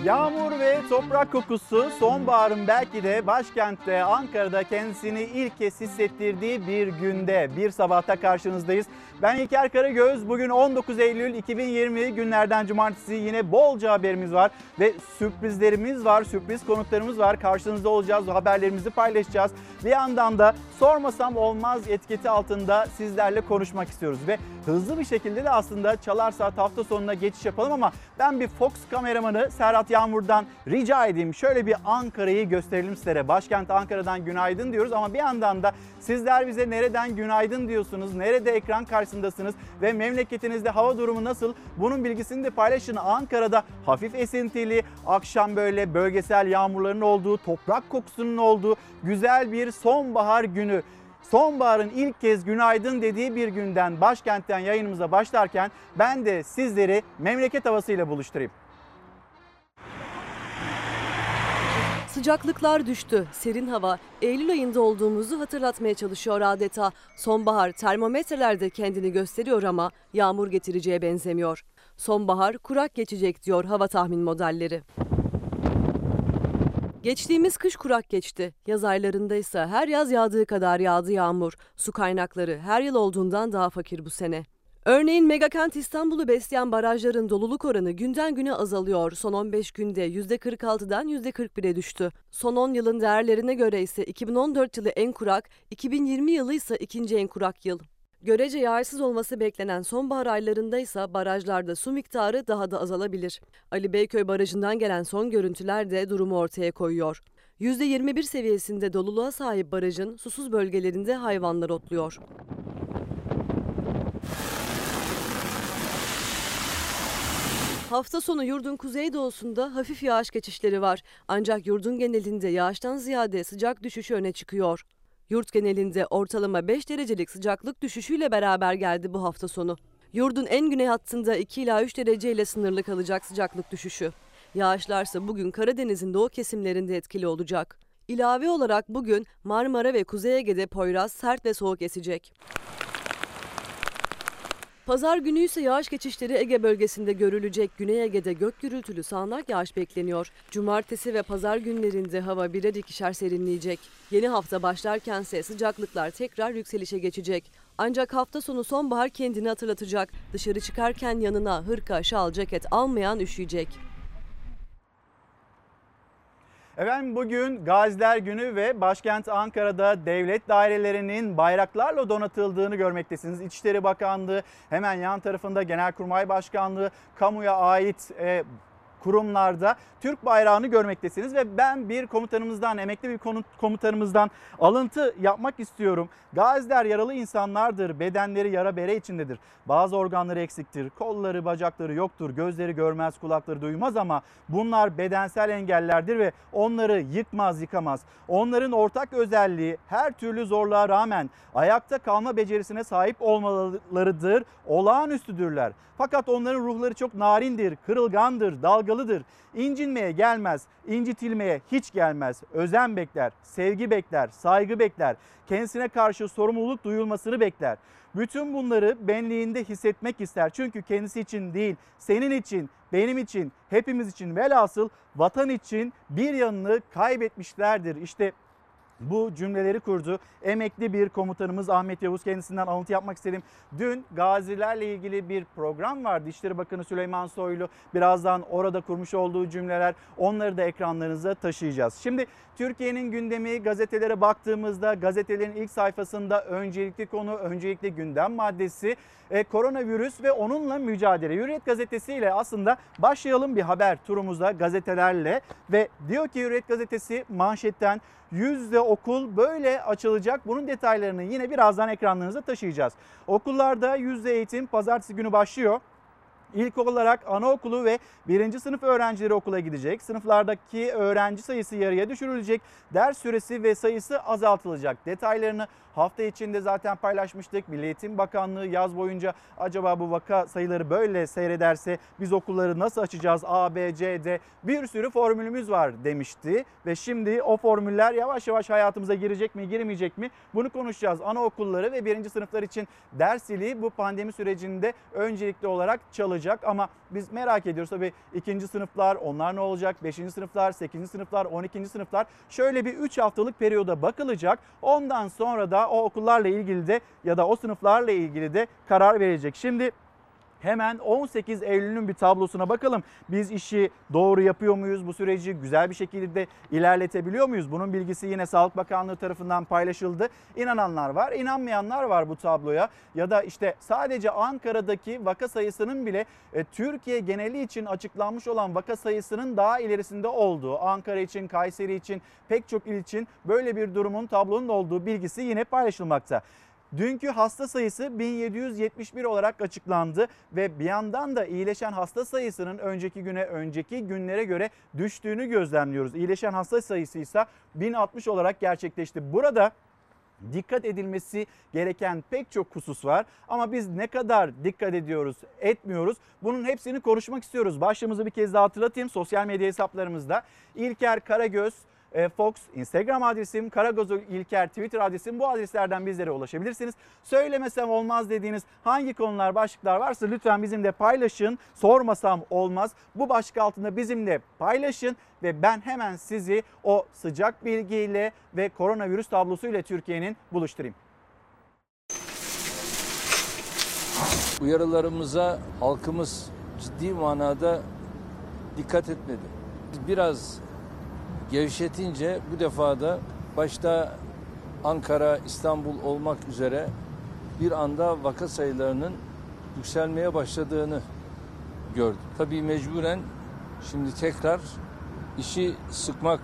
Yağmur ve toprak kokusu sonbaharın belki de başkentte Ankara'da kendisini ilk kez hissettirdiği bir günde, bir sabahta karşınızdayız. Ben İlker Karagöz. Bugün 19 Eylül 2020 günlerden cumartesi, yine bolca haberimiz var ve sürprizlerimiz var, sürpriz konuklarımız var. Karşınızda olacağız, haberlerimizi paylaşacağız. Bir yandan da sormasam olmaz etiketi altında sizlerle konuşmak istiyoruz ve hızlı bir şekilde de aslında Çalar Saat hafta sonuna geçiş yapalım ama ben bir Fox kameramanı Serhat Yağmur'dan rica edeyim. Şöyle bir Ankara'yı gösterelim sizlere. Başkent Ankara'dan günaydın diyoruz ama bir yandan da sizler bize nereden günaydın diyorsunuz, nerede ekran karşısındasınız ve memleketinizde hava durumu nasıl? Bunun bilgisini de paylaşın. Ankara'da hafif esintili, akşam böyle bölgesel yağmurların olduğu, toprak kokusunun olduğu güzel bir sonbahar günü. Sonbaharın ilk kez günaydın dediği bir günden, başkentten yayınımıza başlarken ben de sizleri memleket havasıyla buluşturayım. Sıcaklıklar düştü. Serin hava Eylül ayında olduğumuzu hatırlatmaya çalışıyor adeta. Sonbahar termometrelerde kendini gösteriyor ama yağmur getireceğe benzemiyor. Sonbahar kurak geçecek diyor hava tahmin modelleri. Geçtiğimiz kış kurak geçti. Yaz aylarında ise her yaz yağdığı kadar yağdı yağmur. Su kaynakları her yıl olduğundan daha fakir bu sene. Örneğin megakent İstanbul'u besleyen barajların doluluk oranı günden güne azalıyor. Son 15 günde %46'dan %41'e düştü. Son 10 yılın değerlerine göre ise 2014 yılı en kurak, 2020 yılı ise ikinci en kurak yıl. Görece yağsız olması beklenen sonbahar aylarında ise barajlarda su miktarı daha da azalabilir. Ali Beyköy Barajı'ndan gelen son görüntüler de durumu ortaya koyuyor. %21 seviyesinde doluluğa sahip barajın susuz bölgelerinde hayvanlar otluyor. Hafta sonu yurdun kuzeydoğusunda hafif yağış geçişleri var. Ancak yurdun genelinde yağıştan ziyade sıcak düşüşü öne çıkıyor. Yurt genelinde ortalama 5 derecelik sıcaklık düşüşüyle beraber geldi bu hafta sonu. Yurdun en güney hattında 2 ila 3 dereceyle sınırlı kalacak sıcaklık düşüşü. Yağışlarsa bugün Karadeniz'in doğu kesimlerinde etkili olacak. İlave olarak bugün Marmara ve Kuzey Ege'de Poyraz sert ve soğuk esecek. Pazar günü ise yağış geçişleri Ege bölgesinde görülecek. Güney Ege'de gök gürültülü sağanak yağış bekleniyor. Cumartesi ve pazar günlerinde hava birer ikişer serinleyecek. Yeni hafta başlarkense sıcaklıklar tekrar yükselişe geçecek. Ancak hafta sonu sonbahar kendini hatırlatacak. Dışarı çıkarken yanına hırka, şal, ceket almayan üşüyecek. Efendim bugün Gaziler Günü ve başkent Ankara'da devlet dairelerinin bayraklarla donatıldığını görmektesiniz. İçişleri Bakanlığı, hemen yan tarafında Genelkurmay Başkanlığı, kamuya ait kurumlarda Türk bayrağını görmektesiniz ve ben bir komutanımızdan, emekli bir komutanımızdan alıntı yapmak istiyorum. Gaziler yaralı insanlardır, bedenleri yara bere içindedir. Bazı organları eksiktir, kolları, bacakları yoktur, gözleri görmez, kulakları duymaz ama bunlar bedensel engellerdir ve onları yıkmaz, yıkamaz. Onların ortak özelliği her türlü zorluğa rağmen ayakta kalma becerisine sahip olmalarıdır, olağanüstüdürler. Fakat onların ruhları çok narindir, kırılgandır, dalgalıdır. İncinmeye gelmez, incitilmeye hiç gelmez. Özen bekler, sevgi bekler, saygı bekler. Kendisine karşı sorumluluk duyulmasını bekler. Bütün bunları benliğinde hissetmek ister. Çünkü kendisi için değil, senin için, benim için, hepimiz için, velhasıl vatan için bir yanını kaybetmişlerdir. İşte bu cümleleri kurdu emekli bir komutanımız Ahmet Yavuz. Kendisinden alıntı yapmak istedim. Dün gazilerle ilgili bir program vardı. İçişleri Bakanı Süleyman Soylu birazdan orada kurmuş olduğu cümleler, onları da ekranlarınıza taşıyacağız. Şimdi Türkiye'nin gündemi, gazetelere baktığımızda gazetelerin ilk sayfasında öncelikli konu, öncelikli gündem maddesi koronavirüs ve onunla mücadele. Hürriyet gazetesiyle aslında başlayalım bir haber turumuza gazetelerle ve diyor ki Hürriyet gazetesi manşetten yüzde okul böyle açılacak. Bunun detaylarını yine birazdan ekranlarınıza taşıyacağız. Okullarda yüzde eğitim pazartesi günü başlıyor. İlk olarak anaokulu ve 1. sınıf öğrencileri okula gidecek. Sınıflardaki öğrenci sayısı yarıya düşürülecek. Ders süresi ve sayısı azaltılacak. Detaylarını hafta içinde zaten paylaşmıştık. Milli Eğitim Bakanlığı yaz boyunca acaba bu vaka sayıları böyle seyrederse biz okulları nasıl açacağız? A, B, C, D bir sürü formülümüz var demişti. Ve şimdi o formüller yavaş yavaş hayatımıza girecek mi, girmeyecek mi? Bunu konuşacağız. Anaokulları ve 1. sınıflar için ders zili bu pandemi sürecinde öncelikli olarak çalacak. olacak ama biz merak ediyoruz. Tabii 2. sınıflar, onlar ne olacak? 5. sınıflar, 8. sınıflar, 12. sınıflar. Şöyle bir 3 haftalık periyoda bakılacak. Ondan sonra da o okullarla ilgili de ya da o sınıflarla ilgili de karar verilecek. Şimdi hemen 18 Eylül'ün bir tablosuna bakalım. Biz işi doğru yapıyor muyuz? Bu süreci güzel bir şekilde ilerletebiliyor muyuz? Bunun bilgisi yine Sağlık Bakanlığı tarafından paylaşıldı. İnananlar var, inanmayanlar var bu tabloya. Ya da işte sadece Ankara'daki vaka sayısının bile Türkiye geneli için açıklanmış olan vaka sayısının daha ilerisinde olduğu, Ankara için, Kayseri için, pek çok il için böyle bir durumun, tablonun olduğu bilgisi yine paylaşılmakta. Dünkü hasta sayısı 1771 olarak açıklandı ve bir yandan da iyileşen hasta sayısının önceki günlere göre düştüğünü gözlemliyoruz. İyileşen hasta sayısı ise 1060 olarak gerçekleşti. Burada dikkat edilmesi gereken pek çok husus var ama biz ne kadar dikkat ediyoruz, etmiyoruz, bunun hepsini konuşmak istiyoruz. Başlığımızı bir kez daha hatırlatayım. Sosyal medya hesaplarımızda İlker Karagöz Fox Instagram adresim, Karagöz İlker Twitter adresim, bu adreslerden bizlere ulaşabilirsiniz. Söylemesem olmaz dediğiniz hangi konular, başlıklar varsa lütfen bizimle paylaşın. Sormasam olmaz. Bu başlık altında bizimle paylaşın ve ben hemen sizi o sıcak bilgiyle ve koronavirüs tablosuyla Türkiye'nin buluşturayım. Uyarılarımıza halkımız ciddi manada dikkat etmedi. Biraz gevşetince bu defa da başta Ankara, İstanbul olmak üzere bir anda vaka sayılarının yükselmeye başladığını gördük. Tabii mecburen şimdi tekrar işi sıkmak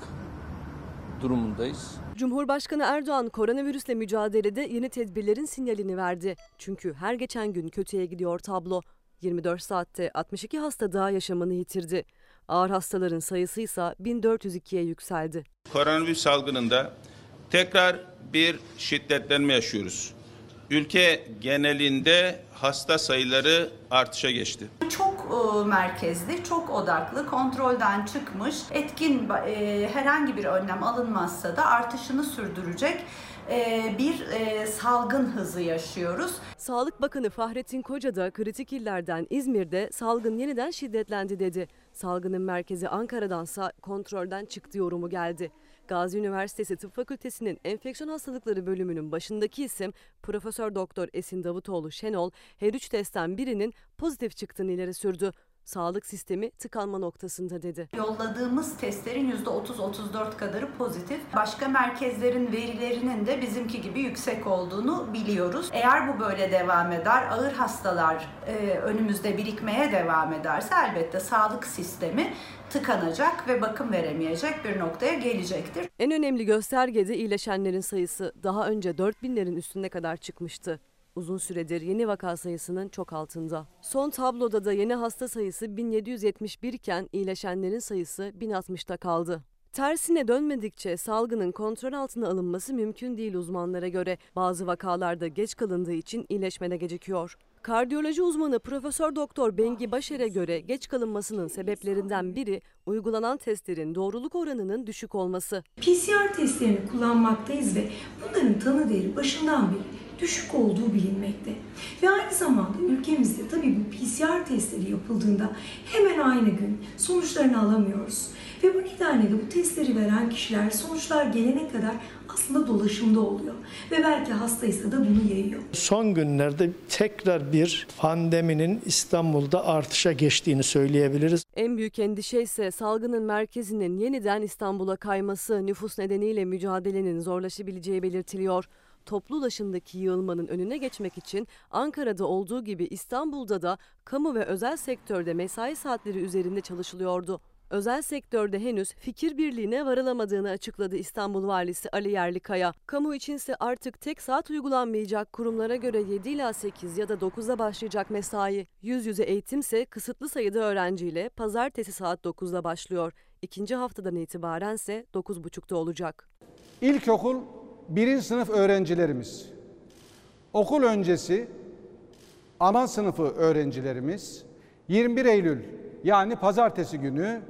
durumundayız. Cumhurbaşkanı Erdoğan koronavirüsle mücadelede yeni tedbirlerin sinyalini verdi. Çünkü her geçen gün kötüye gidiyor tablo. 24 saatte 62 hasta daha yaşamını yitirdi. Ağır hastaların sayısı ise 1402'ye yükseldi. Koronavirüs salgınında tekrar bir şiddetlenme yaşıyoruz. Ülke genelinde hasta sayıları artışa geçti. Çok merkezli, çok odaklı, kontrolden çıkmış, etkin herhangi bir önlem alınmazsa da artışını sürdürecek bir salgın hızı yaşıyoruz. Sağlık Bakanı Fahrettin Koca da kritik illerden İzmir'de salgın yeniden şiddetlendi dedi. Salgının merkezi Ankara'dansa kontrolden çıktı yorumu geldi. Gazi Üniversitesi Tıp Fakültesi'nin Enfeksiyon Hastalıkları bölümünün başındaki isim Profesör Doktor Esin Davutoğlu Şenol, her 3 testten birinin pozitif çıktığını ileri sürdü. Sağlık sistemi tıkanma noktasında dedi. Yolladığımız testlerin %30-34 kadarı pozitif. Başka merkezlerin verilerinin de bizimki gibi yüksek olduğunu biliyoruz. Eğer bu böyle devam eder, ağır hastalar önümüzde birikmeye devam ederse elbette sağlık sistemi tıkanacak ve bakım veremeyecek bir noktaya gelecektir. En önemli gösterge de iyileşenlerin sayısı. Daha önce 4000'lerin üstüne kadar çıkmıştı. Uzun süredir yeni vaka sayısının çok altında. Son tabloda da yeni hasta sayısı 1771 iken iyileşenlerin sayısı 1060'ta kaldı. Tersine dönmedikçe salgının kontrol altına alınması mümkün değil uzmanlara göre. Bazı vakalarda geç kalındığı için iyileşmede gecikiyor. Kardiyoloji uzmanı Profesör Doktor Bengi Başer'e göre geç kalınmasının sebeplerinden biri uygulanan testlerin doğruluk oranının düşük olması. PCR testlerini kullanmaktayız ve bunların tanı değeri başından beri düşük olduğu bilinmekte. Ve aynı zamanda ülkemizde tabii bu PCR testleri yapıldığında hemen aynı gün sonuçlarını alamıyoruz. Ve bu nedenle de bu testleri veren kişiler sonuçlar gelene kadar aslında dolaşımda oluyor. Ve belki hastaysa da bunu yayıyor. Son günlerde tekrar bir pandeminin İstanbul'da artışa geçtiğini söyleyebiliriz. En büyük endişe ise salgının merkezinin yeniden İstanbul'a kayması, nüfus nedeniyle mücadelenin zorlaşabileceği belirtiliyor. Toplu ulaşımdaki yığılmanın önüne geçmek için Ankara'da olduğu gibi İstanbul'da da kamu ve özel sektörde mesai saatleri üzerinde çalışılıyordu. Özel sektörde henüz fikir birliğine varılamadığını açıkladı İstanbul Valisi Ali Yerlikaya. Kamu içinse artık tek saat uygulanmayacak, kurumlara göre 7 ila 8 ya da 9'da başlayacak mesai. Yüz yüze eğitimse kısıtlı sayıda öğrenciyle pazartesi saat 9'da başlıyor. İkinci haftadan itibarense 9.30'da olacak. İlkokul 1. sınıf öğrencilerimiz, okul öncesi ana sınıfı öğrencilerimiz 21 Eylül yani pazartesi günü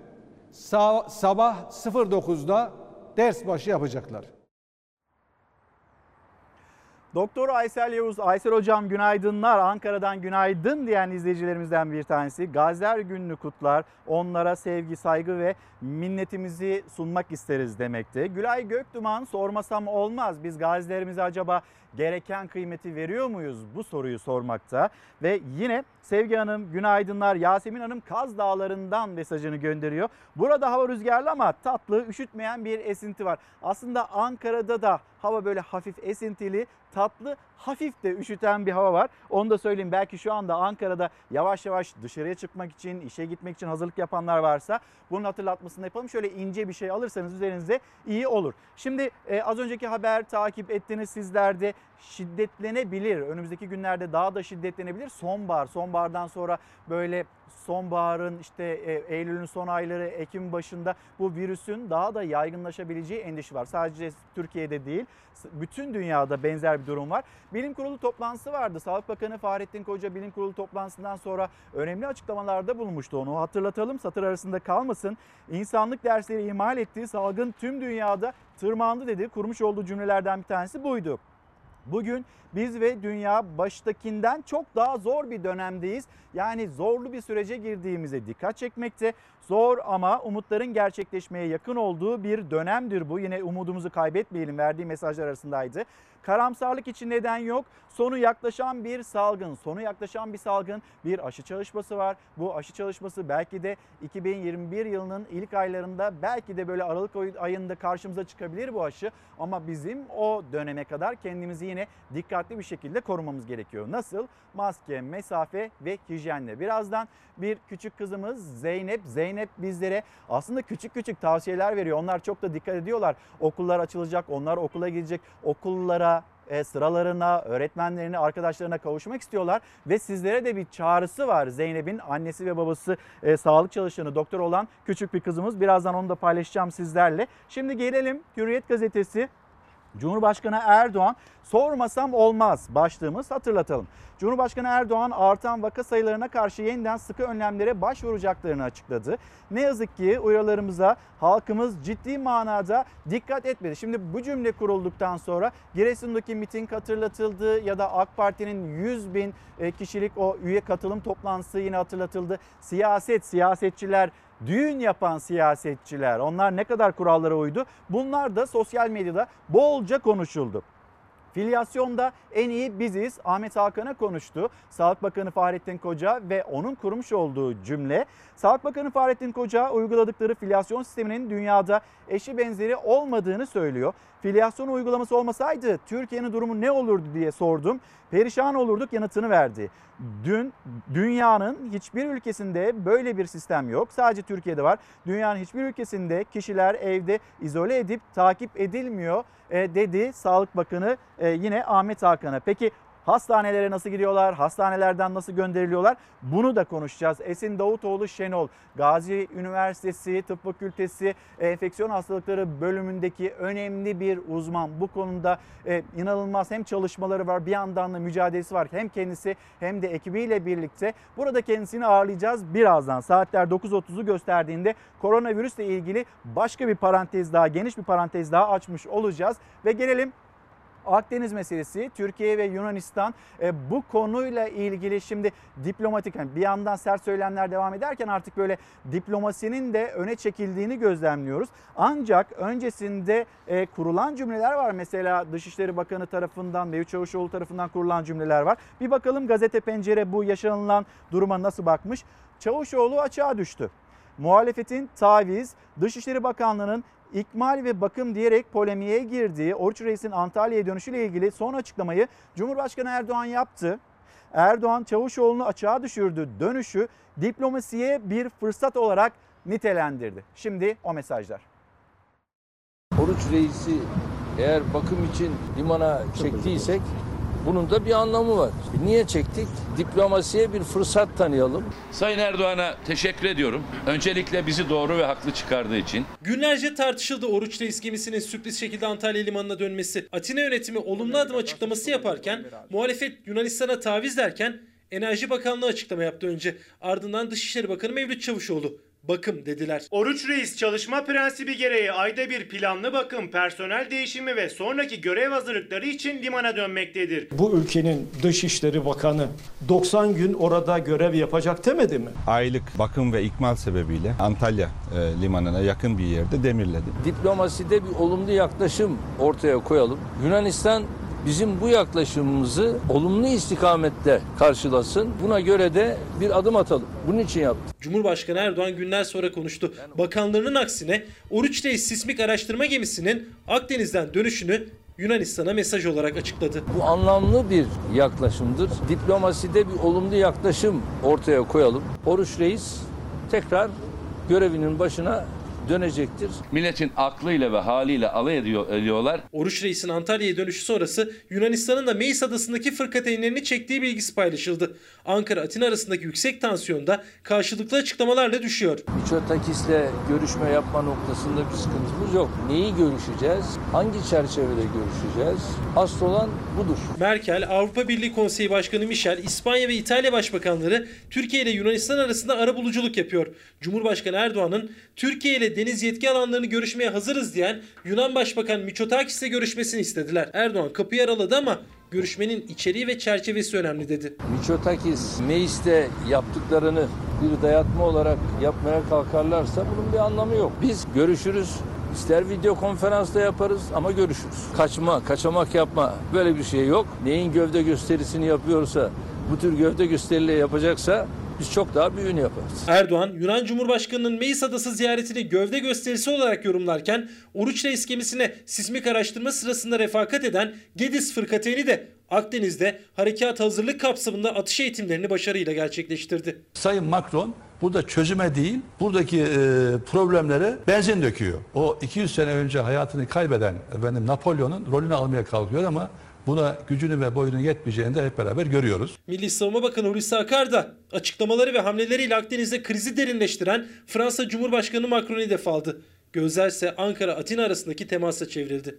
sabah 09'da ders başı yapacaklar. Doktor Aysel Yavuz, Aysel Hocam günaydınlar. Ankara'dan günaydın diyen izleyicilerimizden bir tanesi. Gaziler Günü'nü kutlar. Onlara sevgi, saygı ve minnetimizi sunmak isteriz demekte. Gülay Göktuman, sormasam olmaz. Biz gazilerimize acaba gereken kıymeti veriyor muyuz? Bu soruyu sormakta. Ve yine Sevgi Hanım günaydınlar. Yasemin Hanım Kaz Dağları'ndan mesajını gönderiyor. Burada hava rüzgarlı ama tatlı, üşütmeyen bir esinti var. Aslında Ankara'da da hava böyle hafif esintili, tatlı, hafif de üşüten bir hava var. Onu da söyleyeyim, belki şu anda Ankara'da yavaş yavaş dışarıya çıkmak için, işe gitmek için hazırlık yapanlar varsa bunun hatırlatmasını yapalım. Şöyle ince bir şey alırsanız üzerinize iyi olur. Şimdi az önceki haber takip ettiniz sizler de, şiddetlenebilir. Önümüzdeki günlerde daha da şiddetlenebilir. Sonbahardan sonra böyle sonbaharın işte Eylül'ün son ayları, Ekim başında bu virüsün daha da yaygınlaşabileceği endişesi var. Sadece Türkiye'de değil, bütün dünyada benzer bir durum var. Bilim Kurulu toplantısı vardı. Sağlık Bakanı Fahrettin Koca Bilim Kurulu toplantısından sonra önemli açıklamalarda bulunmuştu. Onu hatırlatalım, satır arasında kalmasın. İnsanlık dersleri ihmal ettiği salgın tüm dünyada tırmandı dedi. Kurmuş olduğu cümlelerden bir tanesi buydu. Bugün biz ve dünya baştakinden çok daha zor bir dönemdeyiz. Yani zorlu bir sürece girdiğimize dikkat çekmekte. Zor ama umutların gerçekleşmeye yakın olduğu bir dönemdir bu. Yine umudumuzu kaybetmeyelim verdiği mesajlar arasındaydı. Karamsarlık için neden yok. Sonu yaklaşan bir salgın, bir aşı çalışması var. Bu aşı çalışması belki de 2021 yılının ilk aylarında, belki de böyle Aralık ayında karşımıza çıkabilir bu aşı. Ama bizim o döneme kadar kendimizi yine dikkatli bir şekilde korumamız gerekiyor. Nasıl? Maske, mesafe ve hijyenle. Birazdan bir küçük kızımız Zeynep bizlere aslında küçük tavsiyeler veriyor. Onlar çok da dikkat ediyorlar. Okullar açılacak, onlar okula gidecek, okullara, sıralarına, öğretmenlerine, arkadaşlarına kavuşmak istiyorlar. Ve sizlere de bir çağrısı var. Zeynep'in annesi ve babası sağlık çalışanı, doktor olan küçük bir kızımız. Birazdan onu da paylaşacağım sizlerle. Şimdi gelelim Hürriyet gazetesi. Cumhurbaşkanı Erdoğan sormasam olmaz başlığımız, hatırlatalım. Cumhurbaşkanı Erdoğan artan vaka sayılarına karşı yeniden sıkı önlemlere başvuracaklarını açıkladı. Ne yazık ki uyarılarımıza halkımız ciddi manada dikkat etmedi. Şimdi bu cümle kurulduktan sonra Giresun'daki miting hatırlatıldı ya da AK Parti'nin 100.000 kişilik o üye katılım toplantısı yine hatırlatıldı. Siyasetçiler, düğün yapan siyasetçiler, onlar ne kadar kurallara uydu? Bunlar da sosyal medyada bolca konuşuldu. Filyasyonda en iyi biziz. Ahmet Hakan'a konuştu Sağlık Bakanı Fahrettin Koca ve onun kurmuş olduğu cümle. Sağlık Bakanı Fahrettin Koca uyguladıkları filyasyon sisteminin dünyada eşi benzeri olmadığını söylüyor. Filyasyon uygulaması olmasaydı Türkiye'nin durumu ne olurdu diye sordum. Perişan olurduk yanıtını verdi. Dünyanın hiçbir ülkesinde böyle bir sistem yok. Sadece Türkiye'de var. Dünyanın hiçbir ülkesinde kişiler evde izole edip takip edilmiyor dedi Sağlık Bakanı yine Ahmet Hakan'a. Peki hastanelere nasıl gidiyorlar? Hastanelerden nasıl gönderiliyorlar? Bunu da konuşacağız. Esin Davutoğlu Şenol, Gazi Üniversitesi Tıp Fakültesi Enfeksiyon Hastalıkları bölümündeki önemli bir uzman. Bu konuda inanılmaz hem çalışmaları var, bir yandan da mücadelesi var. Hem kendisi hem de ekibiyle birlikte. Burada kendisini ağırlayacağız birazdan. Saatler 9.30'u gösterdiğinde koronavirüsle ilgili başka bir parantez daha, geniş bir parantez daha açmış olacağız. Ve gelelim Akdeniz meselesi. Türkiye ve Yunanistan bu konuyla ilgili şimdi diplomatik, yani bir yandan sert söylemler devam ederken artık böyle diplomasinin de öne çekildiğini gözlemliyoruz. Ancak öncesinde kurulan cümleler var. Mesela Dışişleri Bakanı tarafından, Mevlüt Çavuşoğlu tarafından kurulan cümleler var. Bir bakalım Gazete Pencere bu yaşanılan duruma nasıl bakmış? Çavuşoğlu açığa düştü. Muhalefetin taviz, Dışişleri Bakanlığı'nın İkmal ve bakım diyerek polemiğe girdiği Oruç Reis'in Antalya'ya dönüşüyle ilgili son açıklamayı Cumhurbaşkanı Erdoğan yaptı. Erdoğan Çavuşoğlu'nu açığa düşürdü. Dönüşü diplomasiye bir fırsat olarak nitelendirdi. Şimdi o mesajlar. Oruç Reis'i eğer bakım için limana çektiysek bunun da bir anlamı var. Niye çektik? Diplomasiye bir fırsat tanıyalım. Sayın Erdoğan'a teşekkür ediyorum. Öncelikle bizi doğru ve haklı çıkardığı için. Günlerce tartışıldı Oruç Reis gemisinin sürpriz şekilde Antalya limanına dönmesi. Atina yönetimi olumlu adım açıklaması yaparken muhalefet Yunanistan'a taviz derken Enerji Bakanlığı açıklama yaptı önce. Ardından Dışişleri Bakanı Mevlüt Çavuşoğlu. bakım dediler. Oruç Reis çalışma prensibi gereği ayda bir planlı bakım, personel değişimi ve sonraki görev hazırlıkları için limana dönmektedir. Bu ülkenin Dışişleri Bakanı 90 gün orada görev yapacak demedi mi? Aylık bakım ve ikmal sebebiyle Antalya limanına yakın bir yerde demirledi. Diplomaside bir olumlu yaklaşım ortaya koyalım. Yunanistan bizim bu yaklaşımımızı olumlu istikamette karşılasın. Buna göre de bir adım atalım. Bunun için yaptık. Cumhurbaşkanı Erdoğan günler sonra konuştu. Bakanlarının aksine Oruç Reis sismik araştırma gemisinin Akdeniz'den dönüşünü Yunanistan'a mesaj olarak açıkladı. Bu anlamlı bir yaklaşımdır. Diplomaside bir olumlu yaklaşım ortaya koyalım. Oruç Reis tekrar görevinin başına dönecektir. Milletin aklıyla ve haliyle alay ediyorlar. Oruç Reis'in Antalya'ya dönüşü sonrası Yunanistan'ın da Meis Adası'ndaki fırkateynlerini çektiği bilgisi paylaşıldı. Ankara-Atina arasındaki yüksek tansiyonda karşılıklı açıklamalarla düşüyor. Mitsotakis'le görüşme yapma noktasında bir sıkıntımız yok. Neyi görüşeceğiz? Hangi çerçevede görüşeceğiz? Asıl olan budur. Merkel, Avrupa Birliği Konseyi Başkanı Michel, İspanya ve İtalya Başbakanları Türkiye ile Yunanistan arasında arabuluculuk yapıyor. Cumhurbaşkanı Erdoğan'ın Türkiye ile deniz yetki alanlarını görüşmeye hazırız diyen Yunan Başbakan Mitsotakis'le görüşmesini istediler. Erdoğan kapıyı araladı ama görüşmenin içeriği ve çerçevesi önemli dedi. Mitsotakis, Meis'te yaptıklarını bir dayatma olarak yapmaya kalkarlarsa bunun bir anlamı yok. Biz görüşürüz. İster video konferansta yaparız ama görüşürüz. Kaçamak yapma. Böyle bir şey yok. Neyin gövde gösterisini yapıyorsa, bu tür gövde gösterileri yapacaksa biz çok daha büyüğünü yaparız. Erdoğan, Yunan Cumhurbaşkanı'nın Meis Adası ziyaretini gövde gösterisi olarak yorumlarken Oruç Reis gemisine sismik araştırma sırasında refakat eden Gediz fırkateyni de Akdeniz'de harekat hazırlık kapsamında atış eğitimlerini başarıyla gerçekleştirdi. Sayın Macron burada çözüme değil, buradaki problemlere benzin döküyor. O 200 sene önce hayatını kaybeden Napolyon'un rolünü almaya kalkıyor ama buna gücünü ve boyunun yetmeyeceğini de hep beraber görüyoruz. Milli Savunma Bakanı Hulusi Akar da açıklamaları ve hamleleriyle Akdeniz'de krizi derinleştiren Fransa Cumhurbaşkanı Macron'u hedef aldı. Gözlerse Ankara-Atina arasındaki temasa çevrildi.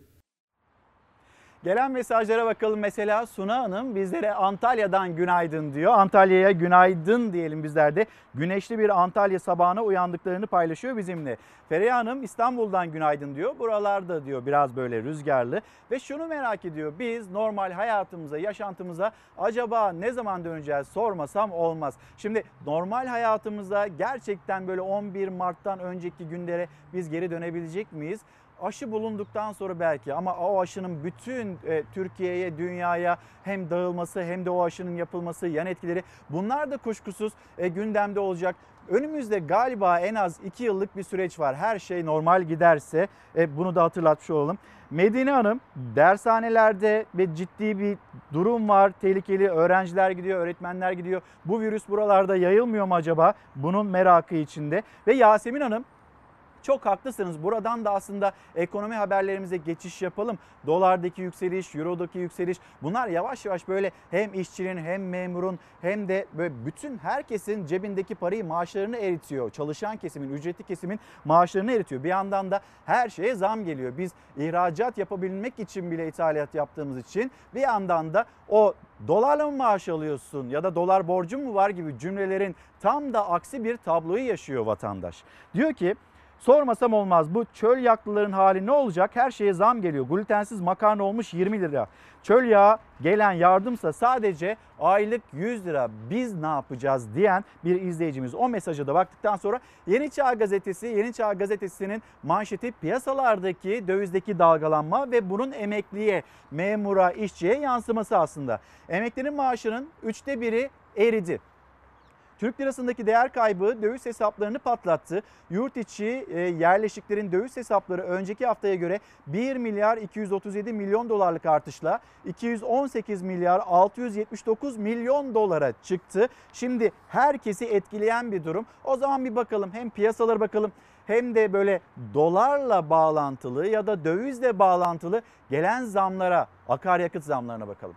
Gelen mesajlara bakalım. Mesela Suna Hanım bizlere Antalya'dan günaydın diyor. Antalya'ya günaydın diyelim bizler de. Güneşli bir Antalya sabahına uyandıklarını paylaşıyor bizimle. Feriha Hanım İstanbul'dan günaydın diyor. Buralarda diyor biraz böyle rüzgarlı. Ve şunu merak ediyor. Biz normal hayatımıza, yaşantımıza acaba ne zaman döneceğiz sormasam olmaz. Şimdi normal hayatımıza gerçekten böyle 11 Mart'tan önceki günlere biz geri dönebilecek miyiz? Aşı bulunduktan sonra belki, ama o aşının bütün Türkiye'ye, dünyaya hem dağılması hem de o aşının yapılması, yan etkileri, bunlar da kuşkusuz gündemde olacak. Önümüzde galiba en az 2 yıllık bir süreç var. Her şey normal giderse bunu da hatırlatmış olalım. Medine Hanım, dershanelerde ve ciddi bir durum var. Tehlikeli, öğrenciler gidiyor, öğretmenler gidiyor. Bu virüs buralarda yayılmıyor mu acaba? Bunun merakı içinde. Ve Yasemin Hanım, çok haklısınız. Buradan da aslında ekonomi haberlerimize geçiş yapalım. Dolardaki yükseliş, eurodaki yükseliş, bunlar yavaş yavaş böyle hem işçinin hem memurun hem de böyle bütün herkesin cebindeki parayı, maaşlarını eritiyor. Çalışan kesimin, ücretli kesimin maaşlarını eritiyor. Bir yandan da her şeye zam geliyor. Biz ihracat yapabilmek için bile ithalat yaptığımız için bir yandan da o dolarla mı maaş alıyorsun ya da dolar borcun mu var gibi cümlelerin tam da aksi bir tabloyu yaşıyor vatandaş. Diyor ki, sormasam olmaz, bu çöl yaklıların hali ne olacak? Her şeye zam geliyor. Glutensiz makarna olmuş 20 lira. Çöl yağı gelen yardımsa sadece aylık 100 lira. Biz ne yapacağız diyen bir izleyicimiz. O mesaja da baktıktan sonra Yeni Çağ Gazetesi, Yeni Çağ Gazetesi'nin manşeti piyasalardaki dövizdeki dalgalanma ve bunun emekliye, memura, işçiye yansıması aslında. Emeklinin maaşının 1/3'ü eridi. Türk lirasındaki değer kaybı döviz hesaplarını patlattı. Yurt içi yerleşiklerin döviz hesapları önceki haftaya göre 1 milyar 237 milyon dolarlık artışla 218 milyar 679 milyon dolara çıktı. Şimdi herkesi etkileyen bir durum. O zaman bir bakalım, hem piyasalara bakalım hem de böyle dolarla bağlantılı ya da dövizle bağlantılı gelen zamlara, akaryakıt zamlarına bakalım.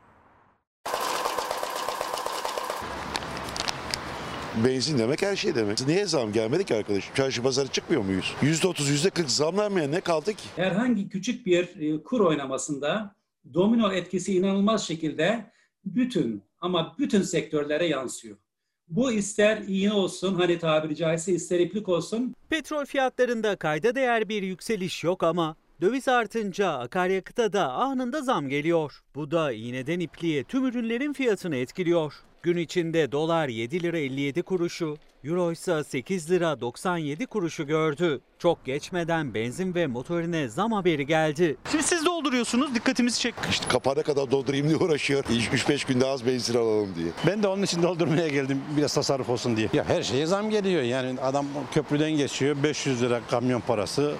Benzin demek her şey demek. Niye zam gelmedi ki arkadaşım? Çarşı pazarı çıkmıyor muyuz? %30, %40 zam vermeye ne kaldı ki? Herhangi küçük bir kur oynamasında domino etkisi inanılmaz şekilde bütün sektörlere yansıyor. Bu ister iğne olsun, hani tabiri caizse ister iplik olsun. Petrol fiyatlarında kayda değer bir yükseliş yok ama döviz artınca akaryakıta da anında zam geliyor. Bu da iğneden ipliğe tüm ürünlerin fiyatını etkiliyor. Gün içinde dolar 7 lira 57 kuruşu, euro ise 8 lira 97 kuruşu gördü. Çok geçmeden benzin ve motorine zam haberi geldi. Şimdi siz dolduruyorsunuz, dikkatimizi çekti. İşte kapana kadar doldurayım diye uğraşıyor. 3-5 günde az benzin alalım diye. Ben de onun için doldurmaya geldim, biraz tasarruf olsun diye. Ya her şeye zam geliyor, yani adam köprüden geçiyor, 500 lira kamyon parası.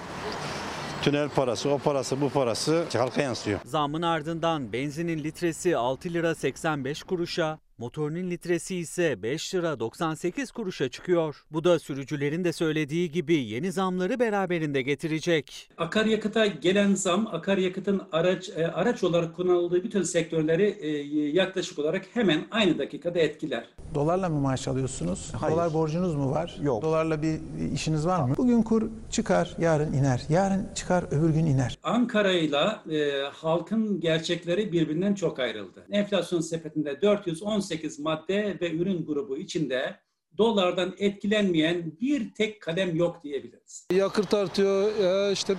Tünel parası, o parası, bu parası halka yansıyor. Zamın ardından benzinin litresi 6 lira 85 kuruşa, motorinin litresi ise 5 lira 98 kuruşa çıkıyor. Bu da sürücülerin de söylediği gibi yeni zamları beraberinde getirecek. Akaryakıta gelen zam, akaryakıtın araç olarak kullanıldığı bütün sektörleri yaklaşık olarak hemen aynı dakikada etkiler. Dolarla mı maaş alıyorsunuz? Hayır. Dolar borcunuz mu var? Yok. Dolarla bir işiniz var mı? Bugün kur çıkar, yarın iner. Yarın çıkar, öbür gün iner. Ankara ile halkın gerçekleri birbirinden çok ayrıldı. Enflasyon sepetinde 418 madde ve ürün grubu içinde dolardan etkilenmeyen bir tek kalem yok diyebiliriz. Yakıt artıyor, işte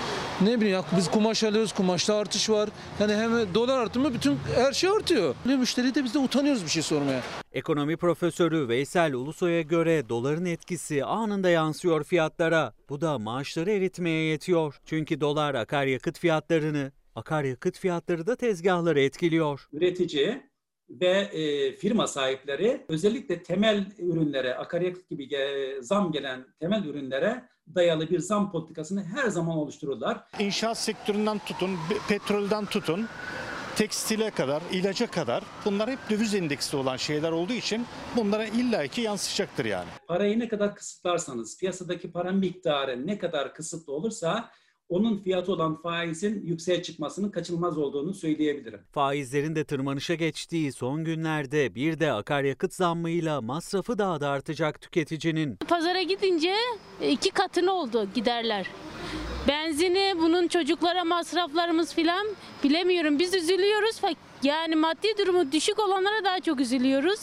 ne bileyim, biz kumaş alıyoruz, kumaşta artış var. Yani hem dolar artımı bütün her şey artıyor. Müşteri de biz de utanıyoruz bir şey sormaya. Ekonomi profesörü Veysel Ulusoy'a göre doların etkisi anında yansıyor fiyatlara. Bu da maaşları eritmeye yetiyor. Çünkü dolar akaryakıt fiyatlarını, akaryakıt fiyatları da tezgahları etkiliyor. Üretici ve firma sahipleri özellikle temel ürünlere, akaryakıt gibi zam gelen temel ürünlere dayalı bir zam politikasını her zaman oluştururlar. İnşaat sektöründen tutun, petrolden tutun, tekstile kadar, ilaca kadar bunlar hep döviz endeksli olan şeyler olduğu için bunlara illaki yansıyacaktır yani. Parayı ne kadar kısıtlarsanız, piyasadaki para miktarı ne kadar kısıtlı olursa onun fiyatı olan faizin yükseğe çıkmasının kaçınılmaz olduğunu söyleyebilirim. Faizlerin de tırmanışa geçtiği son günlerde bir de akaryakıt zammıyla masrafı daha da artacak tüketicinin. Pazara gidince 2 katına oldu giderler. Benzini, bunun çocuklara masraflarımız filan bilemiyorum. Biz üzülüyoruz. Yani maddi durumu düşük olanlara daha çok üzülüyoruz.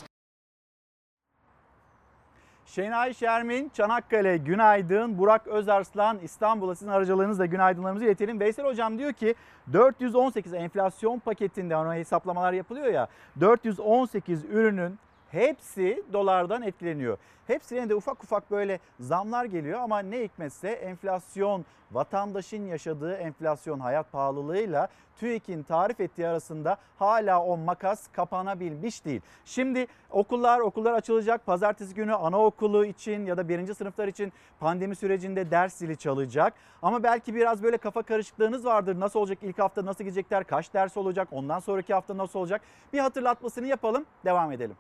Şenay Şermin, Çanakkale günaydın. Burak Özarslan, İstanbul'a sizin aracılığınızla günaydınlarımızı iletelim. Veysel Hocam diyor ki 418 enflasyon paketinde ona hesaplamalar yapılıyor ya. 418 ürünün hepsi dolardan etkileniyor. Hepsine de ufak ufak böyle zamlar geliyor ama ne hikmetse enflasyon, vatandaşın yaşadığı enflasyon, hayat pahalılığıyla TÜİK'in tarif ettiği arasında hala o makas kapanabilmiş değil. Şimdi okullar açılacak. Pazartesi günü anaokulu için ya da 1. sınıflar için pandemi sürecinde ders zili çalacak. Ama belki biraz böyle kafa karışıklığınız vardır. Nasıl olacak, ilk hafta nasıl gidecekler, kaç ders olacak, ondan sonraki hafta nasıl olacak? Bir hatırlatmasını yapalım, devam edelim.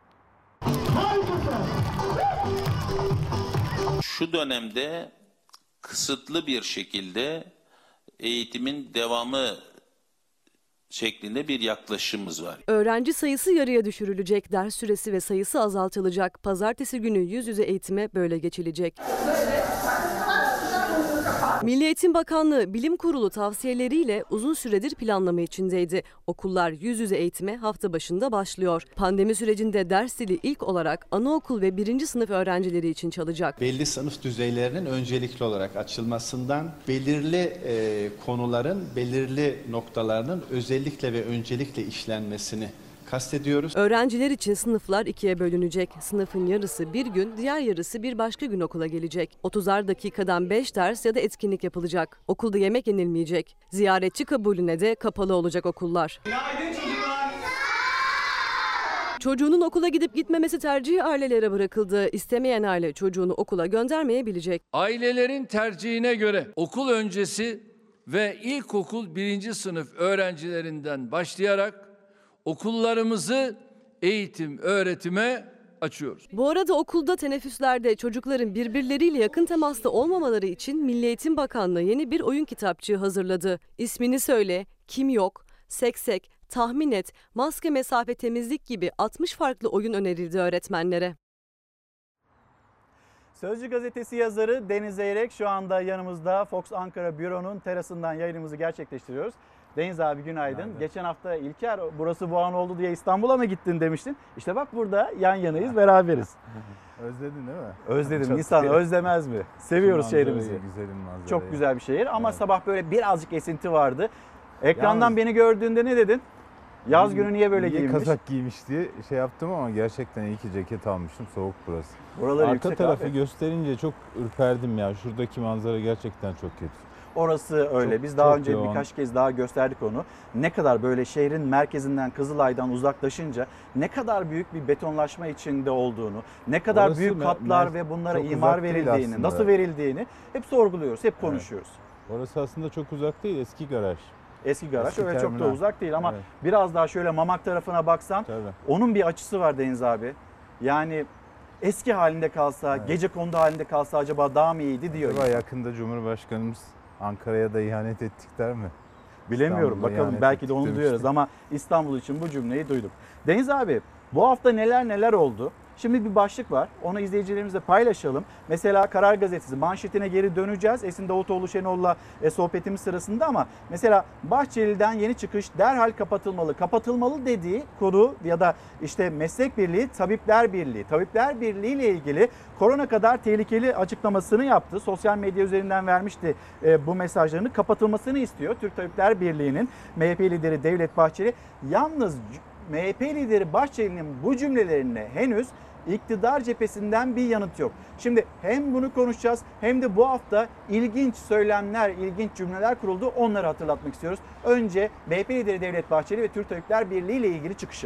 Şu dönemde kısıtlı bir şekilde eğitimin devamı şeklinde bir yaklaşımımız var. Öğrenci sayısı yarıya düşürülecek, ders süresi ve sayısı azaltılacak. Pazartesi günü yüz yüze eğitime böyle geçilecek. Milli Eğitim Bakanlığı Bilim Kurulu tavsiyeleriyle uzun süredir planlama içindeydi. Okullar yüz yüze eğitime hafta başında başlıyor. Pandemi sürecinde ders zili ilk olarak anaokul ve 1. sınıf öğrencileri için çalacak. Belli sınıf düzeylerinin öncelikli olarak açılmasından, belirli konuların belirli noktalarının özellikle ve öncelikle işlenmesini kastediyoruz. Öğrenciler için sınıflar 2'ye bölünecek. Sınıfın yarısı bir gün, diğer yarısı bir başka gün okula gelecek. 30'ar dakikadan 5 ders ya da etkinlik yapılacak. Okulda yemek yenilmeyecek. Ziyaretçi kabulüne de kapalı olacak okullar. Çocuğunun okula gidip gitmemesi tercihi ailelere bırakıldı. İstemeyen aile çocuğunu okula göndermeyebilecek. Ailelerin tercihine göre okul öncesi ve ilkokul 1. sınıf öğrencilerinden başlayarak okullarımızı eğitim, öğretime açıyoruz. Bu arada okulda teneffüslerde çocukların birbirleriyle yakın temasta olmamaları için Milli Eğitim Bakanlığı yeni bir oyun kitapçığı hazırladı. İsmini söyle, kim yok, seksek, tahmin et, maske mesafe temizlik gibi 60 farklı oyun önerildi öğretmenlere. Sözcü gazetesi yazarı Deniz Zeyrek şu anda yanımızda. Fox Ankara Büro'nun terasından yayınımızı gerçekleştiriyoruz. Deniz abi günaydın. Günaydın. Geçen hafta İlker burası bu an oldu diye İstanbul'a mı gittin demiştin. İşte bak burada yan yanayız, beraberiz. Özledin değil mi? Özledim. Çok İnsan iyi. özlemez mi? Seviyoruz Manzarayı, şehrimizi. güzelim manzarayı. Çok güzel bir şehir ama sabah böyle birazcık esinti vardı. Ekrandan Yalnız- beni gördüğünde ne dedin? Yaz günü niye böyle Niye giyinmiş? kazak giymiş diye şey yaptım ama gerçekten iyi ki ceket almıştım. Soğuk burası. Buraları Arka yüksek tarafı abi. gösterince çok ürperdim ya. Şuradaki manzara gerçekten çok kötü. Orası öyle. Çok- Biz daha çok önce yoğun. birkaç kez daha gösterdik onu. Ne kadar böyle şehrin merkezinden, Kızılay'dan uzaklaşınca ne kadar büyük bir betonlaşma içinde olduğunu, ne kadar Orası büyük katlar mer- ve bunlara çok imar uzak değil verildiğini, aslında. nasıl verildiğini hep sorguluyoruz, hep konuşuyoruz. Orası aslında çok uzak değil. Eski garaj. Eski garaj Eski öyle çok da terminal. uzak değil ama Evet. biraz daha şöyle Mamak tarafına baksan onun bir açısı var Deniz abi. Yani eski halinde kalsa, gecekondu halinde kalsa acaba daha mı iyiydi diyor. Acaba insan. yakında Cumhurbaşkanımız Ankara'ya da ihanet ettik der mi? Bilemiyorum, İstanbul'a bakalım ihanet belki de ettik onu demiştik. duyuyoruz ama İstanbul için bu cümleyi duyduk. Deniz abi bu hafta neler oldu? Şimdi bir başlık var. Onu izleyicilerimizle paylaşalım. Mesela Karar Gazetesi manşetine geri döneceğiz. Esin Davutoğlu Şenol'la sohbetimiz sırasında ama mesela Bahçeli'den yeni çıkış derhal kapatılmalı. Kapatılmalı dediği konu ya da işte Meslek Birliği, Tabipler Birliği. Tabipler Birliği ile ilgili korona kadar tehlikeli açıklamasını yaptı. Sosyal medya üzerinden vermişti bu mesajlarını. Kapatılmasını istiyor Türk Tabipler Birliği'nin MHP lideri Devlet Bahçeli. Yalnız MHP lideri Bahçeli'nin bu cümlelerine henüz iktidar cephesinden bir yanıt yok. Şimdi hem bunu konuşacağız hem de bu hafta ilginç söylemler, ilginç cümleler kuruldu. Onları hatırlatmak istiyoruz. Önce MHP lideri Devlet Bahçeli ve Türk Tabipler Birliği ile ilgili çıkışı.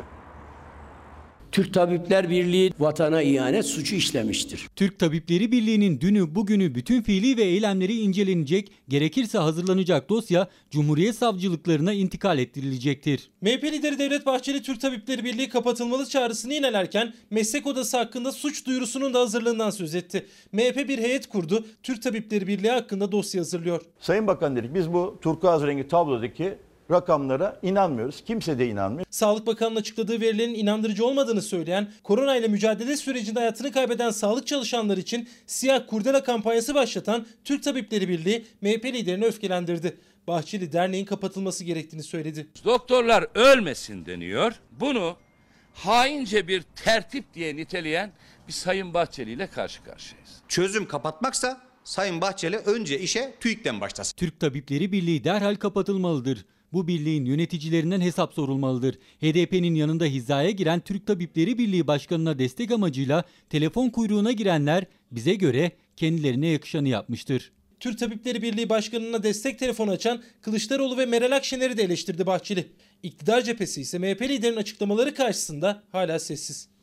Türk Tabipler Birliği vatana ihanet suçu işlemiştir. Türk Tabipleri Birliği'nin dünü bugünü bütün fiili ve eylemleri incelenecek, gerekirse hazırlanacak dosya Cumhuriyet Savcılıklarına intikal ettirilecektir. MHP lideri Devlet Bahçeli Türk Tabipleri Birliği kapatılmalı çağrısını yinelerken meslek odası hakkında suç duyurusunun da hazırlığından söz etti. MHP bir heyet kurdu. Türk Tabipleri Birliği hakkında dosya hazırlıyor. Sayın Bakan dedik biz bu turkuaz rengi tablodaki rakamlara inanmıyoruz. Kimse de inanmıyor. Sağlık Bakanı'nın açıkladığı verilerin inandırıcı olmadığını söyleyen, koronayla mücadele sürecinde hayatını kaybeden sağlık çalışanları için siyah kurdela kampanyası başlatan Türk Tabipleri Birliği MHP liderini öfkelendirdi. Bahçeli derneğin kapatılması gerektiğini söyledi. Doktorlar ölmesin deniyor. Bunu haince bir tertip diye niteleyen bir Sayın Bahçeli ile karşı karşıyayız. Çözüm kapatmaksa Sayın Bahçeli önce işe TÜİK'ten başlasın. Türk Tabipleri Birliği derhal kapatılmalıdır. Bu birliğin yöneticilerinden hesap sorulmalıdır. HDP'nin yanında hizaya giren Türk Tabipleri Birliği Başkanı'na destek amacıyla telefon kuyruğuna girenler bize göre kendilerine yakışanı yapmıştır. Türk Tabipleri Birliği Başkanı'na destek telefonu açan Kılıçdaroğlu ve Meral Akşener'i de eleştirdi Bahçeli. İktidar cephesi ise MHP liderinin açıklamaları karşısında hala sessiz.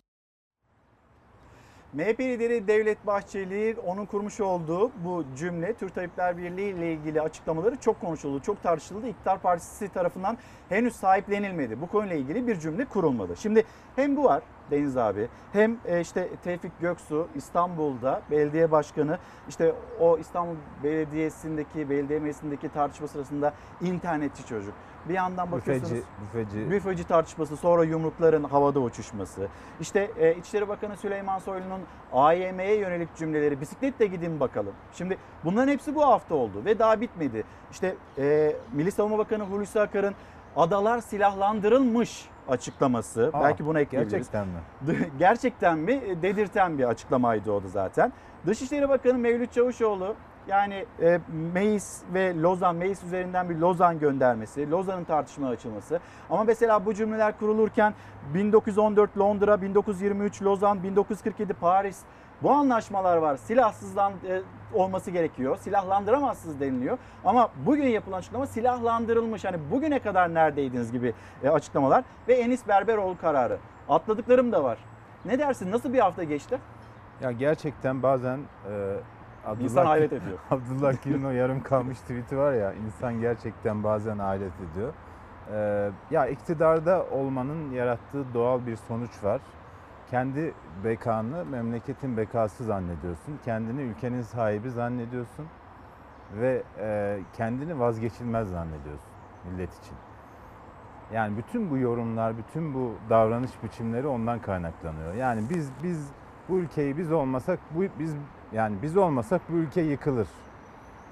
MHP lideri Devlet Bahçeli, onun kurmuş olduğu bu cümle, Türk Tabipler Birliği ile ilgili açıklamaları çok konuşuldu, çok tartışıldı. İktidar Partisi tarafından henüz sahiplenilmedi. Bu konuyla ilgili bir cümle kurulmadı. Şimdi hem bu var Deniz abi, hem işte Tevfik Göksu İstanbul'da belediye başkanı, işte o İstanbul Belediyesi'ndeki, belediye meclisindeki tartışma sırasında internetçi çocuk. Bir yandan bakıyorsunuz büfeci tartışması, sonra yumrukların havada uçuşması. İşte İçişleri Bakanı Süleyman Soylu'nun AYM'ye yönelik cümleleri, bisikletle gidin bakalım. Şimdi bunların hepsi bu hafta oldu ve daha bitmedi. İşte Milli Savunma Bakanı Hulusi Akar'ın adalar silahlandırılmış açıklaması. Belki buna ekleyebiliriz. Gerçekten mi? Gerçekten mi? Dedirten bir açıklamaydı o da zaten. Dışişleri Bakanı Mevlüt Çavuşoğlu, yani Meis ve Lozan, Meis üzerinden bir Lozan göndermesi, Lozan'ın tartışmaya açılması. Ama mesela bu cümleler kurulurken 1914 Londra, 1923 Lozan, 1947 Paris, bu anlaşmalar var. Silahsız olması gerekiyor. Silahlandıramazsınız deniliyor. Ama bugün yapılan açıklama silahlandırılmış. Hani bugüne kadar neredeydiniz gibi açıklamalar. Ve Enis Berberoğlu kararı. Atladıklarım da var. Ne dersin? Nasıl bir hafta geçti? Ya gerçekten bazen İnsan hayret ediyor. Abdullah Gül'ün o yarım kalmış tweet'i var ya, insan gerçekten bazen hayret ediyor. Ya iktidarda olmanın yarattığı doğal bir sonuç var. Kendi bekanı memleketin bekası zannediyorsun. Kendini ülkenin sahibi zannediyorsun. Ve kendini vazgeçilmez zannediyorsun millet için. Yani bütün bu yorumlar, bütün bu davranış biçimleri ondan kaynaklanıyor. Yani biz bu ülkeyi biz olmasak bu ülke yıkılır.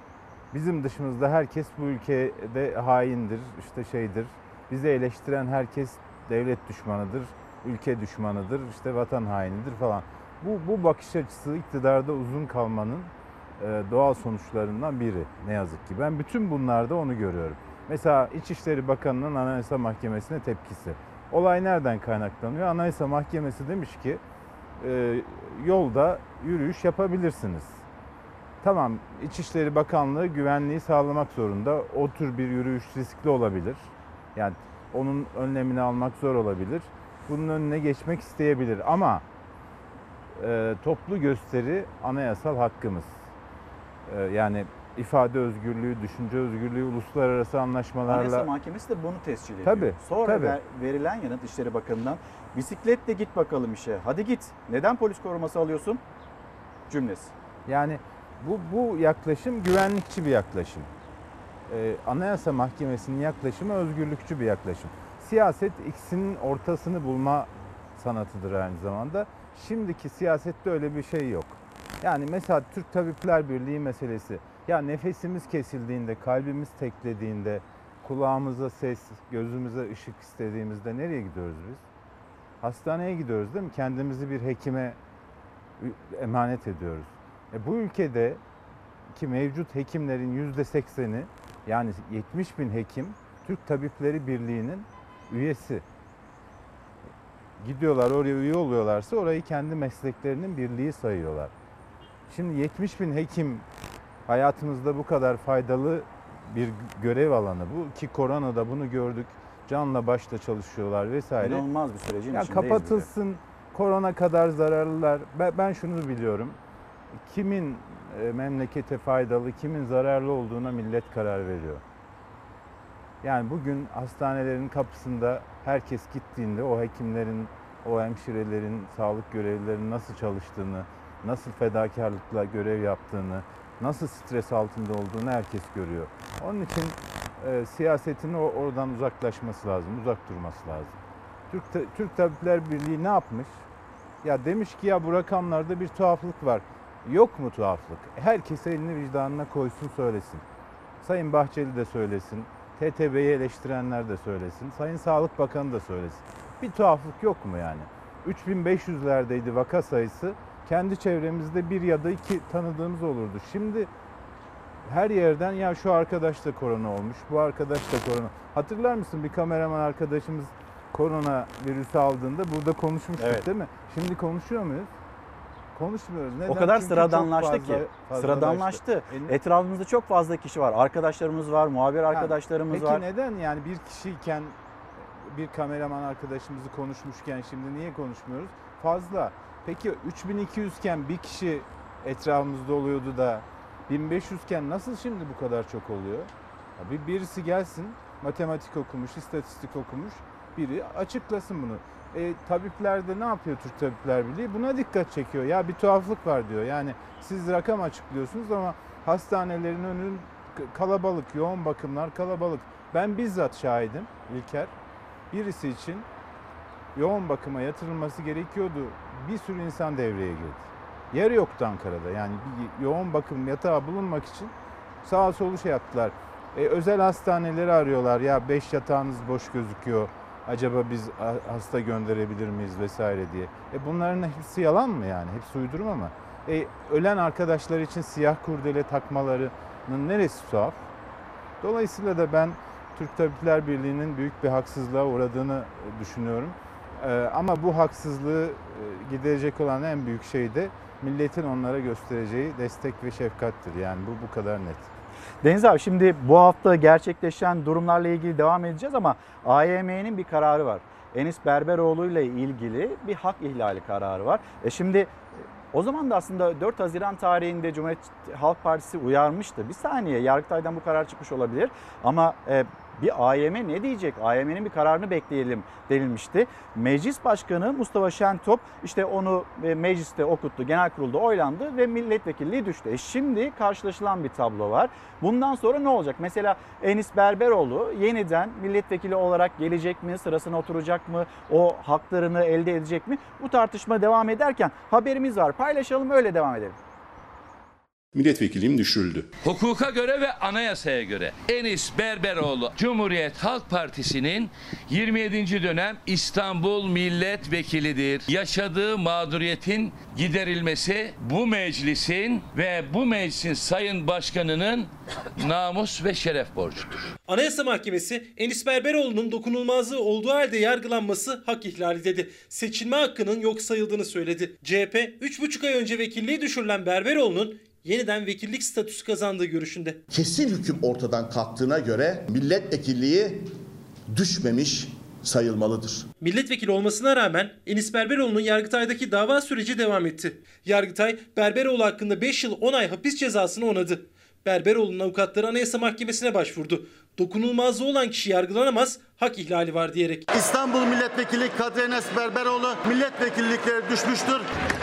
Bizim dışımızda herkes bu ülkede haindir, işte şeydir. Bizi eleştiren herkes devlet düşmanıdır, ülke düşmanıdır, işte vatan hainidir falan. Bu bakış açısı iktidarda uzun kalmanın doğal sonuçlarından biri ne yazık ki. Ben bütün bunlarda onu görüyorum. Mesela İçişleri Bakanı'nın Anayasa Mahkemesi'ne tepkisi. Olay nereden kaynaklanıyor? Anayasa Mahkemesi demiş ki yolda yürüyüş yapabilirsiniz. Tamam, İçişleri Bakanlığı güvenliği sağlamak zorunda. O tür bir yürüyüş riskli olabilir. Yani onun önlemini almak zor olabilir. Bunun önüne geçmek isteyebilir ama toplu gösteri anayasal hakkımız. Yani ifade özgürlüğü, düşünce özgürlüğü, uluslararası anlaşmalarla... Anayasa Mahkemesi de bunu tescil ediyor. Tabii, Sonra tabii. Verilen yanıt İçişleri Bakanı'ndan bisikletle git bakalım işe. Hadi git. Neden polis koruması alıyorsun? Cümlesi. Yani bu yaklaşım güvenlikçi bir yaklaşım. Anayasa Mahkemesi'nin yaklaşımı özgürlükçü bir yaklaşım. Siyaset ikisinin ortasını bulma sanatıdır aynı zamanda. Şimdiki siyasette öyle bir şey yok. Yani mesela Türk Tabipler Birliği meselesi. Ya nefesimiz kesildiğinde, kalbimiz teklediğinde, kulağımıza ses, gözümüze ışık istediğimizde nereye gidiyoruz biz? Hastaneye gidiyoruz değil mi? Kendimizi bir hekime emanet ediyoruz. Bu ülkede ki mevcut hekimlerin %80'i yani 70 bin hekim Türk Tabipleri Birliği'nin üyesi. Gidiyorlar oraya üye oluyorlarsa orayı kendi mesleklerinin birliği sayıyorlar. Şimdi 70 bin hekim hayatımızda bu kadar faydalı bir görev alanı bu ki koronada bunu gördük. Canla başla çalışıyorlar vesaire. İnanılmaz bir sürecin ya içindeyiz. kapatılsın, korona kadar zararlılar. Ben şunu biliyorum. Kimin memlekete faydalı, kimin zararlı olduğuna millet karar veriyor. Yani bugün hastanelerin kapısında herkes gittiğinde o hekimlerin, o hemşirelerin, sağlık görevlilerinin nasıl çalıştığını, nasıl fedakarlıkla görev yaptığını, nasıl stres altında olduğunu herkes görüyor. Onun için siyasetin oradan uzaklaşması lazım, uzak durması lazım. Türk Tabipler Birliği ne yapmış? Ya demiş ki ya bu rakamlarda bir tuhaflık var. Yok mu tuhaflık? Herkes elini vicdanına koysun söylesin. Sayın Bahçeli de söylesin. TTB'yi eleştirenler de söylesin. Sayın Sağlık Bakanı da söylesin. Bir tuhaflık yok mu yani? 3500'lerdeydi vaka sayısı. Kendi çevremizde bir ya da iki tanıdığımız olurdu. Şimdi her yerden ya şu arkadaş da korona olmuş, bu arkadaş da korona. Hatırlar mısın bir kameraman arkadaşımız korona virüsü aldığında burada konuşmuştuk evet. Değil mi? Şimdi konuşuyor muyuz? Konuşmuyoruz. Neden? O kadar Çünkü sıradanlaştı ki. sıradanlaştı. Etrafımızda çok fazla kişi var. Arkadaşlarımız var, muhabir arkadaşlarımız var. Peki neden yani bir kişiyken bir kameraman arkadaşımızı konuşmuşken şimdi niye konuşmuyoruz? Fazla. Peki 3200 iken bir kişi etrafımızda oluyordu da 1500 iken nasıl şimdi bu kadar çok oluyor? Birisi gelsin, matematik okumuş, istatistik okumuş, biri açıklasın bunu. Tabipler de ne yapıyor Türk Tabipler Birliği? Buna dikkat çekiyor. Ya bir tuhaflık var diyor. Yani siz rakam açıklıyorsunuz ama hastanelerin önün kalabalık, yoğun bakımlar kalabalık. Ben bizzat şahidim İlker. Birisi için yoğun bakıma yatırılması gerekiyordu. Bir sürü insan devreye girdi. Yer yoktu Ankara'da. Yani bir yoğun bakım yatağı bulunmak için sağa solu şey yaptılar. Özel hastaneleri arıyorlar. Ya 5 yatağınız boş gözüküyor. Acaba biz hasta gönderebilir miyiz vesaire diye. Bunların hepsi yalan mı yani? Hepsi uydurma mı? Ölen arkadaşlar için siyah kurdele takmalarının neresi tuhaf? Dolayısıyla da ben Türk Tabipler Birliği'nin büyük bir haksızlığa uğradığını düşünüyorum. Ama bu haksızlığı giderecek olan en büyük şey de milletin onlara göstereceği destek ve şefkattir. Yani bu kadar net. Deniz abi şimdi bu hafta gerçekleşen durumlarla ilgili devam edeceğiz ama AYM'nin bir kararı var. Enis Berberoğlu ile ilgili bir hak ihlali kararı var. Şimdi o zaman da aslında 4 Haziran tarihinde Cumhuriyet Halk Partisi uyarmıştı. Bir saniye Yargıtay'dan bu karar çıkmış olabilir ama bir AYM ne diyecek? AYM'nin bir kararını bekleyelim denilmişti. Meclis Başkanı Mustafa Şentop işte onu mecliste okuttu, genel kurulda oylandı ve milletvekilliği düştü. Şimdi karşılaşılan bir tablo var. Bundan sonra ne olacak? Mesela Enis Berberoğlu yeniden milletvekili olarak gelecek mi? Sırasına oturacak mı? O haklarını elde edecek mi? Bu tartışma devam ederken haberimiz var. Paylaşalım öyle devam edelim. Milletvekilliğim düşürüldü. Hukuka göre ve anayasaya göre Enis Berberoğlu Cumhuriyet Halk Partisi'nin 27. dönem İstanbul Milletvekilidir. Yaşadığı mağduriyetin giderilmesi bu meclisin ve bu meclisin sayın başkanının namus ve şeref borcudur. Anayasa Mahkemesi Enis Berberoğlu'nun dokunulmazlığı olduğu halde yargılanması hak ihlali dedi. Seçilme hakkının yok sayıldığını söyledi. CHP 3,5 ay önce vekilliği düşürülen Berberoğlu'nun yeniden vekillik statüsü kazandığı görüşünde. Kesin hüküm ortadan kalktığına göre milletvekilliği düşmemiş sayılmalıdır. Milletvekili olmasına rağmen Enis Berberoğlu'nun Yargıtay'daki dava süreci devam etti. Yargıtay, Berberoğlu hakkında 5 yıl 10 ay hapis cezasını onadı. Berberoğlu'nun avukatları Anayasa Mahkemesi'ne başvurdu. Dokunulmazlığı olan kişi yargılanamaz, hak ihlali var diyerek. İstanbul Milletvekili Kadri Enes Berberoğlu milletvekillikleri düşmüştür.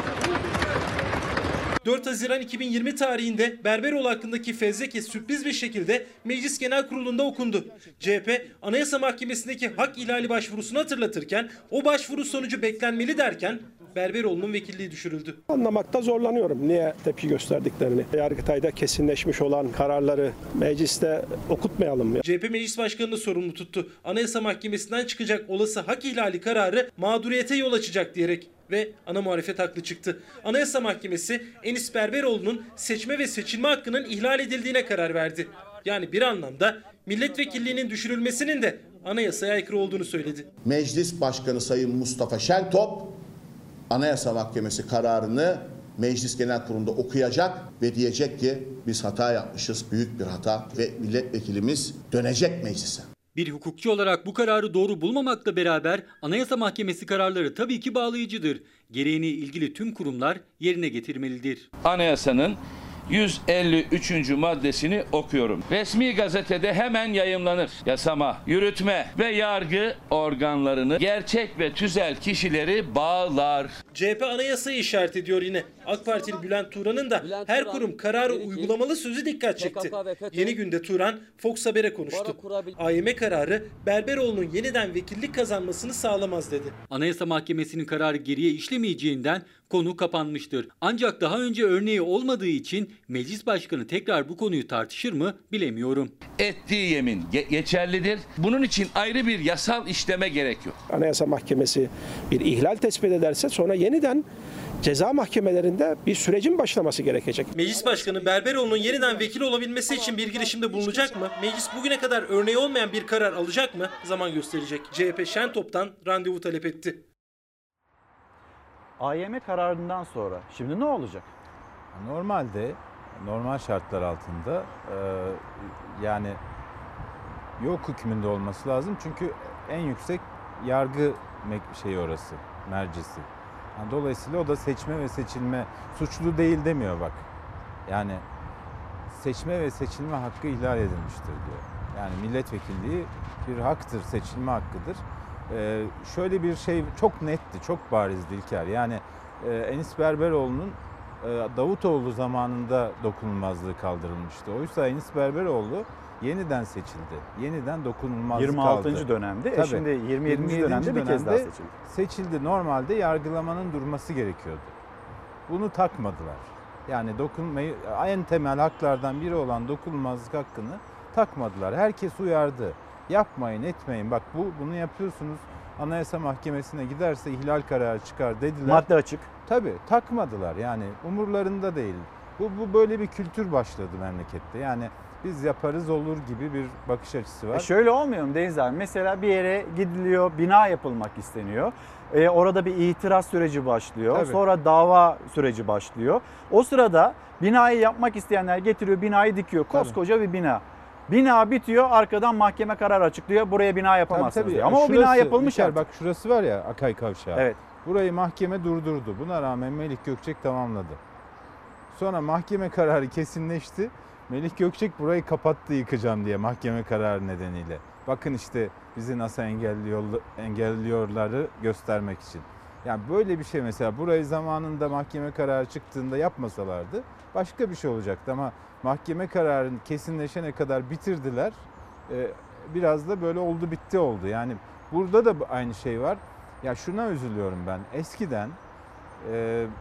4 Haziran 2020 tarihinde Berberoğlu hakkındaki fezleke sürpriz bir şekilde Meclis Genel Kurulu'nda okundu. CHP, Anayasa Mahkemesi'ndeki hak ihlali başvurusunu hatırlatırken o başvuru sonucu beklenmeli derken Berberoğlu'nun vekilliği düşürüldü. Anlamakta zorlanıyorum niye tepki gösterdiklerini. Yargıtay'da kesinleşmiş olan kararları mecliste okutmayalım mı? CHP Meclis Başkanı'nı sorumlu tuttu. Anayasa Mahkemesi'nden çıkacak olası hak ihlali kararı mağduriyete yol açacak diyerek ve ana muhalefet haklı çıktı. Anayasa Mahkemesi Enis Berberoğlu'nun seçme ve seçilme hakkının ihlal edildiğine karar verdi. Yani bir anlamda milletvekilliğinin düşürülmesinin de anayasaya aykırı olduğunu söyledi. Meclis Başkanı Sayın Mustafa Şentop Anayasa Mahkemesi kararını Meclis Genel Kurulu'nda okuyacak ve diyecek ki biz hata yapmışız, büyük bir hata ve milletvekilimiz dönecek meclise. Bir hukukçu olarak bu kararı doğru bulmamakla beraber Anayasa Mahkemesi kararları tabii ki bağlayıcıdır. Gereğini ilgili tüm kurumlar yerine getirmelidir. Anayasanın 153. maddesini okuyorum. Resmi gazetede hemen yayımlanır. Yasama, yürütme ve yargı organlarını gerçek ve tüzel kişileri bağlar. CHP anayasayı işaret ediyor yine. AK Partili Bülent Turan'ın da her kurum kararı uygulamalı sözü dikkat çekti. Yeni Günde Turan Fox Haber'e konuştu. AYM kararı Berberoğlu'nun yeniden vekillik kazanmasını sağlamaz dedi. Anayasa Mahkemesi'nin kararı geriye işlemeyeceğinden konu kapanmıştır. Ancak daha önce örneği olmadığı için Meclis Başkanı tekrar bu konuyu tartışır mı bilemiyorum. Ettiği yemin geçerlidir. Bunun için ayrı bir yasal işleme gerek yok. Anayasa Mahkemesi bir ihlal tespit ederse sonra yeniden ceza mahkemelerinde bir sürecin başlaması gerekecek. Meclis Başkanı Berberoğlu'nun yeniden vekil olabilmesi için bir girişimde bulunacak mı? Meclis bugüne kadar örneği olmayan bir karar alacak mı? Zaman gösterecek. CHP Şentop'tan randevu talep etti. AYM kararından sonra şimdi ne olacak? Normalde, normal şartlar altında yani yok hükmünde olması lazım. Çünkü en yüksek yargı şeyi orası, mercisi. Yani dolayısıyla o da seçme ve seçilme suçlu değil demiyor bak. Yani seçme ve seçilme hakkı ihlal edilmiştir diyor. Yani milletvekilliği bir haktır, seçilme hakkıdır. Şöyle bir şey çok netti, çok barizdi İlker. Yani Enis Berberoğlu'nun Davutoğlu zamanında dokunulmazlığı kaldırılmıştı. Oysa Enis Berberoğlu yeniden seçildi. Yeniden dokunulmazlık 26. kaldı. dönemde, şimdi 27. dönemde bir kez daha seçildi. Seçildi. Normalde yargılamanın durması gerekiyordu. Bunu takmadılar. Yani en temel haklardan biri olan dokunulmazlık hakkını takmadılar. Herkes uyardı. Yapmayın, etmeyin. Bak bunu yapıyorsunuz. Anayasa Mahkemesi'ne giderse ihlal kararı çıkar dediler. Madde açık. Tabii takmadılar. Yani umurlarında değil. Bu böyle bir kültür başladı memlekette. Yani biz yaparız olur gibi bir bakış açısı var. Şöyle olmuyor mu Deniz abi? Mesela bir yere gidiliyor, bina yapılmak isteniyor. Orada bir itiraz süreci başlıyor. Tabii. Sonra dava süreci başlıyor. O sırada binayı yapmak isteyenler getiriyor, binayı dikiyor. Koskoca bir bina. Bina bitiyor, arkadan mahkeme kararı açıklıyor. Buraya bina yapamazsınız diyor. Ama o bina yapılmış artık. Bak şurası var ya, Akay Kavşağı. Evet. Burayı mahkeme durdurdu. Buna rağmen Melih Gökçek tamamladı. Sonra mahkeme kararı kesinleşti. Melih Gökçek burayı kapattı yıkacağım diye mahkeme kararı nedeniyle. Bakın işte bizi nasıl engelliyorları göstermek için. Yani böyle bir şey, mesela burayı zamanında mahkeme kararı çıktığında yapmasalardı başka bir şey olacaktı. Ama mahkeme kararını kesinleşene kadar bitirdiler. Biraz da böyle oldu bitti oldu. Yani burada da aynı şey var. Ya şuna üzülüyorum ben. Eskiden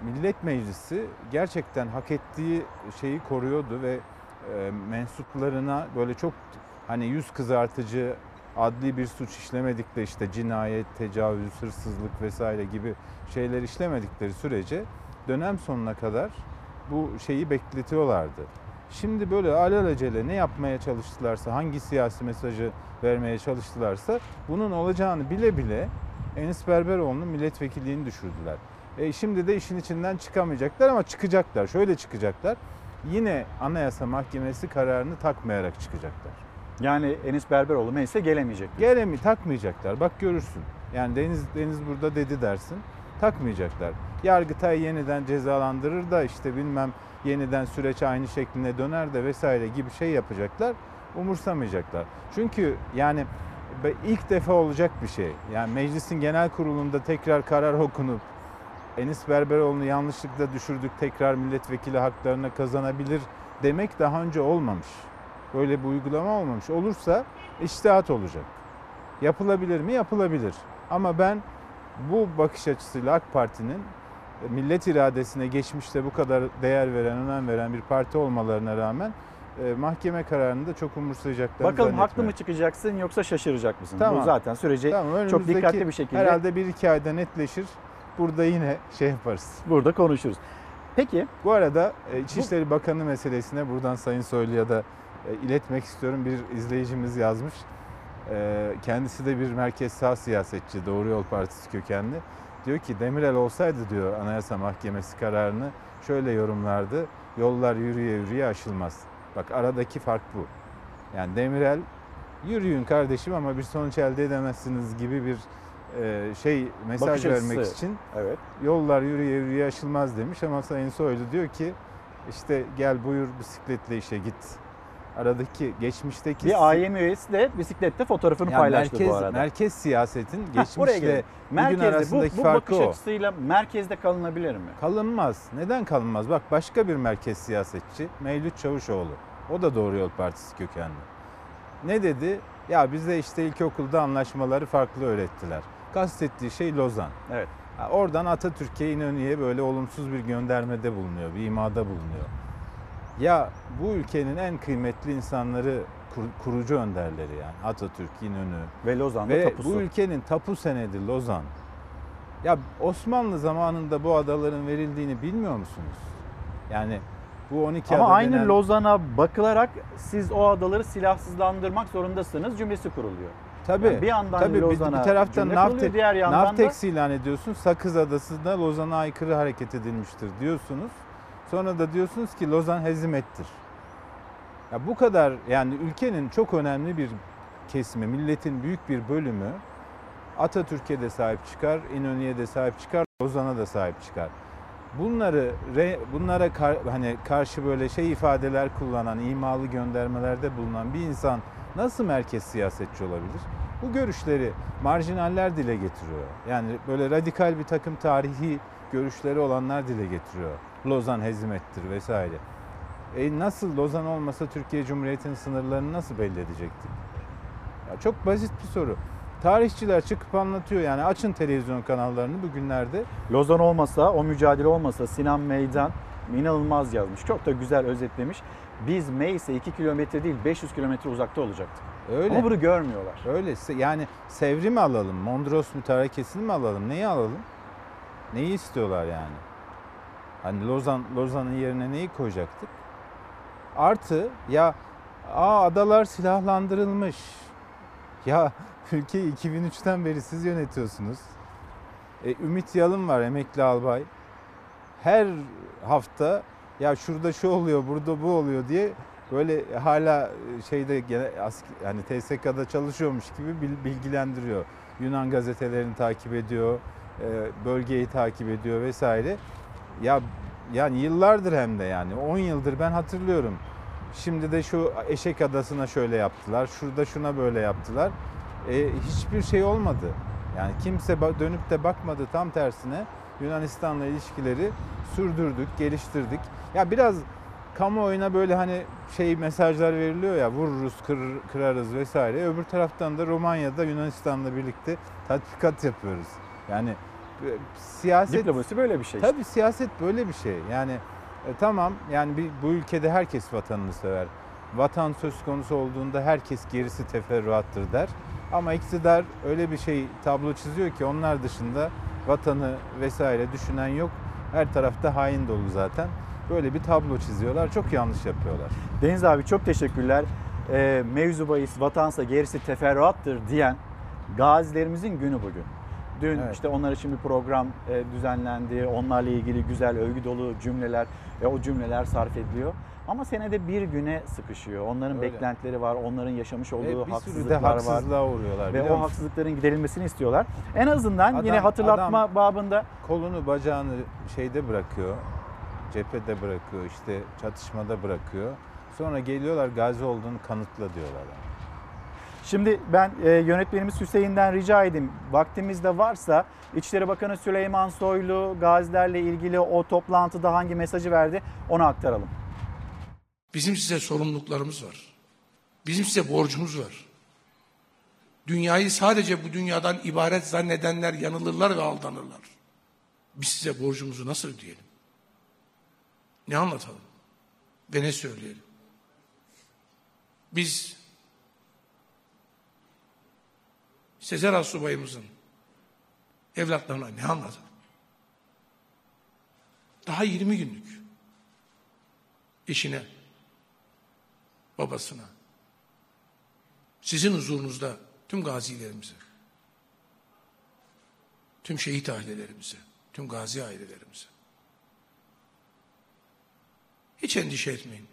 Millet Meclisi gerçekten hak ettiği şeyi koruyordu ve mensuplarına böyle çok hani yüz kızartıcı adli bir suç işlemedikleri, işte cinayet, tecavüz, hırsızlık vesaire gibi şeyler işlemedikleri sürece dönem sonuna kadar bu şeyi bekletiyorlardı. Şimdi böyle alelacele ne yapmaya çalıştılarsa, hangi siyasi mesajı vermeye çalıştılarsa bunun olacağını bile bile Enis Berberoğlu'nun milletvekilliğini düşürdüler. Şimdi de işin içinden çıkamayacaklar ama çıkacaklar. Şöyle çıkacaklar. Yine Anayasa Mahkemesi kararını takmayarak çıkacaklar. Yani Enis Berberoğlu meclise gelemeyecek. Takmayacaklar. Bak görürsün. Yani Deniz burada dedi dersin. Takmayacaklar. Yargıtay yeniden cezalandırır da işte bilmem yeniden süreç aynı şekline döner de vesaire gibi şey yapacaklar. Umursamayacaklar. Çünkü yani ilk defa olacak bir şey. Yani meclisin genel kurulunda tekrar karar okunup Enis Berberoğlu'nu yanlışlıkla düşürdük, tekrar milletvekili haklarına kazanabilir demek daha önce olmamış. Böyle bir uygulama olmamış. Olursa içtihat olacak. Yapılabilir mi? Yapılabilir. Ama ben bu bakış açısıyla AK Parti'nin millet iradesine geçmişte bu kadar değer veren, önem veren bir parti olmalarına rağmen mahkeme kararını da çok umursayacaklarını Bakalım haklı mı çıkacaksın yoksa şaşıracak mısın? Tamam. Bu zaten süreci çok dikkatli bir şekilde. Herhalde 1-2 ayda netleşir. Burada yine şey yaparız. Burada konuşuruz. Peki. Bu arada İçişleri Bakanı meselesine buradan Sayın Soylu'ya da iletmek istiyorum. Bir izleyicimiz yazmış. Kendisi de bir merkez sağ siyasetçi, Doğru Yol Partisi kökenli. Diyor ki Demirel olsaydı diyor Anayasa Mahkemesi kararını şöyle yorumlardı. Yollar yürüye yürüye aşılmaz. Bak aradaki fark bu. Yani Demirel yürüyün kardeşim ama bir sonuç elde edemezsiniz gibi bir mesaj bakış vermek açısı. için Evet. Yollar yürüye yürüye aşılmaz demiş ama Sayın Soylu diyor ki işte gel buyur bisikletle işe git. Aradaki geçmişteki... Bir AYM üyesi de bisiklette fotoğrafını paylaştı bu arada. Merkez siyasetin Oraya geçmişle gelelim. bugün arasındaki farkı bu bakış o. açısıyla merkezde kalınabilir mi? Kalınmaz. Neden kalınmaz? Bak başka bir merkez siyasetçi Mevlüt Çavuşoğlu. O da Doğru Yol Partisi kökenli. Ne dedi? Ya bize işte ilkokulda anlaşmaları farklı öğrettiler. Kastettiği şey Lozan. Evet. Oradan Atatürk'e, İnönü'ye böyle olumsuz bir göndermede bulunuyor, bir imada bulunuyor. Ya bu ülkenin en kıymetli insanları, kurucu önderleri yani Atatürk, İnönü ve Lozan'da ve tapusu. Bu ülkenin tapu senedi Lozan. Ya Osmanlı zamanında bu adaların verildiğini bilmiyor musunuz? Yani bu 12 ama ada aynı denen... Lozan'a bakılarak siz o adaları silahsızlandırmak zorundasınız cümlesi kuruluyor. Tabii. Yani bir yandan Lozan'a bir taraftan diğer yandan Navtex ilan ediyorsun. Sakız Adası'nda Lozan'a aykırı hareket edilmiştir diyorsunuz. Sonra da diyorsunuz ki Lozan hezimettir. Ya bu kadar yani ülkenin çok önemli bir kesimi, milletin büyük bir bölümü Atatürk'e de sahip çıkar, İnönü'ye de sahip çıkar, Lozan'a da sahip çıkar. Bunlara karşı böyle ifadeler kullanan, imalı göndermelerde bulunan bir insan nasıl merkez siyasetçi olabilir? Bu görüşleri marjinaller dile getiriyor. Yani böyle radikal bir takım tarihi görüşleri olanlar dile getiriyor. Lozan hezimettir vesaire. Nasıl Lozan olmasa Türkiye Cumhuriyeti'nin sınırlarını nasıl belli edecektik? Ya çok basit bir soru. Tarihçiler çıkıp anlatıyor yani açın televizyon kanallarını bugünlerde. Lozan olmasa, o mücadele olmasa Sinan Meydan inanılmaz yazmış. Çok da güzel özetlemiş. Biz Meyse 2 kilometre değil 500 kilometre uzakta olacaktık. Öyle. Ama bunu görmüyorlar. Öyle. Yani Sevr'i mi alalım, Mondros mütarekesini mi alalım, neyi alalım? Neyi istiyorlar yani? Hani Lozan'ın yerine neyi koyacaktık? Artı ya adalar silahlandırılmış. Ya ülkeyi 2003'ten beri siz yönetiyorsunuz. Ümit Yalın var emekli albay. Her hafta ya şurada şu oluyor, burada bu oluyor diye böyle hala hani TSK'da çalışıyormuş gibi bilgilendiriyor. Yunan gazetelerini takip ediyor, bölgeyi takip ediyor vesaire. Ya yani yıllardır hem de yani 10 yıldır ben hatırlıyorum. Şimdi de şu Eşek Adası'na şöyle yaptılar, şurada şuna böyle yaptılar. Hiçbir şey olmadı. Yani kimse dönüp de bakmadı, tam tersine Yunanistan'la ilişkileri sürdürdük, geliştirdik. Ya biraz kamuoyuna böyle hani mesajlar veriliyor ya, vururuz, kırarız vesaire. Öbür taraftan da Romanya'da Yunanistan'la birlikte tatbikat yapıyoruz. Yani siyaset... Diplomasi böyle bir şey. Tabii siyaset böyle bir şey. Yani tamam yani bu ülkede herkes vatanını sever. Vatan söz konusu olduğunda herkes gerisi teferruattır der. Ama iktidar öyle bir şey tablo çiziyor ki onlar dışında vatanı vesaire düşünen yok. Her tarafta hain dolu zaten. Böyle bir tablo çiziyorlar. Çok yanlış yapıyorlar. Deniz abi çok teşekkürler. Mevzu bahis vatansa gerisi teferruattır diyen gazilerimizin günü bugün. Dün işte onlar için bir program düzenlendi. Onlarla ilgili güzel, övgü dolu cümleler ve o cümleler sarf ediliyor. Ama senede bir güne sıkışıyor. Onların beklentileri var, onların yaşamış olduğu haksızlıklar var. Haksızlığa uğruyorlar. Ve o haksızlıkların giderilmesini istiyorlar. En azından yine hatırlatma babında kolunu bacağını şeyde bırakıyor, cephede bırakıyor, işte çatışmada bırakıyor. Sonra geliyorlar gazi olduğunu kanıtla diyorlar. Şimdi ben yönetmenimiz Hüseyin'den rica edeyim. Vaktimiz de varsa İçişleri Bakanı Süleyman Soylu gazilerle ilgili o toplantıda hangi mesajı verdi onu aktaralım. Bizim size sorumluluklarımız var. Bizim size borcumuz var. Dünyayı sadece bu dünyadan ibaret zannedenler yanılırlar ve aldanırlar. Biz size borcumuzu nasıl ödeyelim? Ne anlatalım? Ve ne söyleyelim? Biz Sezer Asubayımızın evlatlarına ne anlatalım? Daha 20 günlük eşine, babasına, sizin huzurunuzda tüm gazilerimize, tüm şehit ailelerimize, tüm gazi ailelerimize. Hiç endişe etmeyin.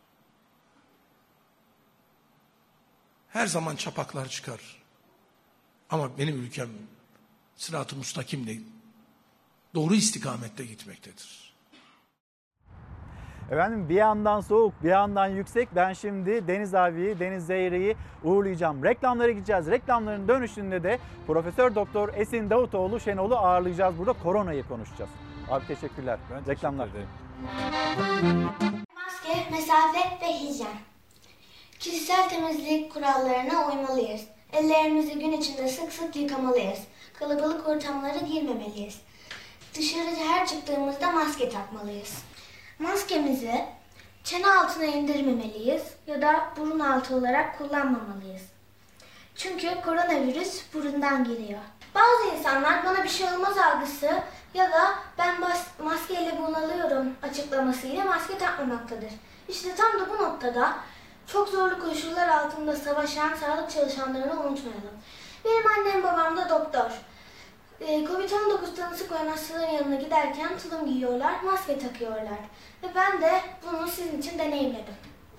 Her zaman çapaklar çıkar. Ama benim ülkem sırat-ı mustakimle doğru istikamette gitmektedir. Efendim bir yandan soğuk, bir yandan yüksek. Ben şimdi Deniz abiyi, Deniz Zeyre'yi uğurlayacağım. Reklamlara gideceğiz. Reklamların dönüşünde de Profesör Doktor Esin Davutoğlu Şenol'u ağırlayacağız. Burada koronayı konuşacağız. Abi teşekkürler. Reklamlar. Maske, mesafe ve hijyen. Kişisel temizlik kurallarına uymalıyız. Ellerimizi gün içinde sık sık yıkamalıyız. Kalabalık ortamlara girmemeliyiz. Dışarı her çıktığımızda maske takmalıyız. Maskemizi çene altına indirmemeliyiz ya da burun altı olarak kullanmamalıyız. Çünkü koronavirüs burundan geliyor. Bazı insanlar bana bir şey olmaz algısı ya da ben maskeyle bunalıyorum açıklamasıyla maske takmamaktadır. İşte tam da bu noktada çok zorlu koşullar altında savaşan sağlık çalışanlarını unutmayalım. Benim annem babam da doktor. Covid-19 tanısı koyan hastaların yanına giderken tulum giyiyorlar, maske takıyorlar. Ve ben de bunu sizin için deneyimledim.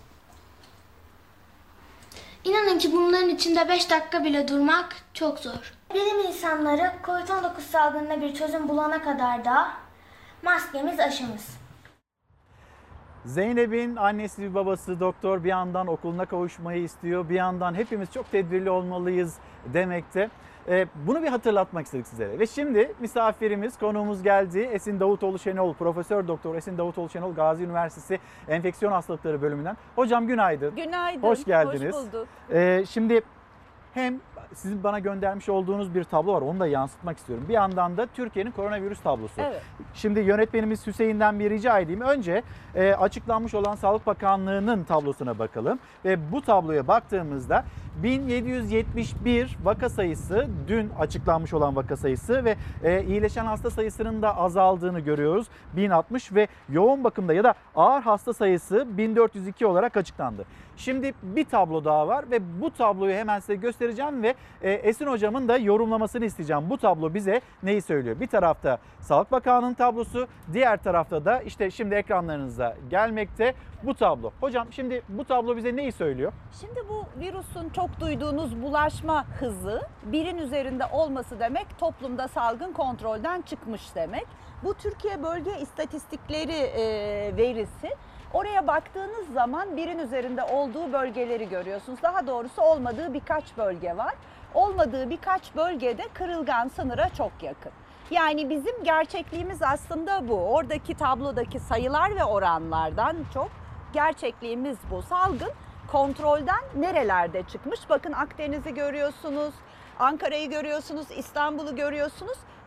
İnanın ki bunların içinde 5 dakika bile durmak çok zor. Bilim insanları Covid-19 salgınına bir çözüm bulana kadar da maskemiz aşımız. Zeynep'in annesi babası doktor, bir yandan okuluna kavuşmayı istiyor. Bir yandan hepimiz çok tedbirli olmalıyız demekte. Bunu bir hatırlatmak istedik sizlere. Ve şimdi misafirimiz, konuğumuz geldi. Esin Davutoğlu Şenol, Profesör Doktor Esin Davutoğlu Şenol, Gazi Üniversitesi Enfeksiyon Hastalıkları Bölümünden. Hocam günaydın. Günaydın. Hoş geldiniz. Hoş bulduk. Şimdi hem sizin bana göndermiş olduğunuz bir tablo var. Onu da yansıtmak istiyorum. Bir yandan da Türkiye'nin koronavirüs tablosu. Evet. Şimdi yönetmenimiz Hüseyin'den bir rica edeyim. Önce açıklanmış olan Sağlık Bakanlığı'nın tablosuna bakalım. Ve bu tabloya baktığımızda 1771 vaka sayısı, dün açıklanmış olan vaka sayısı ve iyileşen hasta sayısının da azaldığını görüyoruz. 1060 ve yoğun bakımda ya da ağır hasta sayısı 1402 olarak açıklandı. Şimdi bir tablo daha var ve bu tabloyu hemen size göstereceğim ve Esin hocamın da yorumlamasını isteyeceğim. Bu tablo bize neyi söylüyor? Bir tarafta Sağlık Bakanlığı'nın tablosu, diğer tarafta da işte şimdi ekranlarınıza gelmekte bu tablo. Hocam şimdi bu tablo bize neyi söylüyor? Şimdi bu virüsün çok duyduğunuz bulaşma hızı 1'in üzerinde olması demek toplumda salgın kontrolden çıkmış demek. Bu Türkiye Bölge İstatistikleri verisi. Oraya baktığınız zaman 1'in üzerinde olduğu bölgeleri görüyorsunuz. Daha doğrusu olmadığı birkaç bölge var. Olmadığı birkaç bölgede kırılgan sınıra çok yakın. Yani bizim gerçekliğimiz aslında bu. Oradaki tablodaki sayılar ve oranlardan çok gerçekliğimiz bu. Salgın kontrolden nerelerde çıkmış? Bakın Akdeniz'i görüyorsunuz, Ankara'yı görüyorsunuz, İstanbul'u görüyorsunuz.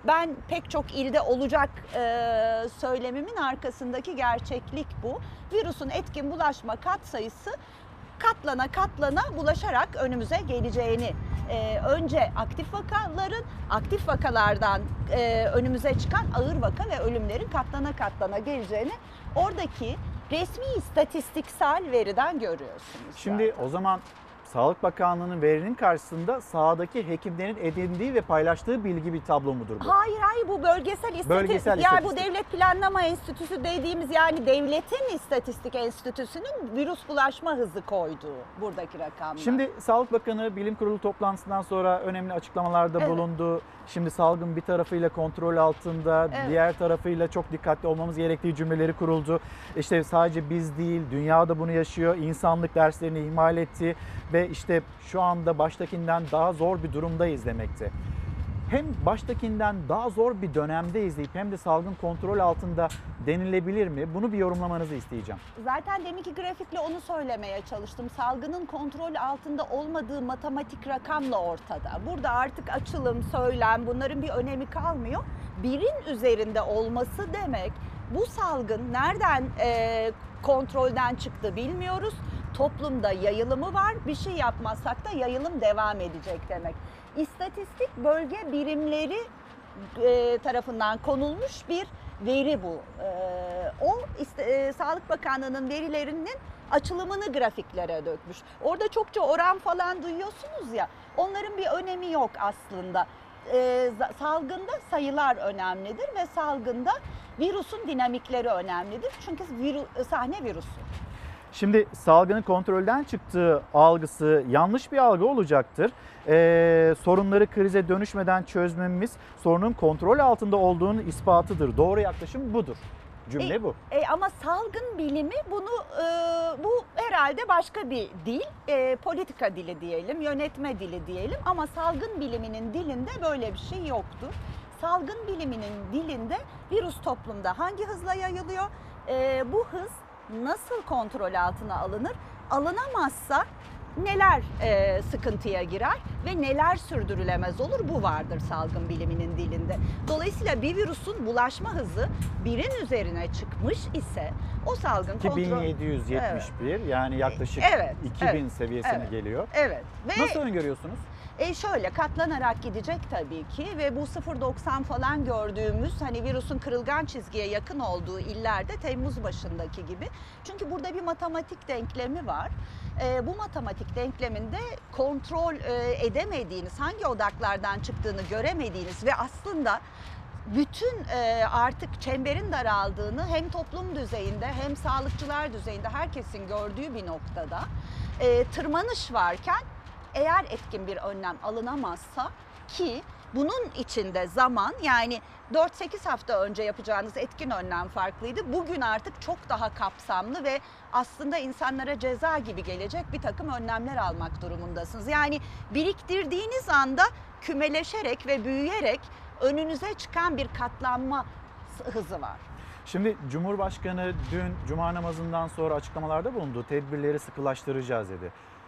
Ben pek çok ilde olacak söylemimin arkasındaki gerçeklik bu. Virüsün etkin bulaşma katsayısı katlana katlana bulaşarak önümüze geleceğini, önce aktif vakalardan önümüze çıkan ağır vaka ve ölümlerin katlana katlana geleceğini oradaki resmi istatistiksel veriden görüyorsunuz. Şimdi zaten. o zaman Sağlık Bakanlığı'nın verinin karşısında sahadaki hekimlerin edindiği ve paylaştığı bilgi bir tablo mudur bu? Hayır bu bölgesel istatistik. Yani bu Devlet Planlama Enstitüsü dediğimiz, yani devletin istatistik enstitüsünün virüs bulaşma hızı koyduğu buradaki rakamlar. Şimdi Sağlık Bakanı Bilim Kurulu toplantısından sonra önemli açıklamalarda bulundu. Şimdi salgın bir tarafıyla kontrol altında, diğer tarafıyla çok dikkatli olmamız gerektiği cümleleri kuruldu. İşte sadece biz değil, dünya da bunu yaşıyor. İnsanlık derslerini ihmal etti ve işte şu anda baştakinden daha zor bir durumdayız demekte. Hem baştakinden daha zor bir dönemdeyiz deyip hem de salgın kontrol altında denilebilir mi? Bunu bir yorumlamanızı isteyeceğim. Zaten deminki grafikle onu söylemeye çalıştım. Salgının kontrol altında olmadığı matematik rakamla ortada. Burada artık açılım, söylem, bunların bir önemi kalmıyor. Birin üzerinde olması demek, bu salgın nereden kontrolden çıktı bilmiyoruz. Toplumda yayılımı var. Bir şey yapmazsak da yayılım devam edecek demek. İstatistik bölge birimleri tarafından konulmuş bir veri bu. Sağlık Bakanlığı'nın verilerinin açılımını grafiklere dökmüş. Orada çokça oran falan duyuyorsunuz ya, onların bir önemi yok aslında. Salgında sayılar önemlidir ve salgında virüsün dinamikleri önemlidir. Çünkü sahne virüsü. Şimdi salgının kontrolden çıktığı algısı yanlış bir algı olacaktır. Sorunları krize dönüşmeden çözmemiz sorunun kontrol altında olduğunun ispatıdır. Doğru yaklaşım budur. Cümle bu. Ama salgın bilimi bu herhalde başka bir dil, politika dili diyelim, yönetme dili diyelim, ama salgın biliminin dilinde böyle bir şey yoktur. Salgın biliminin dilinde virüs toplumda hangi hızla yayılıyor, bu hız nasıl kontrol altına alınır, alınamazsa neler sıkıntıya girer ve neler sürdürülemez olur, bu vardır salgın biliminin dilinde. Dolayısıyla bir virüsün bulaşma hızı birin üzerine çıkmış ise o salgın kontrol... 1771 yani yaklaşık 2000 seviyesine geliyor. Evet. Ve nasıl öngörüyorsunuz? Şöyle katlanarak gidecek tabii ki ve bu 0.90 falan gördüğümüz, hani virüsün kırılgan çizgiye yakın olduğu illerde Temmuz başındaki gibi. Çünkü burada bir matematik denklemi var. Bu matematik denkleminde kontrol edemediğiniz, hangi odaklardan çıktığını göremediğiniz ve aslında bütün artık çemberin daraldığını hem toplum düzeyinde hem sağlıkçılar düzeyinde herkesin gördüğü bir noktada tırmanış varken eğer etkin bir önlem alınamazsa, ki bunun içinde zaman, yani 4-8 hafta önce yapacağınız etkin önlem farklıydı. Bugün artık çok daha kapsamlı ve aslında insanlara ceza gibi gelecek bir takım önlemler almak durumundasınız. Yani biriktirdiğiniz anda kümeleşerek ve büyüyerek önünüze çıkan bir katlanma hızı var. Şimdi Cumhurbaşkanı dün Cuma namazından sonra açıklamalarda bulundu. Tedbirleri sıkılaştıracağız dedi.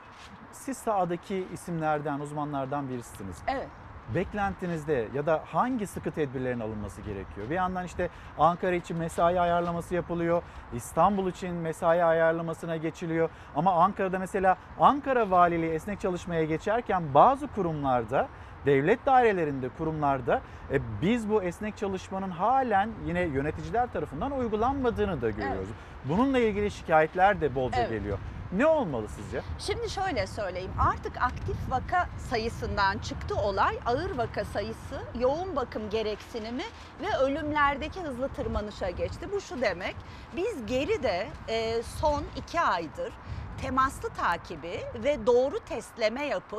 Siz sahadaki isimlerden, uzmanlardan birisiniz. Evet. Beklentinizde ya da hangi sıkı tedbirlerin alınması gerekiyor? Bir yandan işte Ankara için mesai ayarlaması yapılıyor. İstanbul için mesai ayarlamasına geçiliyor. Ama Ankara'da mesela Ankara Valiliği esnek çalışmaya geçerken bazı kurumlarda, devlet dairelerinde, kurumlarda biz bu esnek çalışmanın halen yine yöneticiler tarafından uygulanmadığını da görüyoruz. Bununla ilgili şikayetler de bolca geliyor. Ne olmalı sizce? Şimdi şöyle söyleyeyim, artık aktif vaka sayısından çıktı olay, ağır vaka sayısı, yoğun bakım gereksinimi ve ölümlerdeki hızlı tırmanışa geçti. Bu şu demek, biz geride son 2 aydır temaslı takibi ve doğru testleme yapıp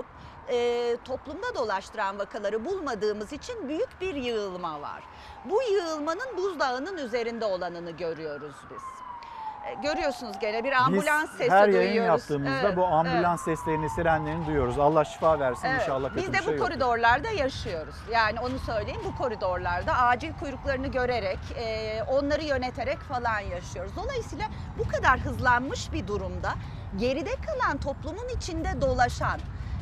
toplumda dolaştıran vakaları bulmadığımız için büyük bir yığılma var. Bu yığılmanın buzdağının üzerinde olanını görüyoruz biz. Görüyorsunuz gene bir ambulans sesi duyuyoruz. Her yayın yaptığımızda bu ambulans seslerini, sirenlerini duyuyoruz. Allah şifa versin inşallah. Biz de bu koridorlarda yaşıyoruz. Yani onu söyleyeyim, bu koridorlarda acil kuyruklarını görerek, onları yöneterek falan yaşıyoruz. Dolayısıyla bu kadar hızlanmış bir durumda geride kalan toplumun içinde dolaşan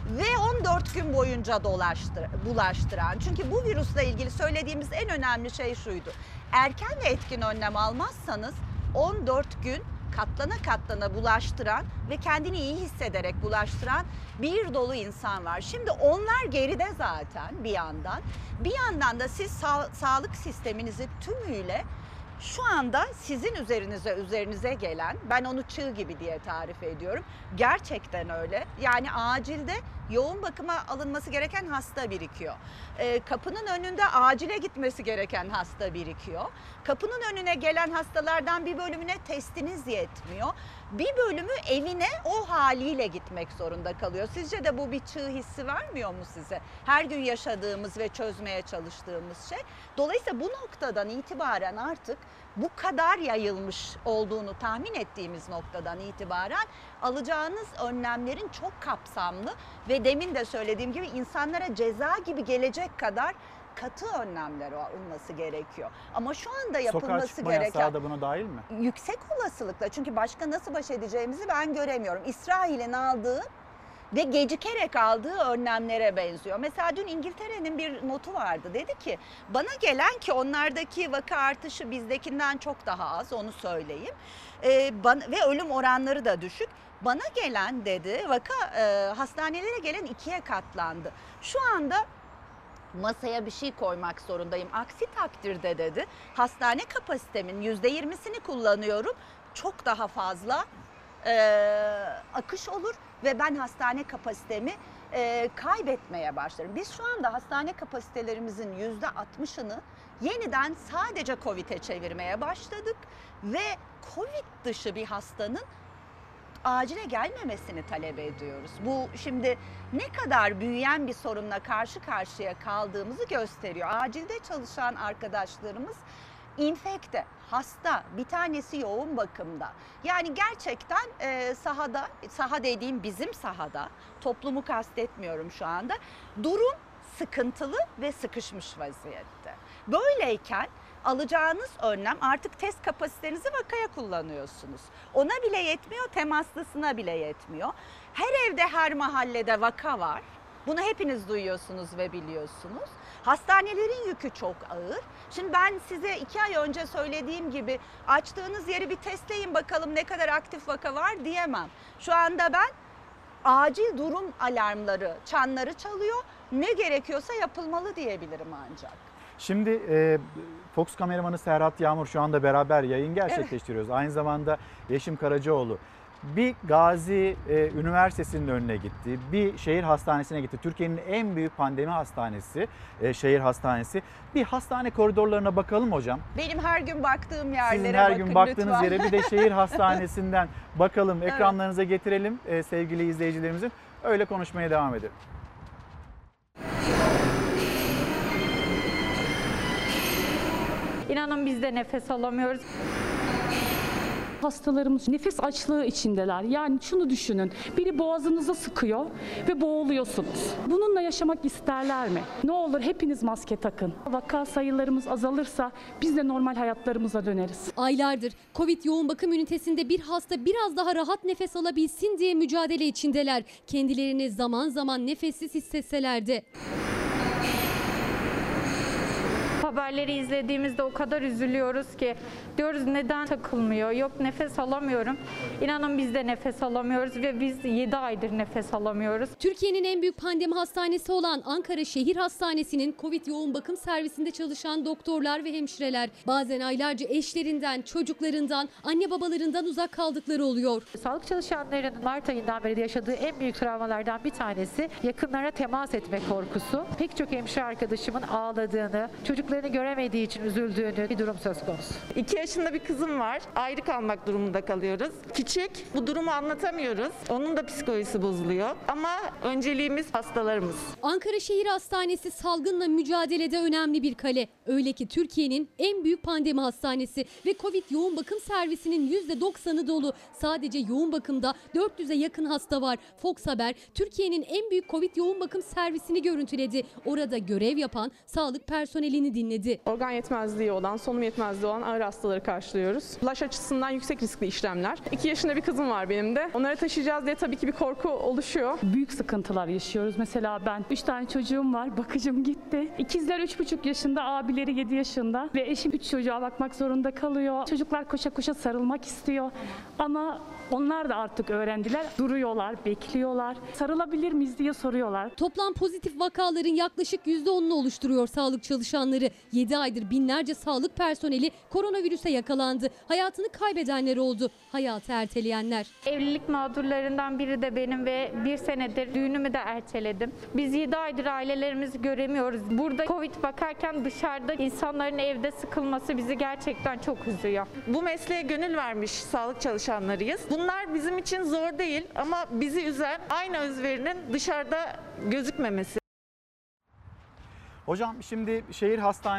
ve 14 gün boyunca bulaştıran. Çünkü bu virüsle ilgili söylediğimiz en önemli şey şuydu. Erken ve etkin önlem almazsanız 14 gün katlana katlana bulaştıran ve kendini iyi hissederek bulaştıran bir dolu insan var. Şimdi onlar geride zaten bir yandan. Bir yandan da siz sağlık sisteminizi tümüyle şu anda sizin üzerinize gelen, ben onu çığ gibi diye tarif ediyorum. Gerçekten öyle. Yani acilde yoğun bakıma alınması gereken hasta birikiyor. Kapının önünde acile gitmesi gereken hasta birikiyor. Kapının önüne gelen hastalardan bir bölümüne testiniz yetmiyor. Bir bölümü evine o haliyle gitmek zorunda kalıyor. Sizce de bu bir çığ hissi vermiyor mu size? Her gün yaşadığımız ve çözmeye çalıştığımız şey. Dolayısıyla bu noktadan itibaren artık bu kadar yayılmış olduğunu tahmin ettiğimiz noktadan itibaren alacağınız önlemlerin çok kapsamlı ve demin de söylediğim gibi insanlara ceza gibi gelecek kadar katı önlemler alınması gerekiyor. Ama şu anda yapılması gereken... Sokağa çıkma yasağı da buna dahil mi? Yüksek olasılıkla, çünkü başka nasıl baş edeceğimizi ben göremiyorum. İsrail'in aldığı ve gecikerek aldığı önlemlere benziyor. Mesela dün İngiltere'nin bir notu vardı. Dedi ki bana gelen, ki onlardaki vaka artışı bizdekinden çok daha az, onu söyleyeyim. Ve ölüm oranları da düşük. Bana gelen dedi vaka hastanelere gelen 2'ye katlandı. Şu anda masaya bir şey koymak zorundayım. Aksi takdirde dedi hastane kapasitemin %20'sini kullanıyorum. Çok daha fazla akış olur ve ben hastane kapasitemi kaybetmeye başlarım. Biz şu anda hastane kapasitelerimizin %60'ını yeniden sadece Covid'e çevirmeye başladık ve Covid dışı bir hastanın acile gelmemesini talep ediyoruz. Bu şimdi ne kadar büyüyen bir sorunla karşı karşıya kaldığımızı gösteriyor. Acilde çalışan arkadaşlarımız infekte, hasta, bir tanesi yoğun bakımda. Yani gerçekten saha dediğim bizim sahada, toplumu kastetmiyorum şu anda, durum sıkıntılı ve sıkışmış vaziyette. Böyleyken alacağınız önlem, artık test kapasitenizi vakaya kullanıyorsunuz. Ona bile yetmiyor, temaslısına bile yetmiyor. Her evde, her mahallede vaka var. Bunu hepiniz duyuyorsunuz ve biliyorsunuz. Hastanelerin yükü çok ağır. Şimdi ben size 2 ay önce söylediğim gibi açtığınız yeri bir testleyin bakalım ne kadar aktif vaka var diyemem. Şu anda ben acil durum alarmları, çanları çalıyor. Ne gerekiyorsa yapılmalı diyebilirim ancak. Şimdi Fox kameramanı Serhat Yağmur şu anda beraber yayın gerçekleştiriyoruz. Evet. Aynı zamanda Yeşim Karacaoğlu bir Gazi Üniversitesi'nin önüne gitti. Bir şehir hastanesine gitti. Türkiye'nin en büyük pandemi hastanesi, şehir hastanesi. Bir hastane koridorlarına bakalım hocam. Benim her gün baktığım yerlere Sizin her bakın gün baktığınız lütfen. yere bir de şehir hastanesinden bakalım. Evet. Ekranlarınıza getirelim sevgili izleyicilerimizin. Öyle konuşmaya devam edelim. İnanın biz de nefes alamıyoruz. Hastalarımız nefes açlığı içindeler. Yani şunu düşünün, biri boğazınıza sıkıyor ve boğuluyorsunuz. Bununla yaşamak isterler mi? Ne olur hepiniz maske takın. Vaka sayılarımız azalırsa biz de normal hayatlarımıza döneriz. Aylardır Covid yoğun bakım ünitesinde bir hasta biraz daha rahat nefes alabilsin diye mücadele içindeler. Kendilerini zaman zaman nefessiz hissetseler de. Haberleri izlediğimizde o kadar üzülüyoruz ki diyoruz neden takılmıyor, yok nefes alamıyorum. İnanın biz de nefes alamıyoruz ve biz 7 aydır nefes alamıyoruz. Türkiye'nin en büyük pandemi hastanesi olan Ankara Şehir Hastanesi'nin Covid yoğun bakım servisinde çalışan doktorlar ve hemşireler bazen aylarca eşlerinden, çocuklarından, anne babalarından uzak kaldıkları oluyor. Sağlık çalışanlarının Mart ayından beri yaşadığı en büyük travmalardan bir tanesi yakınlara temas etme korkusu. Pek çok hemşire arkadaşımın ağladığını, çocuklarını göremediği için üzüldüğünü bir durum söz konusu. 2 yaşında bir kızım var. Ayrı kalmak durumunda kalıyoruz. Küçük, bu durumu anlatamıyoruz. Onun da psikolojisi bozuluyor. Ama önceliğimiz hastalarımız. Ankara Şehir Hastanesi salgınla mücadelede önemli bir kale. Öyle ki Türkiye'nin en büyük pandemi hastanesi ve Covid yoğun bakım servisinin %90'ı dolu. Sadece yoğun bakımda 400'e yakın hasta var. Fox Haber Türkiye'nin en büyük Covid yoğun bakım servisini görüntüledi. Orada görev yapan sağlık personelini dinledi. Organ yetmezliği olan, solunum yetmezliği olan ağır hastaları karşılıyoruz. Bulaş açısından yüksek riskli işlemler. 2 yaşında bir kızım var benim de. Onları taşıyacağız diye tabii ki bir korku oluşuyor. Büyük sıkıntılar yaşıyoruz. Mesela ben 3 tane çocuğum var. Bakıcım gitti. İkizler 3,5 yaşında, abileri 7 yaşında ve eşim 3 çocuğa bakmak zorunda kalıyor. Çocuklar koşa koşa sarılmak istiyor. Ama onlar da artık öğrendiler. Duruyorlar, bekliyorlar. Sarılabilir miyiz diye soruyorlar. Toplam pozitif vakaların yaklaşık %10'unu oluşturuyor sağlık çalışanları. 7 aydır binlerce sağlık personeli koronavirüse yakalandı. Hayatını kaybedenler oldu. Hayatı erteleyenler. Evlilik mağdurlarından biri de benim ve 1 senedir düğünümü de erteledim. Biz 7 aydır ailelerimizi göremiyoruz. Burada Covid bakarken dışarıda insanların evde sıkılması bizi gerçekten çok üzüyor. Bu mesleğe gönül vermiş sağlık çalışanlarıyız. Bunlar bizim için zor değil ama bizi üzen aynı özverinin dışarıda gözükmemesi. Hocam şimdi şehir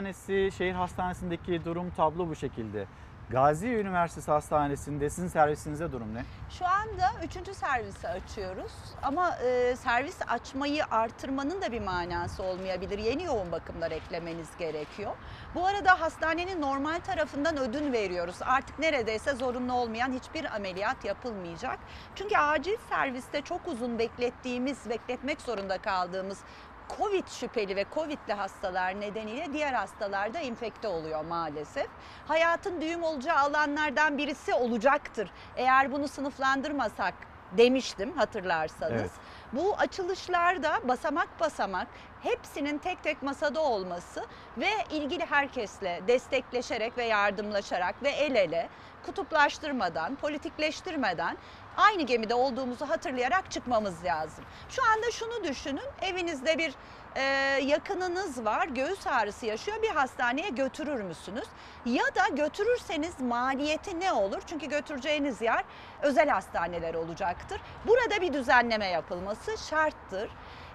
hastanesindeki durum tablo bu şekilde. Gazi Üniversitesi Hastanesi'nde sizin servisinizde durum ne? Şu anda 3. servisi açıyoruz ama servis açmayı artırmanın da bir manası olmayabilir. Yeni yoğun bakımlar eklemeniz gerekiyor. Bu arada hastanenin normal tarafından ödün veriyoruz. Artık neredeyse zorunlu olmayan hiçbir ameliyat yapılmayacak. Çünkü acil serviste çok uzun bekletmek zorunda kaldığımız Covid şüpheli ve Covid'li hastalar nedeniyle diğer hastalar da enfekte oluyor maalesef. Hayatın düğüm olacağı alanlardan birisi olacaktır. Eğer bunu sınıflandırmasak demiştim hatırlarsanız. Evet. Bu açılışlarda basamak basamak hepsinin tek tek masada olması ve ilgili herkesle destekleşerek ve yardımlaşarak ve el ele kutuplaştırmadan, politikleştirmeden aynı gemide olduğumuzu hatırlayarak çıkmamız lazım. Şu anda şunu düşünün, evinizde bir yakınınız var, göğüs ağrısı yaşıyor, bir hastaneye götürür müsünüz? Ya da götürürseniz maliyeti ne olur? Çünkü götüreceğiniz yer özel hastaneler olacaktır. Burada bir düzenleme yapılması şarttır.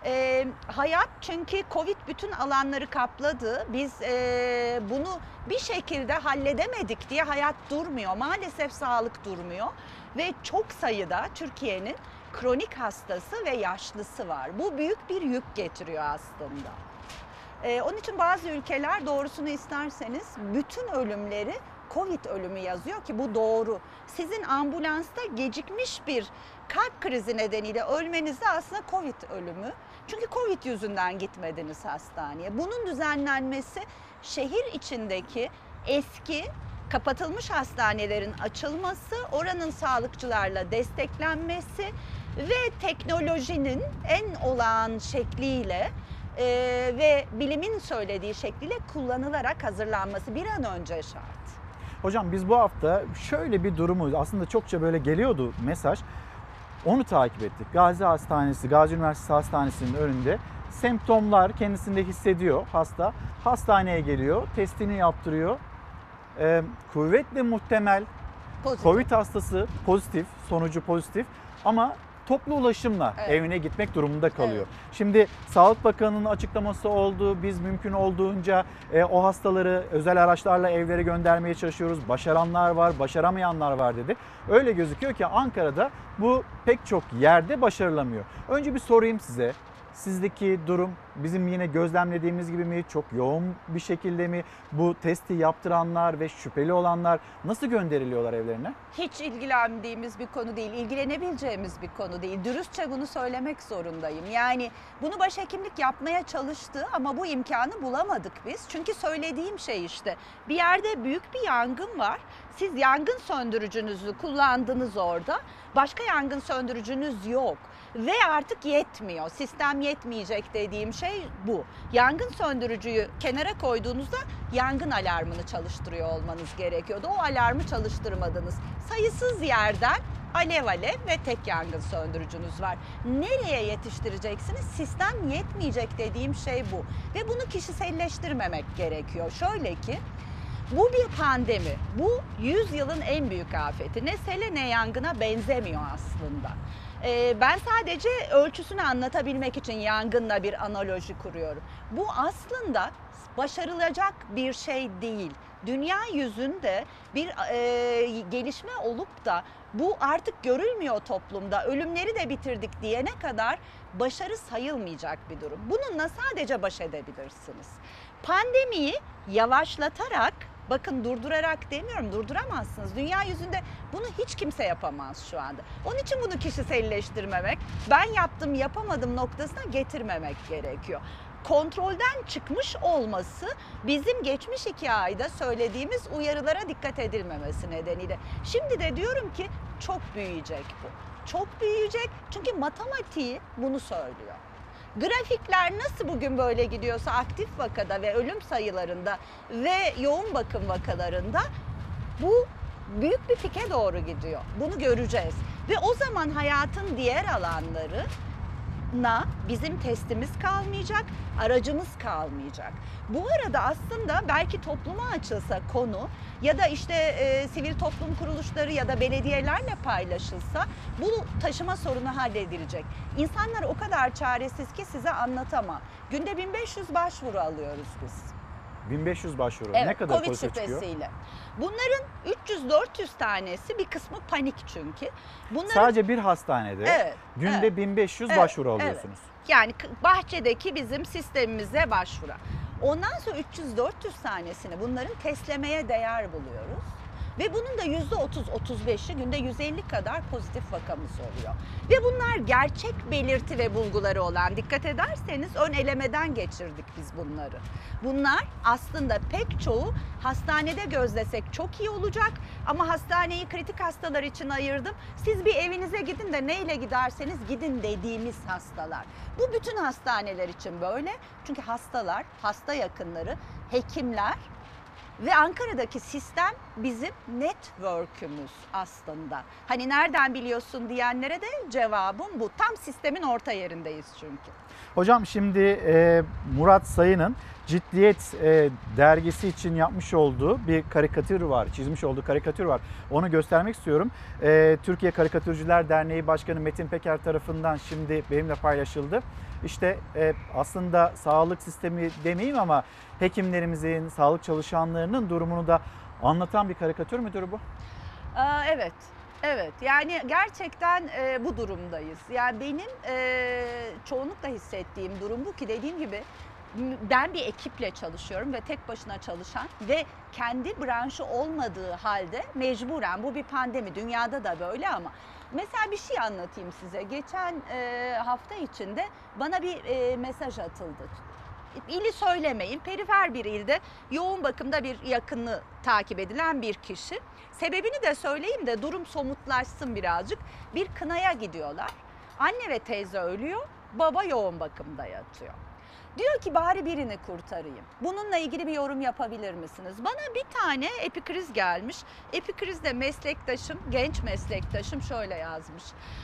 Hayat çünkü Covid bütün alanları kapladı. Biz bunu bir şekilde halledemedik diye hayat durmuyor. Maalesef sağlık durmuyor. Ve çok sayıda Türkiye'nin kronik hastası ve yaşlısı var. Bu büyük bir yük getiriyor aslında. Onun için bazı ülkeler doğrusunu isterseniz bütün ölümleri Covid ölümü yazıyor ki bu doğru. Sizin ambulansta gecikmiş bir kalp krizi nedeniyle ölmeniz de aslında Covid ölümü. Çünkü Covid yüzünden gitmediniz hastaneye. Bunun düzenlenmesi şehir içindeki eski kapatılmış hastanelerin açılması, oranın sağlıkçılarla desteklenmesi ve teknolojinin en olağan şekliyle ve bilimin söylediği şekliyle kullanılarak hazırlanması bir an önce şart. Hocam biz bu hafta şöyle bir durumu aslında çokça böyle geliyordu mesaj. Onu takip ettik. Gazi Üniversitesi Hastanesi'nin önünde semptomlar kendisinde hissediyor hasta. Hastaneye geliyor, testini yaptırıyor. Kuvvetle muhtemel pozitif. Covid hastası sonucu pozitif ama toplu ulaşımla evine gitmek durumunda kalıyor. Evet. Şimdi Sağlık Bakanı'nın açıklaması oldu. Biz mümkün olduğunca o hastaları özel araçlarla evlere göndermeye çalışıyoruz. Başaranlar var, başaramayanlar var dedi. Öyle gözüküyor ki Ankara'da bu pek çok yerde başarılamıyor. Önce bir sorayım size. Sizdeki durum bizim yine gözlemlediğimiz gibi mi? Çok yoğun bir şekilde mi? Bu testi yaptıranlar ve şüpheli olanlar nasıl gönderiliyorlar evlerine? Hiç ilgilendiğimiz bir konu değil, ilgilenebileceğimiz bir konu değil. Dürüstçe bunu söylemek zorundayım. Yani bunu başhekimlik yapmaya çalıştı ama bu imkanı bulamadık biz. Çünkü söylediğim şey işte bir yerde büyük bir yangın var. Siz yangın söndürücünüzü kullandınız orada. Başka yangın söndürücünüz yok. Ve artık yetmiyor. Sistem yetmeyecek dediğim şey bu. Yangın söndürücüyü kenara koyduğunuzda yangın alarmını çalıştırıyor olmanız gerekiyordu. O alarmı çalıştırmadınız. Sayısız yerden alev ve tek yangın söndürücünüz var. Nereye yetiştireceksiniz? Sistem yetmeyecek dediğim şey bu. Ve bunu kişiselleştirmemek gerekiyor. Şöyle ki bu bir pandemi. Bu 100 yılın en büyük afeti. Ne sele ne yangına benzemiyor aslında. Ben sadece ölçüsünü anlatabilmek için yangınla bir analoji kuruyorum. Bu aslında başarılacak bir şey değil. Dünya yüzünde bir gelişme olup da bu artık görülmüyor toplumda, ölümleri de bitirdik diyene kadar başarı sayılmayacak bir durum. Bununla sadece baş edebilirsiniz. Pandemiyi yavaşlatarak, bakın durdurarak demiyorum, durduramazsınız. Dünya yüzünde bunu hiç kimse yapamaz şu anda. Onun için bunu kişiselleştirmemek, ben yaptım yapamadım noktasına getirmemek gerekiyor. Kontrolden çıkmış olması bizim geçmiş 2 ayda söylediğimiz uyarılara dikkat edilmemesi nedeniyle. Şimdi de diyorum ki çok büyüyecek bu. Çok büyüyecek çünkü matematiği bunu söylüyor. Grafikler nasıl bugün böyle gidiyorsa aktif vakada ve ölüm sayılarında ve yoğun bakım vakalarında bu büyük bir pike doğru gidiyor. Bunu göreceğiz. Ve o zaman hayatın diğer alanları bizim testimiz kalmayacak, aracımız kalmayacak. Bu arada aslında belki topluma açılsa konu ya da işte sivil toplum kuruluşları ya da belediyelerle paylaşılsa bu taşıma sorunu halledilecek. İnsanlar o kadar çaresiz ki size anlatamam. Günde 1500 başvuru alıyoruz biz. 1500 başvuru. Evet, Ne kadar Covid polise çıkıyor? şüphesiyle. Bunların 300-400 tanesi, bir kısmı panik çünkü. Sadece bir hastanede Evet, günde evet. 1500 Evet, başvuru alıyorsunuz. evet. Yani bahçedeki bizim sistemimize başvuru. Ondan sonra 300-400 tanesini bunların testlemeye değer buluyoruz. Ve bunun da %30-35'i günde 150 kadar pozitif vakamız oluyor. Ve bunlar gerçek belirti ve bulguları olan, dikkat ederseniz ön elemeden geçirdik biz bunları. Bunlar aslında pek çoğu hastanede gözlesek çok iyi olacak ama hastaneyi kritik hastalar için ayırdım. Siz bir evinize gidin de neyle giderseniz gidin dediğimiz hastalar. Bu bütün hastaneler için böyle. Çünkü hastalar, hasta yakınları, hekimler ve Ankara'daki sistem bizim network'ümüz aslında. Hani nereden biliyorsun diyenlere de cevabım bu. Tam sistemin orta yerindeyiz çünkü. Hocam şimdi Murat Sayın'ın Ciddiyet dergisi için yapmış olduğu bir karikatür var, çizmiş olduğu karikatür var. Onu göstermek istiyorum. Türkiye Karikatürcüler Derneği Başkanı Metin Peker tarafından şimdi benimle paylaşıldı. İşte aslında sağlık sistemi demeyeyim ama hekimlerimizin, sağlık çalışanlarının durumunu da anlatan bir karikatür müdür bu? Evet. Evet, yani gerçekten bu durumdayız. Yani benim çoğunlukla hissettiğim durum bu ki, dediğim gibi ben bir ekiple çalışıyorum ve tek başına çalışan ve kendi branşı olmadığı halde mecburen, bu bir pandemi, dünyada da böyle ama mesela bir şey anlatayım size. Geçen hafta içinde bana bir mesaj atıldı. İli söylemeyin, perifer bir ilde yoğun bakımda bir yakını takip edilen bir kişi. Sebebini de söyleyeyim de durum somutlaşsın birazcık. Bir kınaya gidiyorlar. Anne ve teyze ölüyor, baba yoğun bakımda yatıyor. Diyor ki bari birini kurtarayım. Bununla ilgili bir yorum yapabilir misiniz? Bana bir tane epikriz gelmiş. Epikrizde meslektaşım, genç meslektaşım şöyle yazmış.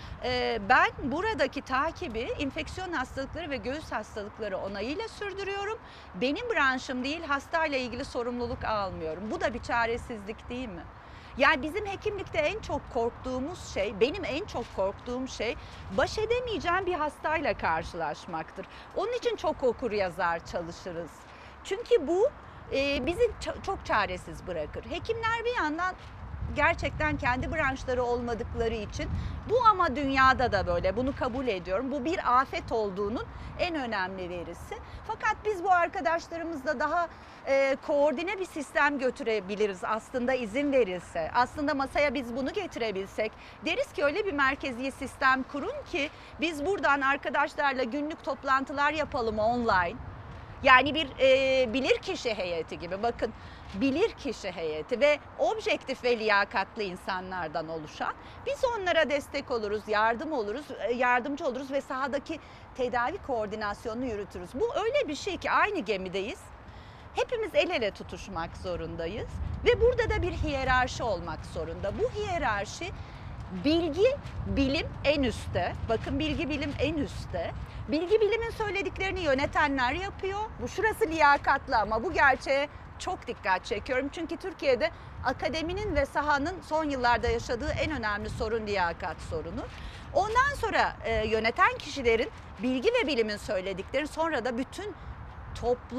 Ben buradaki takibi enfeksiyon hastalıkları ve göğüs hastalıkları onayıyla sürdürüyorum. Benim branşım değil, hastayla ilgili sorumluluk almıyorum. Bu da bir çaresizlik değil mi? Yani bizim hekimlikte en çok korktuğumuz şey, benim en çok korktuğum şey baş edemeyeceğim bir hastayla karşılaşmaktır. Onun için çok okur yazar çalışırız. Çünkü bu bizi çok çaresiz bırakır. Hekimler bir yandan gerçekten kendi branşları olmadıkları için bu, ama dünyada da böyle, bunu kabul ediyorum. Bu bir afet olduğunun en önemli verisi. Fakat biz bu arkadaşlarımızla daha koordine bir sistem götürebiliriz aslında, izin verilse. Aslında masaya biz bunu getirebilsek, deriz ki öyle bir merkezi sistem kurun ki biz buradan arkadaşlarla günlük toplantılar yapalım online. Yani bir bilirkişi heyeti gibi, bakın, bilirkişi heyeti ve objektif ve liyakatlı insanlardan oluşan, biz onlara destek oluruz, yardımcı oluruz ve sahadaki tedavi koordinasyonunu yürütürüz. Bu öyle bir şey ki aynı gemideyiz. Hepimiz el ele tutuşmak zorundayız ve burada da bir hiyerarşi olmak zorunda. Bu hiyerarşi bilgi, bilim en üstte. Bakın, bilgi, bilim en üstte. Bilgi, bilimin söylediklerini yönetenler yapıyor. Şurası liyakatlı ama bu gerçeğe çok dikkat çekiyorum. Çünkü Türkiye'de akademinin ve sahanın son yıllarda yaşadığı en önemli sorun liyakat sorunu. Ondan sonra yöneten kişilerin bilgi ve bilimin söylediklerini, sonra da bütün toplum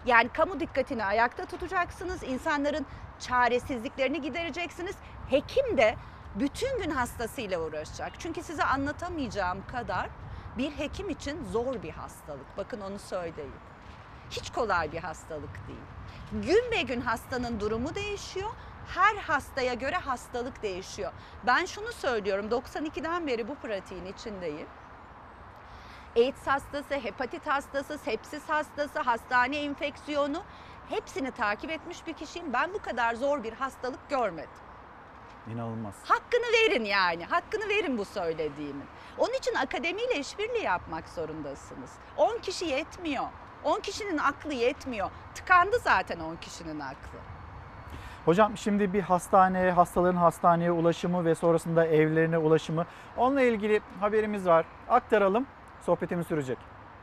Yani kamu dikkatini ayakta tutacaksınız, insanların çaresizliklerini gidereceksiniz. Hekim de bütün gün hastasıyla uğraşacak. Çünkü size anlatamayacağım kadar bir hekim için zor bir hastalık. Bakın onu söyleyeyim. Hiç kolay bir hastalık değil. Gün be gün hastanın durumu değişiyor. Her hastaya göre hastalık değişiyor. Ben şunu söylüyorum, 92'den beri bu pratiğin içindeyim. AIDS hastası, hepatit hastası, sepsis hastası, hastane enfeksiyonu hepsini takip etmiş bir kişiyim. Ben bu kadar zor bir hastalık görmedim. İnanılmaz. Hakkını verin yani. Hakkını verin bu söylediğimin. Onun için akademiyle işbirliği yapmak zorundasınız. 10 kişi yetmiyor. 10 kişinin aklı yetmiyor. Tıkandı zaten 10 kişinin aklı. Hocam şimdi bir hastane, hastaların hastaneye ulaşımı ve sonrasında evlerine ulaşımı, onunla ilgili haberimiz var. Aktaralım, sohbetimiz sürecek.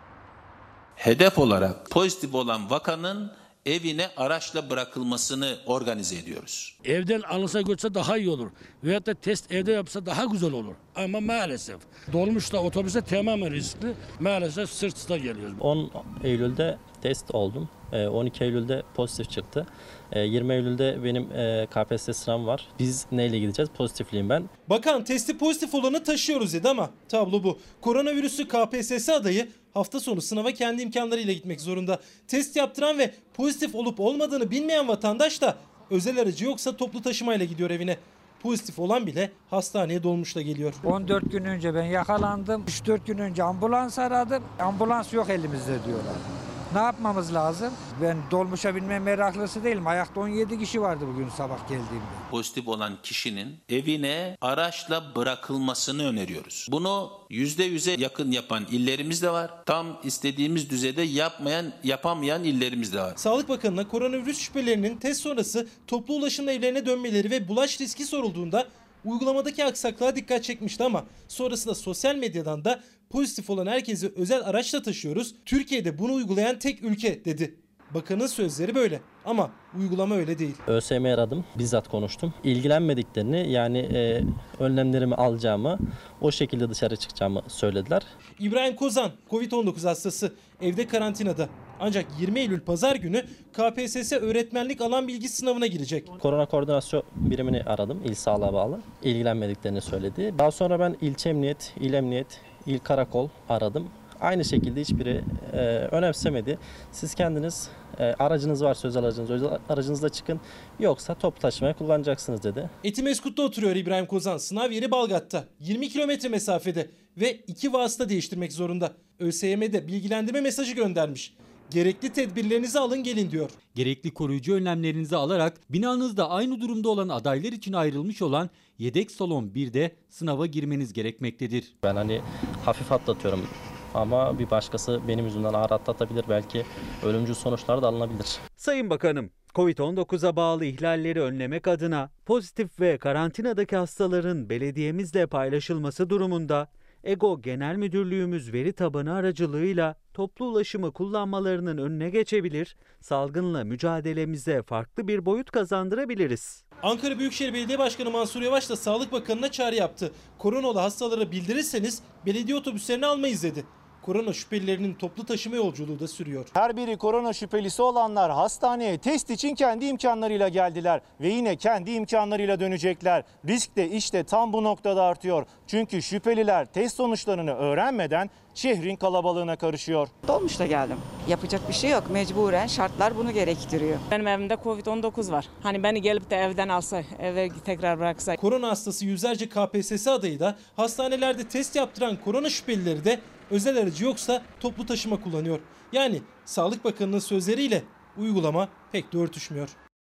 Hedef olarak pozitif olan vakanın evine araçla bırakılmasını organize ediyoruz. Evden alınsa götürse daha iyi olur. Veyahut da test evde yapsa daha güzel olur. Ama maalesef dolmuşla otobüse tamamen riskli. Maalesef sırt üstü geliyoruz. 10 Eylül'de test oldum. 12 Eylül'de pozitif çıktı. 20 Eylül'de benim KPSS sınavım var. Biz neyle gideceğiz? Pozitifliyim ben. Bakan testi pozitif olanı taşıyoruz dedi ama tablo bu. Koronavirüsü KPSS adayı hafta sonu sınava kendi imkanlarıyla gitmek zorunda. Test yaptıran ve pozitif olup olmadığını bilmeyen vatandaş da özel aracı yoksa toplu taşımayla gidiyor evine. Pozitif olan bile hastaneye dolmuşla geliyor. 14 gün önce ben yakalandım. 3-4 gün önce ambulans aradım. Ambulans yok elimizde diyorlar. Ne yapmamız lazım? Ben dolmuşa binme meraklısı değilim. Ayakta 17 kişi vardı bugün sabah geldiğimde. Pozitif olan kişinin evine araçla bırakılmasını öneriyoruz. Bunu %100'e yakın yapan illerimiz de var. Tam istediğimiz düzeyde yapamayan illerimiz de var. Sağlık Bakanı'na koronavirüs şüphelerinin test sonrası toplu ulaşımla evlerine dönmeleri ve bulaş riski sorulduğunda uygulamadaki aksaklığa dikkat çekmişti ama sonrasında sosyal medyadan da pozitif olan herkesi özel araçla taşıyoruz. Türkiye'de bunu uygulayan tek ülke dedi. Bakanın sözleri böyle ama uygulama öyle değil. ÖSYM'yi aradım, bizzat konuştum. İlgilenmediklerini yani önlemlerimi alacağımı, o şekilde dışarı çıkacağımı söylediler. İbrahim Kozan Covid-19 hastası evde karantinada. Ancak 20 Eylül Pazar günü KPSS öğretmenlik alan bilgi sınavına girecek. Korona koordinasyon birimini aradım, İl Sağlığa bağlı. İlgilenmediklerini söyledi. Daha sonra ben ilçe emniyet, il emniyet, il karakol aradım. Aynı şekilde hiçbiri önemsemedi. Siz kendiniz aracınız varsa özel aracınızla çıkın. Yoksa toplu taşımayı kullanacaksınız dedi. Etimeskut'ta oturuyor İbrahim Kozan. Sınav yeri Balgat'ta. 20 kilometre mesafede ve 2 vasıta değiştirmek zorunda. ÖSYM'de bilgilendirme mesajı göndermiş. Gerekli tedbirlerinizi alın gelin diyor. Gerekli koruyucu önlemlerinizi alarak binanızda aynı durumda olan adaylar için ayrılmış olan yedek salon 1'de sınava girmeniz gerekmektedir. Ben hafif atlatıyorum. Ama bir başkası benim yüzümden ağır atlatabilir. Belki ölümcül sonuçlar da alınabilir. Sayın Bakanım, Covid-19'a bağlı ihlalleri önlemek adına pozitif ve karantinadaki hastaların belediyemizle paylaşılması durumunda EGO Genel Müdürlüğümüz veri tabanı aracılığıyla toplu ulaşımı kullanmalarının önüne geçebilir, salgınla mücadelemize farklı bir boyut kazandırabiliriz. Ankara Büyükşehir Belediye Başkanı Mansur Yavaş da Sağlık Bakanı'na çağrı yaptı. Koronalı hastalara bildirirseniz belediye otobüslerini almayız dedi. Korona şüphelilerinin toplu taşıma yolculuğu da sürüyor. Her biri korona şüphelisi olanlar hastaneye test için kendi imkanlarıyla geldiler ve yine kendi imkanlarıyla dönecekler. Risk de işte tam bu noktada artıyor. Çünkü şüpheliler test sonuçlarını öğrenmeden şehrin kalabalığına karışıyor. Dolmuşla geldim. Yapacak bir şey yok. Mecburen şartlar bunu gerektiriyor. Benim evimde Covid-19 var. Hani beni gelip de evden alsa, eve tekrar bıraksa. Korona hastası yüzlerce KPSS adayı da hastanelerde test yaptıran korona şüphelileri de özel aracı yoksa toplu taşıma kullanıyor. Yani Sağlık Bakanı'nın sözleriyle uygulama pek de örtüşmüyor.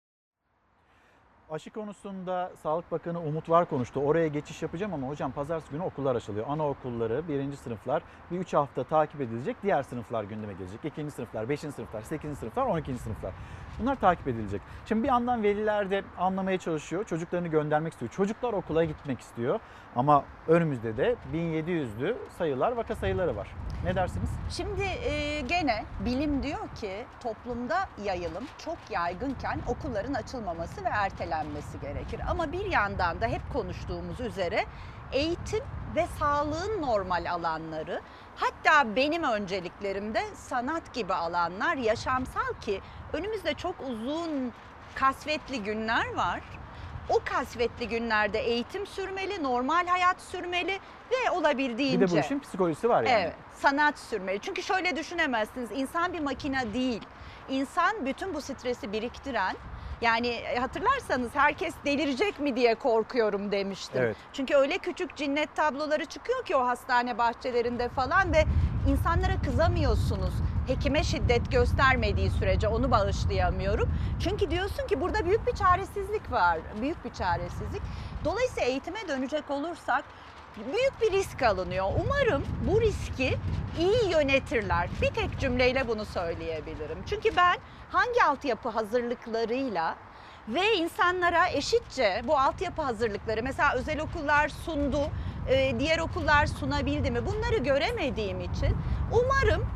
Aşı konusunda Sağlık Bakanı Umut Var konuştu. Oraya geçiş yapacağım ama hocam pazartesi günü okullar açılıyor. Anaokulları, 1. sınıflar bir 3 hafta takip edilecek. Diğer sınıflar gündeme gelecek. 2. sınıflar, 5. sınıflar, 8. sınıflar, 12. sınıflar. Bunlar takip edilecek. Şimdi bir yandan veliler de anlamaya çalışıyor. Çocuklarını göndermek istiyor. Çocuklar okula gitmek istiyor. Ama önümüzde de 1700'lü sayılar, vaka sayıları var. Ne dersiniz? Şimdi gene bilim diyor ki toplumda yayılım çok yaygınken okulların açılmaması ve ertelenmesi gerekir. Ama bir yandan da hep konuştuğumuz üzere eğitim ve sağlığın normal alanları, hatta benim önceliklerimde sanat gibi alanlar yaşamsal ki önümüzde çok uzun kasvetli günler var. O kasvetli günlerde eğitim sürmeli, normal hayat sürmeli ve olabildiğince... Bir de bu işin psikolojisi var yani. Evet, sanat sürmeli. Çünkü şöyle düşünemezsiniz, insan bir makine değil. İnsan bütün bu stresi biriktiren, yani hatırlarsanız herkes delirecek mi diye korkuyorum demiştim. Evet. Çünkü öyle küçük cinnet tabloları çıkıyor ki o hastane bahçelerinde falan ve insanlara kızamıyorsunuz. Hekime şiddet göstermediği sürece onu bağışlayamıyorum. Çünkü diyorsun ki burada büyük bir çaresizlik var. Büyük bir çaresizlik. Dolayısıyla eğitime dönecek olursak büyük bir risk alınıyor. Umarım bu riski iyi yönetirler. Bir tek cümleyle bunu söyleyebilirim. Çünkü ben hangi altyapı hazırlıklarıyla ve insanlara eşitçe bu altyapı hazırlıkları, mesela özel okullar sundu, diğer okullar sunabildi mi? Bunları göremediğim için umarım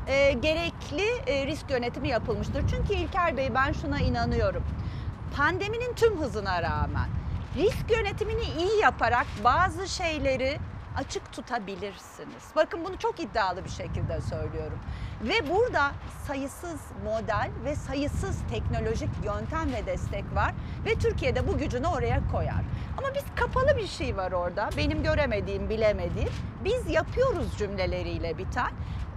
gerekli risk yönetimi yapılmıştır. Çünkü İlker Bey, ben şuna inanıyorum. Pandeminin tüm hızına rağmen risk yönetimini iyi yaparak bazı şeyleri açık tutabilirsiniz. Bakın bunu çok iddialı bir şekilde söylüyorum. Ve burada sayısız model ve sayısız teknolojik yöntem ve destek var. Ve Türkiye'de bu gücünü oraya koyar. Ama biz kapalı bir şey var orada. Benim göremediğim, bilemediğim. Biz yapıyoruz cümleleriyle biten.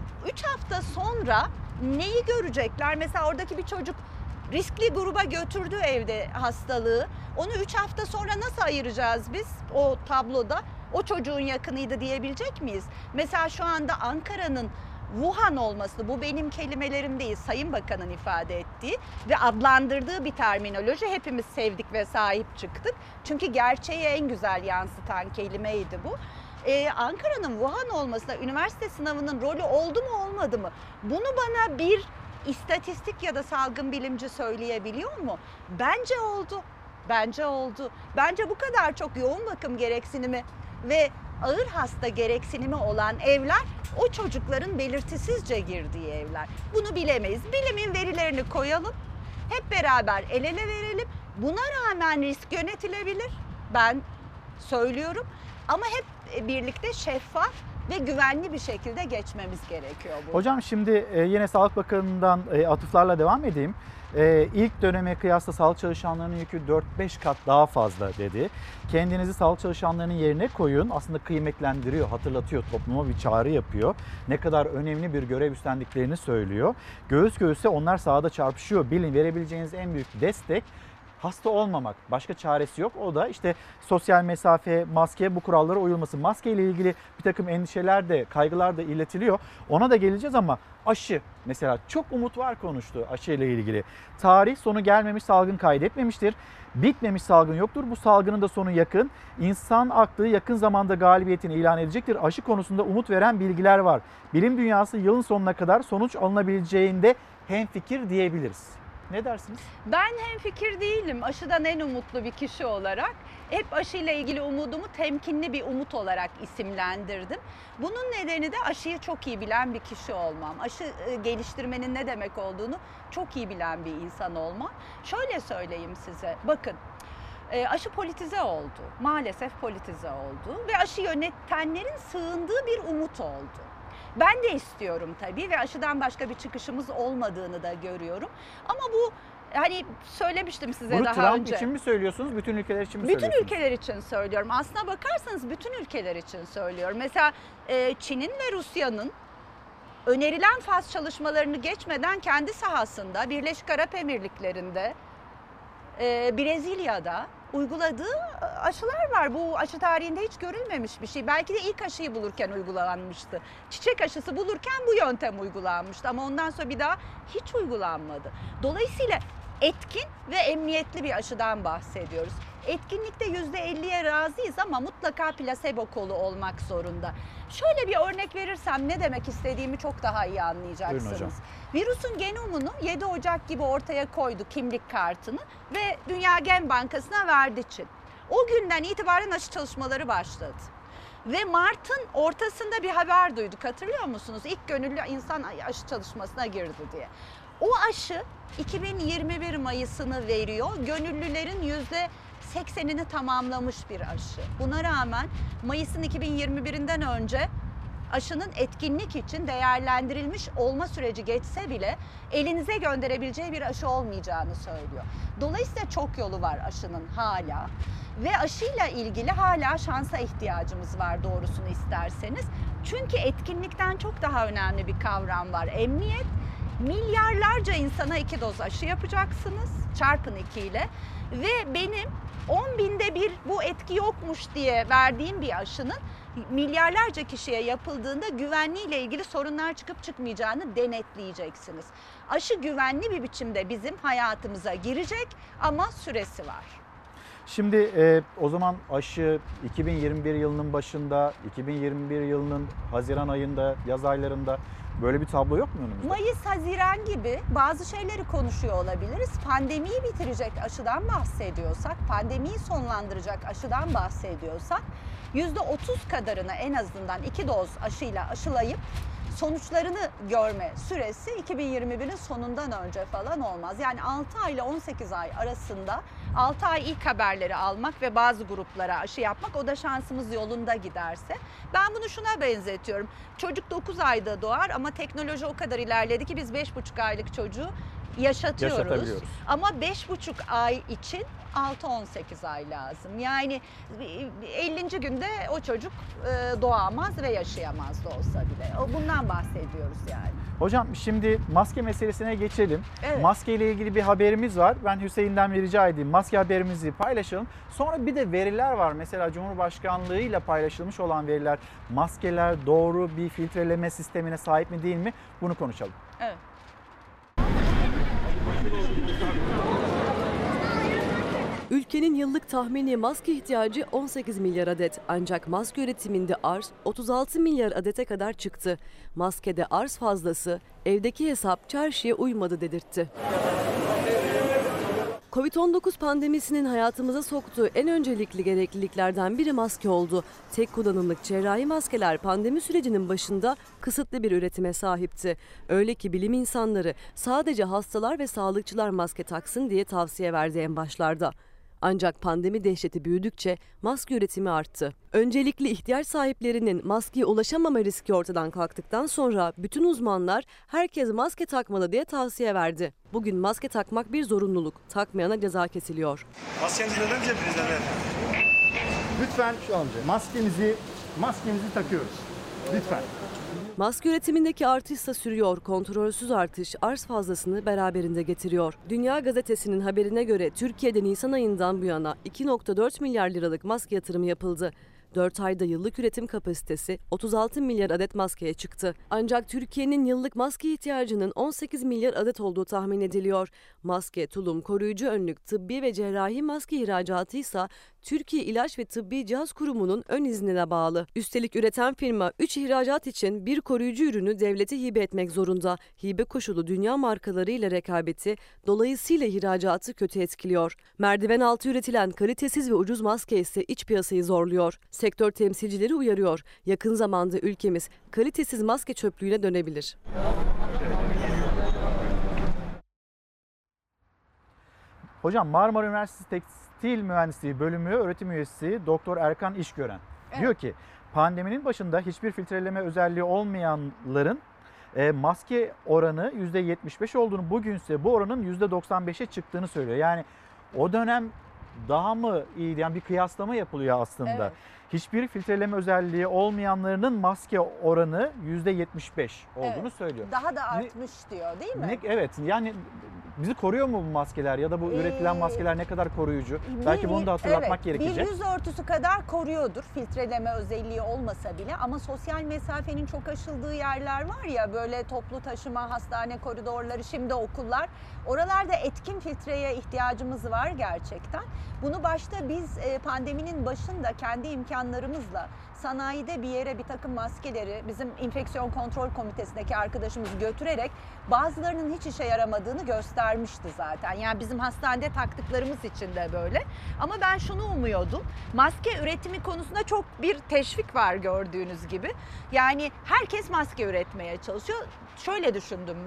3 hafta sonra neyi görecekler? Mesela oradaki bir çocuk riskli gruba götürdü evde hastalığı. Onu 3 hafta sonra nasıl ayıracağız biz o tabloda? O çocuğun yakınıydı diyebilecek miyiz? Mesela şu anda Ankara'nın Wuhan olması, bu benim kelimelerim değil, Sayın Bakan'ın ifade ettiği ve adlandırdığı bir terminoloji, hepimiz sevdik ve sahip çıktık. Çünkü gerçeği en güzel yansıtan kelimeydi bu. Ankara'nın Wuhan olmasına üniversite sınavının rolü oldu mu olmadı mı? Bunu bana bir istatistik ya da salgın bilimci söyleyebiliyor mu? Bence oldu. Bence oldu. Bence bu kadar çok yoğun bakım gereksinimi ve ağır hasta gereksinimi olan evler o çocukların belirtisizce girdiği evler. Bunu bilemeyiz. Bilimin verilerini koyalım. Hep beraber el ele verelim. Buna rağmen risk yönetilebilir. Ben söylüyorum. Ama hep birlikte şeffaf ve güvenli bir şekilde geçmemiz gerekiyor bu. Hocam şimdi yine Sağlık Bakanı'ndan atıflarla devam edeyim. İlk döneme kıyasla sağlık çalışanlarının yükü 4-5 kat daha fazla dedi. Kendinizi sağlık çalışanlarının yerine koyun. Aslında kıymetlendiriyor, hatırlatıyor, topluma bir çağrı yapıyor. Ne kadar önemli bir görev üstlendiklerini söylüyor. Göğüs göğüse onlar sahada çarpışıyor. Bilin, verebileceğiniz en büyük destek hasta olmamak. Başka çaresi yok. O da işte sosyal mesafe, maske, bu kurallara uyulması. Maske ile ilgili bir takım endişeler de, kaygılar da iletiliyor. Ona da geleceğiz ama aşı mesela çok umut var konuştu aşı ile ilgili. Tarih sonu gelmemiş salgın kaydetmemiştir. Bitmemiş salgın yoktur. Bu salgının da sonu yakın. İnsan aklı yakın zamanda galibiyetini ilan edecektir. Aşı konusunda umut veren bilgiler var. Bilim dünyası yılın sonuna kadar sonuç alınabileceğinde hemfikir diyebiliriz. Ne dersiniz? Ben hemfikir değilim. Aşıdan en umutlu bir kişi olarak. Hep aşıyla ilgili umudumu temkinli bir umut olarak isimlendirdim. Bunun nedeni de aşıyı çok iyi bilen bir kişi olmam. Aşı geliştirmenin ne demek olduğunu çok iyi bilen bir insan olmam. Şöyle söyleyeyim size. Bakın, aşı politize oldu. Maalesef politize oldu. Ve aşı yönetenlerin sığındığı bir umut oldu. Ben de istiyorum tabii ve aşıdan başka bir çıkışımız olmadığını da görüyorum. Ama bu, hani söylemiştim size bunu daha Trump önce. Bunu Trump için mi söylüyorsunuz, bütün ülkeler için mi bütün söylüyorsunuz? Bütün ülkeler için söylüyorum. Aslına bakarsanız bütün ülkeler için söylüyorum. Mesela Çin'in ve Rusya'nın önerilen faz çalışmalarını geçmeden kendi sahasında, Birleşik Arap Emirlikleri'nde, Brezilya'da uyguladığı aşılar var. Bu aşı tarihinde hiç görülmemiş bir şey. Belki de ilk aşıyı bulurken uygulanmıştı. Çiçek aşısı bulurken bu yöntem uygulanmıştı ama ondan sonra bir daha hiç uygulanmadı. Dolayısıyla etkin ve emniyetli bir aşıdan bahsediyoruz. Etkinlikte %50'ye razıyız ama mutlaka plasebo kolu olmak zorunda. Şöyle bir örnek verirsem ne demek istediğimi çok daha iyi anlayacaksınız. Virüsün genomunu 7 Ocak gibi ortaya koydu, kimlik kartını ve Dünya Gen Bankası'na verdi Çin. O günden itibaren aşı çalışmaları başladı. Ve Mart'ın ortasında bir haber duyduk, hatırlıyor musunuz? İlk gönüllü insan aşı çalışmasına girdi diye. O aşı 2021 Mayıs'ını veriyor. Gönüllülerin %80'ini tamamlamış bir aşı. Buna rağmen Mayıs'ın 2021'inden önce aşının etkinlik için değerlendirilmiş olma süreci geçse bile elinize gönderebileceği bir aşı olmayacağını söylüyor. Dolayısıyla çok yolu var aşının hala ve aşıyla ilgili hala şansa ihtiyacımız var doğrusunu isterseniz. Çünkü etkinlikten çok daha önemli bir kavram var. Emniyet. Milyarlarca insana 2 doz aşı yapacaksınız çarpın 2 ile ve benim 10 binde bir bu etki yokmuş diye verdiğim bir aşının milyarlarca kişiye yapıldığında güvenliğiyle ilgili sorunlar çıkıp çıkmayacağını denetleyeceksiniz. Aşı güvenli bir biçimde bizim hayatımıza girecek ama süresi var. Şimdi o zaman aşı 2021 yılının başında, 2021 yılının Haziran ayında, yaz aylarında böyle bir tablo yok mu önümüzde? Mayıs, Haziran gibi bazı şeyleri konuşuyor olabiliriz. Pandemiyi bitirecek aşıdan bahsediyorsak, pandemiyi sonlandıracak aşıdan bahsediyorsak %30 kadarını en azından 2 doz aşıyla aşılayıp sonuçlarını görme süresi 2021'in sonundan önce falan olmaz. Yani 6 ay ile 18 ay arasında 6 ay ilk haberleri almak ve bazı gruplara aşı yapmak, o da şansımız yolunda giderse. Ben bunu şuna benzetiyorum. Çocuk 9 ayda doğar ama teknoloji o kadar ilerledi ki biz 5,5 aylık çocuğu yaşatıyoruz. Ama 5,5 ay için 6-18 ay lazım. Yani 50. günde o çocuk doğamaz ve yaşayamaz da olsa bile. Bundan bahsediyoruz yani. Hocam şimdi maske meselesine geçelim. Evet. Maske ile ilgili bir haberimiz var. Ben Hüseyin'den bir rica edeyim. Maske haberimizi paylaşalım. Sonra bir de veriler var. Mesela Cumhurbaşkanlığı ile paylaşılmış olan veriler. Maskeler doğru bir filtreleme sistemine sahip mi değil mi? Bunu konuşalım. Evet. Ülkenin yıllık tahmini maske ihtiyacı 18 milyar adet. Ancak maske üretiminde arz 36 milyar adete kadar çıktı. Maskede arz fazlası, evdeki hesap çarşıya uymadı dedirtti. Covid-19 pandemisinin hayatımıza soktuğu en öncelikli gerekliliklerden biri maske oldu. Tek kullanımlık cerrahi maskeler pandemi sürecinin başında kısıtlı bir üretime sahipti. Öyle ki bilim insanları sadece hastalar ve sağlıkçılar maske taksın diye tavsiye verdi en başlarda. Ancak pandemi dehşeti büyüdükçe maske üretimi arttı. Öncelikli ihtiyaç sahiplerinin maskeye ulaşamama riski ortadan kalktıktan sonra bütün uzmanlar herkes maske takmalı diye tavsiye verdi. Bugün maske takmak bir zorunluluk. Takmayana ceza kesiliyor. Maskenizi neden cebinize verin? Lütfen maskemizi takıyoruz. Lütfen. Maske üretimindeki artış ise sürüyor. Kontrolsüz artış arz fazlasını beraberinde getiriyor. Dünya Gazetesi'nin haberine göre Türkiye'de Nisan ayından bu yana 2,4 milyar liralık maske yatırımı yapıldı. 4 ayda yıllık üretim kapasitesi 36 milyar adet maskeye çıktı. Ancak Türkiye'nin yıllık maske ihtiyacının 18 milyar adet olduğu tahmin ediliyor. Maske, tulum, koruyucu önlük, tıbbi ve cerrahi maske ihracatı ise Türkiye İlaç ve Tıbbi Cihaz Kurumu'nun ön iznine bağlı. Üstelik üreten firma 3 ihracat için bir koruyucu ürünü devlete hibe etmek zorunda. Hibe koşulu dünya markalarıyla rekabeti, dolayısıyla ihracatı kötü etkiliyor. Merdiven altı üretilen kalitesiz ve ucuz maske ise iç piyasayı zorluyor. Sektör temsilcileri uyarıyor. Yakın zamanda ülkemiz kalitesiz maske çöplüğüne dönebilir. Hocam Marmara Üniversitesi Tekstil Mühendisliği Bölümü öğretim üyesi Doktor Erkan İşgören diyor ki pandeminin başında hiçbir filtreleme özelliği olmayanların maske oranı %75 olduğunu, bugünse bu oranın %95'e çıktığını söylüyor. Yani o dönem daha mı iyiydi? Yani bir kıyaslama yapılıyor aslında. Evet. Hiçbir filtreleme özelliği olmayanlarının maske oranı %75 olduğunu söylüyor. Daha da artmış diyor değil mi? Evet, yani bizi koruyor mu bu maskeler ya da bu üretilen maskeler ne kadar koruyucu? Belki bunu da hatırlatmak gerekecek. Bir yüz örtüsü kadar koruyordur filtreleme özelliği olmasa bile, ama sosyal mesafenin çok aşıldığı yerler var ya, böyle toplu taşıma, hastane koridorları, şimdi okullar, oralarda etkin filtreye ihtiyacımız var gerçekten. Bunu başta biz pandeminin başında kendi imkanlarımızla sanayide bir yere bir takım maskeleri bizim enfeksiyon kontrol komitesindeki arkadaşımız götürerek bazılarının hiç işe yaramadığını göstermişti zaten. Yani bizim hastanede taktıklarımız için de böyle. Ama ben şunu umuyordum. Maske üretimi konusunda çok bir teşvik var gördüğünüz gibi. Yani herkes maske üretmeye çalışıyor. Şöyle düşündüm ben.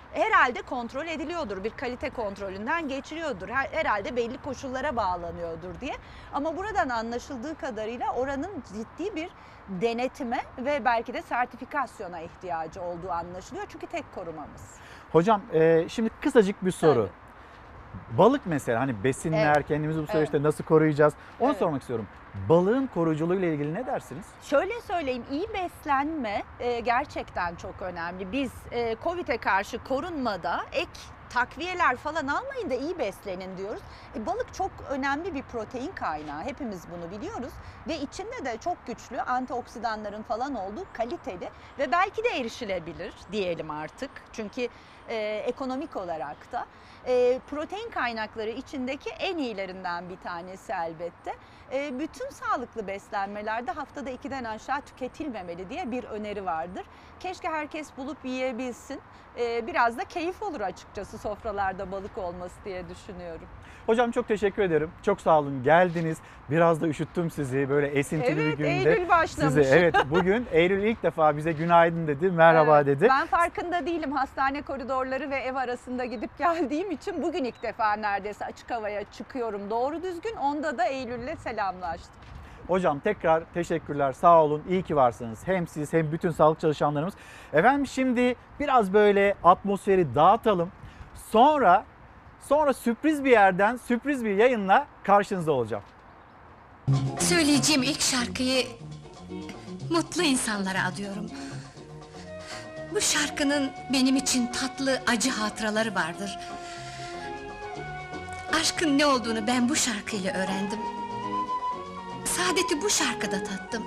herhalde kontrol ediliyordur. Bir kalite kontrolünden geçiriyordur. Herhalde belli koşullara bağlanıyordur diye. Ama buradan anlaşıldığı kadarıyla oranın ciddi bir denetime ve belki de sertifikasyona ihtiyacı olduğu anlaşılıyor. Çünkü tek korumamız. Hocam şimdi kısacık bir soru. Balık mesela hani besinler, kendimizi bu süreçte nasıl koruyacağız? Onu sormak istiyorum. Balığın koruyuculuğu ile ilgili ne dersiniz? Şöyle söyleyeyim, iyi beslenme gerçekten çok önemli. Biz Covid'e karşı korunmada ek takviyeler falan almayın da iyi beslenin diyoruz. Balık çok önemli bir protein kaynağı. Hepimiz bunu biliyoruz. Ve içinde de çok güçlü antioksidanların falan olduğu kaliteli ve belki de erişilebilir diyelim artık. Çünkü ekonomik olarak da protein kaynakları içindeki en iyilerinden bir tanesi elbette. Bütün sağlıklı beslenmelerde haftada 2'den aşağı tüketilmemeli diye bir öneri vardır. Keşke herkes bulup yiyebilsin. Biraz da keyif olur açıkçası sofralarda balık olması diye düşünüyorum. Hocam çok teşekkür ederim. Çok sağ olun. Geldiniz. Biraz da üşüttüm sizi. Böyle esintili bir günde. Eylül başlamış. Bugün Eylül ilk defa bize günaydın dedi, merhaba dedi. Ben farkında değilim. Hastane koridorları ve ev arasında gidip geldiğim için bugün ilk defa neredeyse açık havaya çıkıyorum doğru düzgün. Onda da Eylül'le selamlaştım. Hocam tekrar teşekkürler, sağ olun, iyi ki varsınız. Hem siz hem bütün sağlık çalışanlarımız. Efendim şimdi biraz böyle atmosferi dağıtalım. Sonra sürpriz bir yerden sürpriz bir yayınla karşınızda olacağım. Söyleyeceğim ilk şarkıyı mutlu insanlara adıyorum. Bu şarkının benim için tatlı, acı hatıraları vardır. Aşkın ne olduğunu ben bu şarkıyla öğrendim. Saadeti bu şarkıda tattım.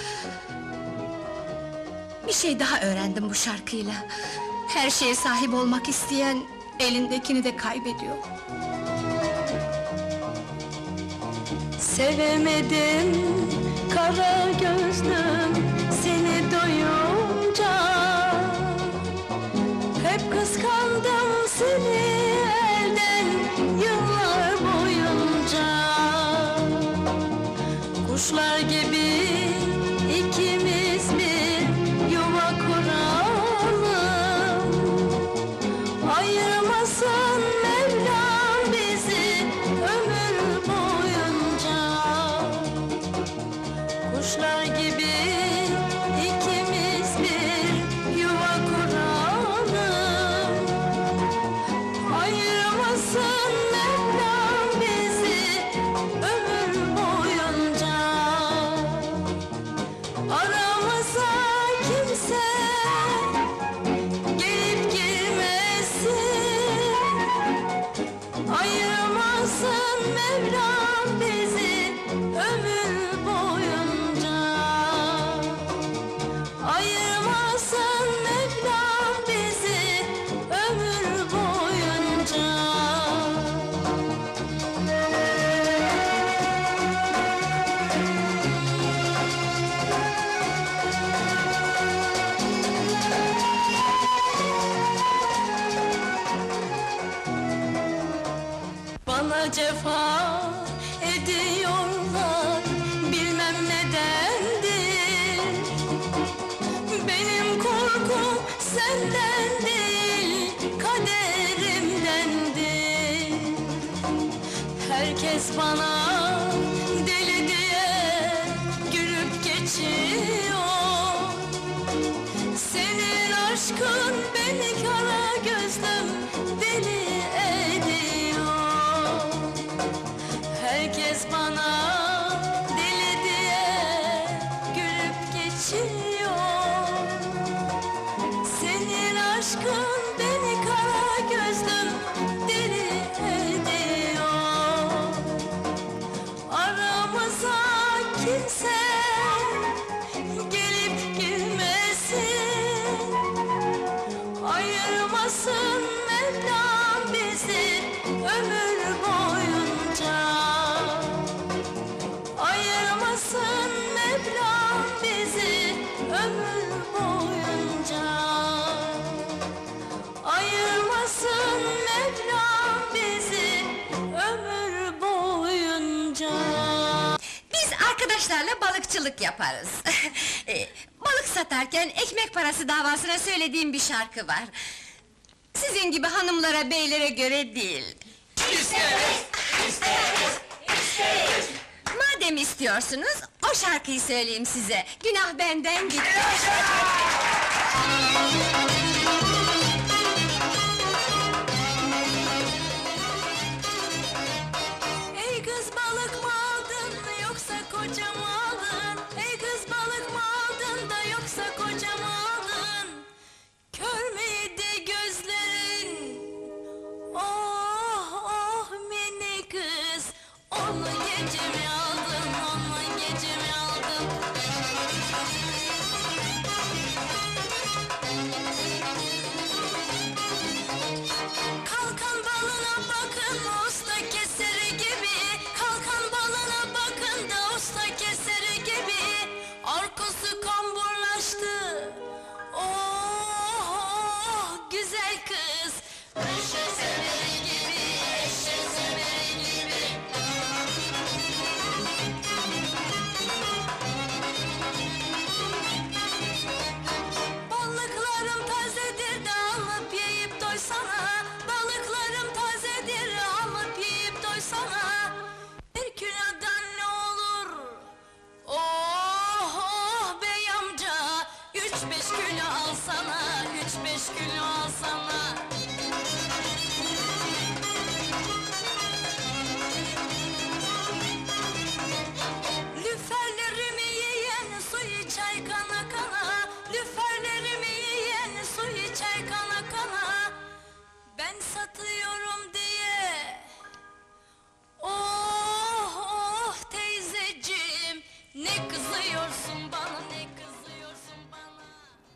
Bir şey daha öğrendim bu şarkıyla. Her şeye sahip olmak isteyen elindekini de kaybediyor. Sevemedim kara gözlüm seni doyunca. Hep kıskandım seni elden yıllar boyunca. Kuşlar gibi ikimiz bir yuva kuralım. Ayırmasın Mevlam bizi ömür boyunca. Kuşlar gibi ikimiz bir yuva kuralım. Ayırmasın Mevlam bizi ömür boyunca. Aramıza kimse gelip girmesin. Ayırmasın Mevlam bizi ömür boyunca. Ayırmasın Mevlam bizi ömür boyunca. Bana cefa ediyorlar, bilmem nedendir. Benim korkum senden değil, kaderimdendir. Herkes bana deli diye gülüp geçiyor. Senin aşkın beni kara gözlüm deli ediyor. Herkes bana deli diye gülüp geçiyor. Senin aşkın beni kara gözlüm deli ediyor. Aramıza kimse gelip girmesin. Ayırmasın Mevlam bizi ömür boyunca. Ayırmasın Mevlam bizi ömür boyunca. Ayırmasın Mevlam bizi ömür boyunca. Biz arkadaşlarla balıkçılık yaparız. Balık satarken ekmek parası davasına söylediğim bir şarkı var. Sizin gibi hanımlara, beylere göre değil. İsteriz, isteriz, isteriz. Madem istiyorsunuz, o şarkıyı söyleyeyim size. Günah benden gitti. Ey kız balık mı aldın yoksa koca mı aldın? Ey kız balık mı aldın da yoksa koca mı aldın? Kör müydü gözlerin? Oh oh mini kız, onu gece mi aldın, onu gece mi aldın? Kalkan balına bakın usta keseri gibi. Kalkan balına bakın da usta keseri gibi. Arkası kamburlaştı. Oh güzel kız. Eşek severi gibi, eşek severi gibi. Balıklarım tazedir de alıp yiyip doysana. Balıklarım tazedir alıp yiyip doysana. Bir kilodan ne olur? Oh oh bey amca, 3-5 kilo alsana, 3-5 kilo alsana. Lüferlerimi yiyen suyu çay kana kana. Lüferlerimi yiyen suyu çay kana kana. Ben satıyorum diye. Oh oh teyzeciğim, ne kızıyorsun bana, ne kızıyorsun bana.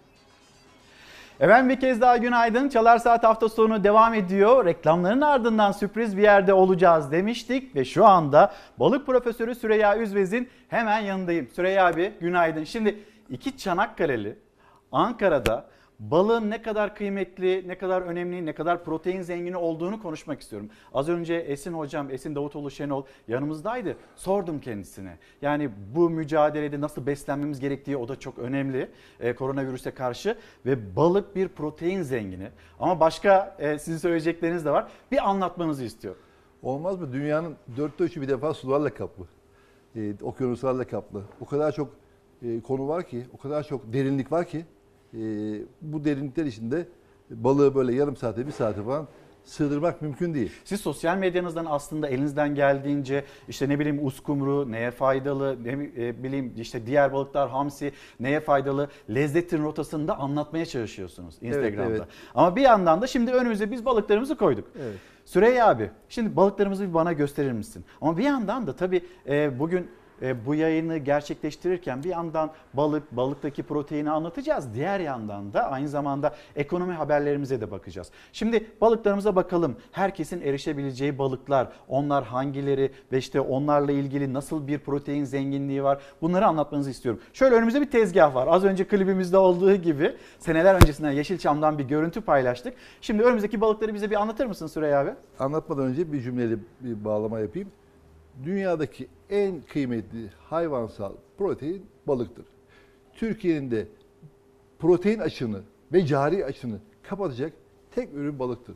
Efendim bir kez daha günaydın. Çalar Saat hafta sonu devam ediyor. Reklamların ardından sürpriz bir yerde olacağız demiştik ve şu anda balık profesörü Süreyya Üzvez'in hemen yanındayım. Süreyya abi günaydın. Şimdi iki Çanakkale'li Ankara'da balığın ne kadar kıymetli, ne kadar önemli, ne kadar protein zengini olduğunu konuşmak istiyorum. Az önce Esin hocam, Esin Davutoğlu Şenol yanımızdaydı. Sordum kendisine. Yani bu mücadelede nasıl beslenmemiz gerektiği o da çok önemli koronavirüse karşı ve balık bir protein zengini. Ama başka sizin söyleyecekleriniz de var. Bir anlatmanızı istiyorum. Olmaz mı? Dünyanın 4/3'ü bir defa sularla kaplı. Okyanuslarla kaplı. O kadar çok konu var ki, o kadar çok derinlik var ki bu derinlikler içinde balığı böyle yarım saate, bir saate falan sığdırmak mümkün değil. Siz sosyal medyanızdan aslında elinizden geldiğince işte ne bileyim uskumru neye faydalı, ne bileyim işte diğer balıklar hamsi neye faydalı, lezzetin rotasını da anlatmaya çalışıyorsunuz Instagram'da. Evet, evet. Ama bir yandan da şimdi önümüze biz balıklarımızı koyduk. Evet. Süreyya abi şimdi balıklarımızı bir bana gösterir misin? Ama bir yandan da tabii bugün bu yayını gerçekleştirirken bir yandan balıktaki proteini anlatacağız. Diğer yandan da aynı zamanda ekonomi haberlerimize de bakacağız. Şimdi balıklarımıza bakalım. Herkesin erişebileceği balıklar, onlar hangileri ve işte onlarla ilgili nasıl bir protein zenginliği var? Bunları anlatmanızı istiyorum. Şöyle önümüzde bir tezgah var. Az önce klibimizde olduğu gibi seneler öncesinden Yeşilçam'dan bir görüntü paylaştık. Şimdi önümüzdeki balıkları bize bir anlatır mısın Süreyya abi? Anlatmadan önce bir cümleyle bir bağlama yapayım. Dünyadaki en kıymetli hayvansal protein balıktır. Türkiye'nin de protein açığını ve cari açığını kapatacak tek ürün balıktır.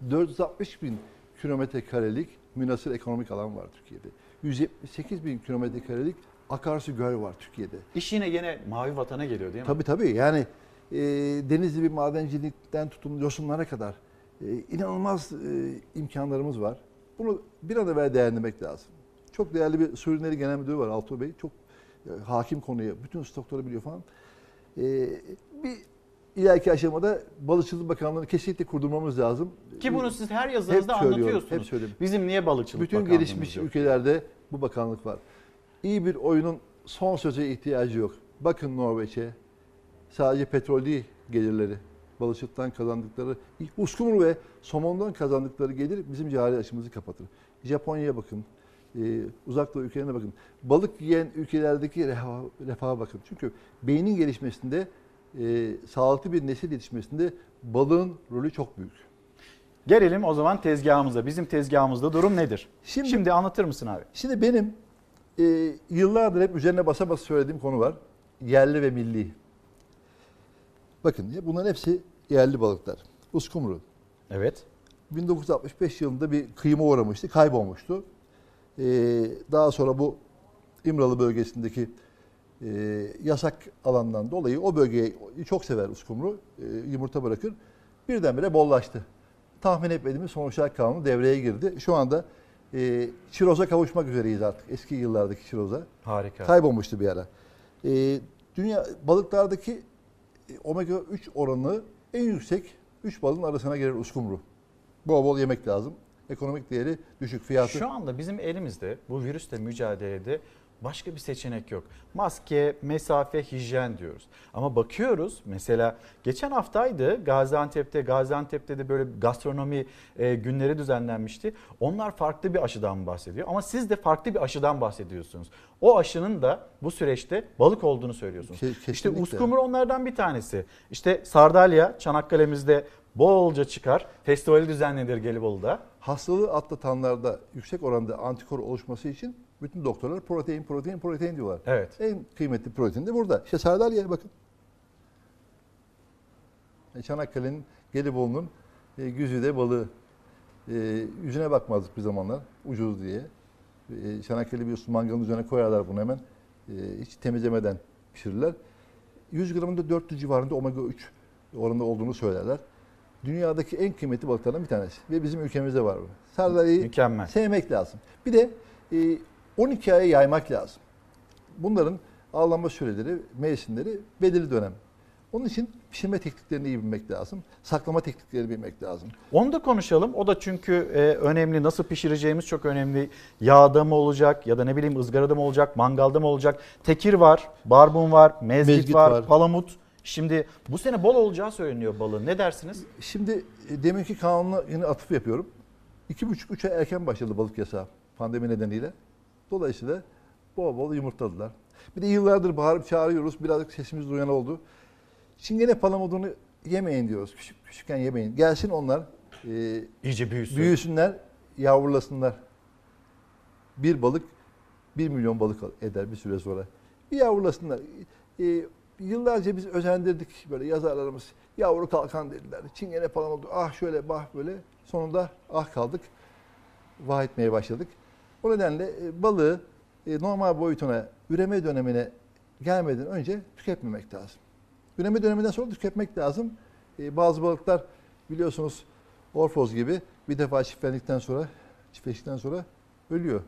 460 bin kilometre karelik münhasır ekonomik alan var Türkiye'de. 178 bin kilometre karelik akarsu göl var Türkiye'de. İş yine mavi vatana geliyor değil mi? Tabii yani denizli bir madencilikten tutun yosunlara kadar inanılmaz imkanlarımız var. Bunu bir an evvel değerlendirmek lazım. Çok değerli bir Su Ürünleri Genel Müdürü var Altuğ Bey. Çok hakim konuya, bütün stokları biliyor falan. Bir ileriki aşamada Balıkçılık Bakanlığı'nı kesinlikle kurdurmamız lazım. Ki bunu siz her yazınızda anlatıyorsunuz. Hep söylüyorum. Bizim niye Balıkçılık Bütün Bakanlığımız gelişmiş yok? ülkelerde bu bakanlık var. İyi bir oyunun son söze ihtiyacı yok. Bakın Norveç'e, sadece petrol değil gelirleri. Balıkçılıktan kazandıkları, uskumru ve somondan kazandıkları gelir bizim cari açımızı kapatır. Japonya'ya bakın, uzak doğu ülkelerine bakın. Balık yiyen ülkelerdeki refaha bakın. Çünkü beynin gelişmesinde, sağlıklı bir nesil yetişmesinde balığın rolü çok büyük. Gelelim o zaman tezgahımıza. Bizim tezgahımızda durum nedir? Şimdi anlatır mısın abi? Şimdi benim yıllardır hep üzerine basa basa söylediğim konu var. Yerli ve milli. Bakın bunların hepsi yerli balıklar. Uskumru, Evet. 1965 yılında bir kıyıma uğramıştı, kaybolmuştu. Daha sonra bu İmralı bölgesindeki yasak alandan dolayı o bölgeyi çok sever uskumru, yumurta bırakır. Birdenbire bollaştı. Tahmin etmediğimiz sonuçlar kanunu devreye girdi. Şu anda çiroza kavuşmak üzereyiz artık. Eski yıllardaki çiroza. Harika. Kaybolmuştu bir ara. Dünya balıklardaki omega 3 oranı en yüksek 3 balığın arasına girer uskumru. Bol bol yemek lazım. Ekonomik değeri düşük, fiyatı. Şu anda bizim elimizde bu virüsle mücadelede başka bir seçenek yok. Maske, mesafe, hijyen diyoruz. Ama bakıyoruz mesela geçen haftaydı Gaziantep'te de böyle gastronomi günleri düzenlenmişti. Onlar farklı bir aşıdan bahsediyor ama siz de farklı bir aşıdan bahsediyorsunuz. O aşının da bu süreçte balık olduğunu söylüyorsunuz. İşte uskumru onlardan bir tanesi. İşte sardalya Çanakkale'mizde bolca çıkar. Festivali düzenlenir Gelibolu'da. Hastalığı atlatanlarda yüksek oranda antikor oluşması için bütün doktorlar protein diyorlar. Evet. En kıymetli protein de burada. İşte sardalya bakın. Çanakkale'nin, Gelibolu'nun güzide balığı. Yüzüne bakmazdık bir zamanlar ucuz diye. Çanakkale biliyorsun mangalın üzerine koyarlar bunu hemen. Hiç temizlemeden pişirirler. 100 gramında 400 civarında omega 3 oranında olduğunu söylerler. Dünyadaki en kıymetli balıklardan bir tanesi. Ve bizim ülkemizde var bu. Sardalyayı mükemmel sevmek lazım. Bir de 12 aya yaymak lazım. Bunların avlanma süreleri, mevsimleri belirli dönem. Onun için pişirme tekniklerini iyi bilmek lazım. Saklama tekniklerini bilmek lazım. Onu da konuşalım. O da çünkü önemli. Nasıl pişireceğimiz çok önemli. Yağda mı olacak ya da ne bileyim ızgarada mı olacak, mangalda mı olacak? Tekir var, barbun var, mezgit var, palamut. Şimdi bu sene bol olacağı söyleniyor balığın. Ne dersiniz? Şimdi deminki kanunla yine atıf yapıyorum. 2,5-3 ay erken başladı balık yasağı pandemi nedeniyle. Dolayısıyla bol bol yumurtladılar. Bir de yıllardır bağırıp çağırıyoruz. Birazcık sesimiz duyan oldu. Çingene palamudunu yemeyin diyoruz. Küçükken yemeyin. Gelsin onlar. İyice büyüsünler, yavrulasınlar. Bir balık 1 milyon balık eder bir süre sonra. Bir yavrulasınlar. Yıllarca biz özendirdik böyle yazarlarımız. Yavru kalkan dediler. Çingene palamudu. Ah şöyle bah böyle. Sonunda ah kaldık. Vah etmeye başladık. O nedenle balığı normal boyutuna, üreme dönemine gelmeden önce tüketmemek lazım. Üreme döneminden sonra tüketmek lazım. Bazı balıklar biliyorsunuz orfoz gibi bir defa çiftleştikten sonra ölüyor.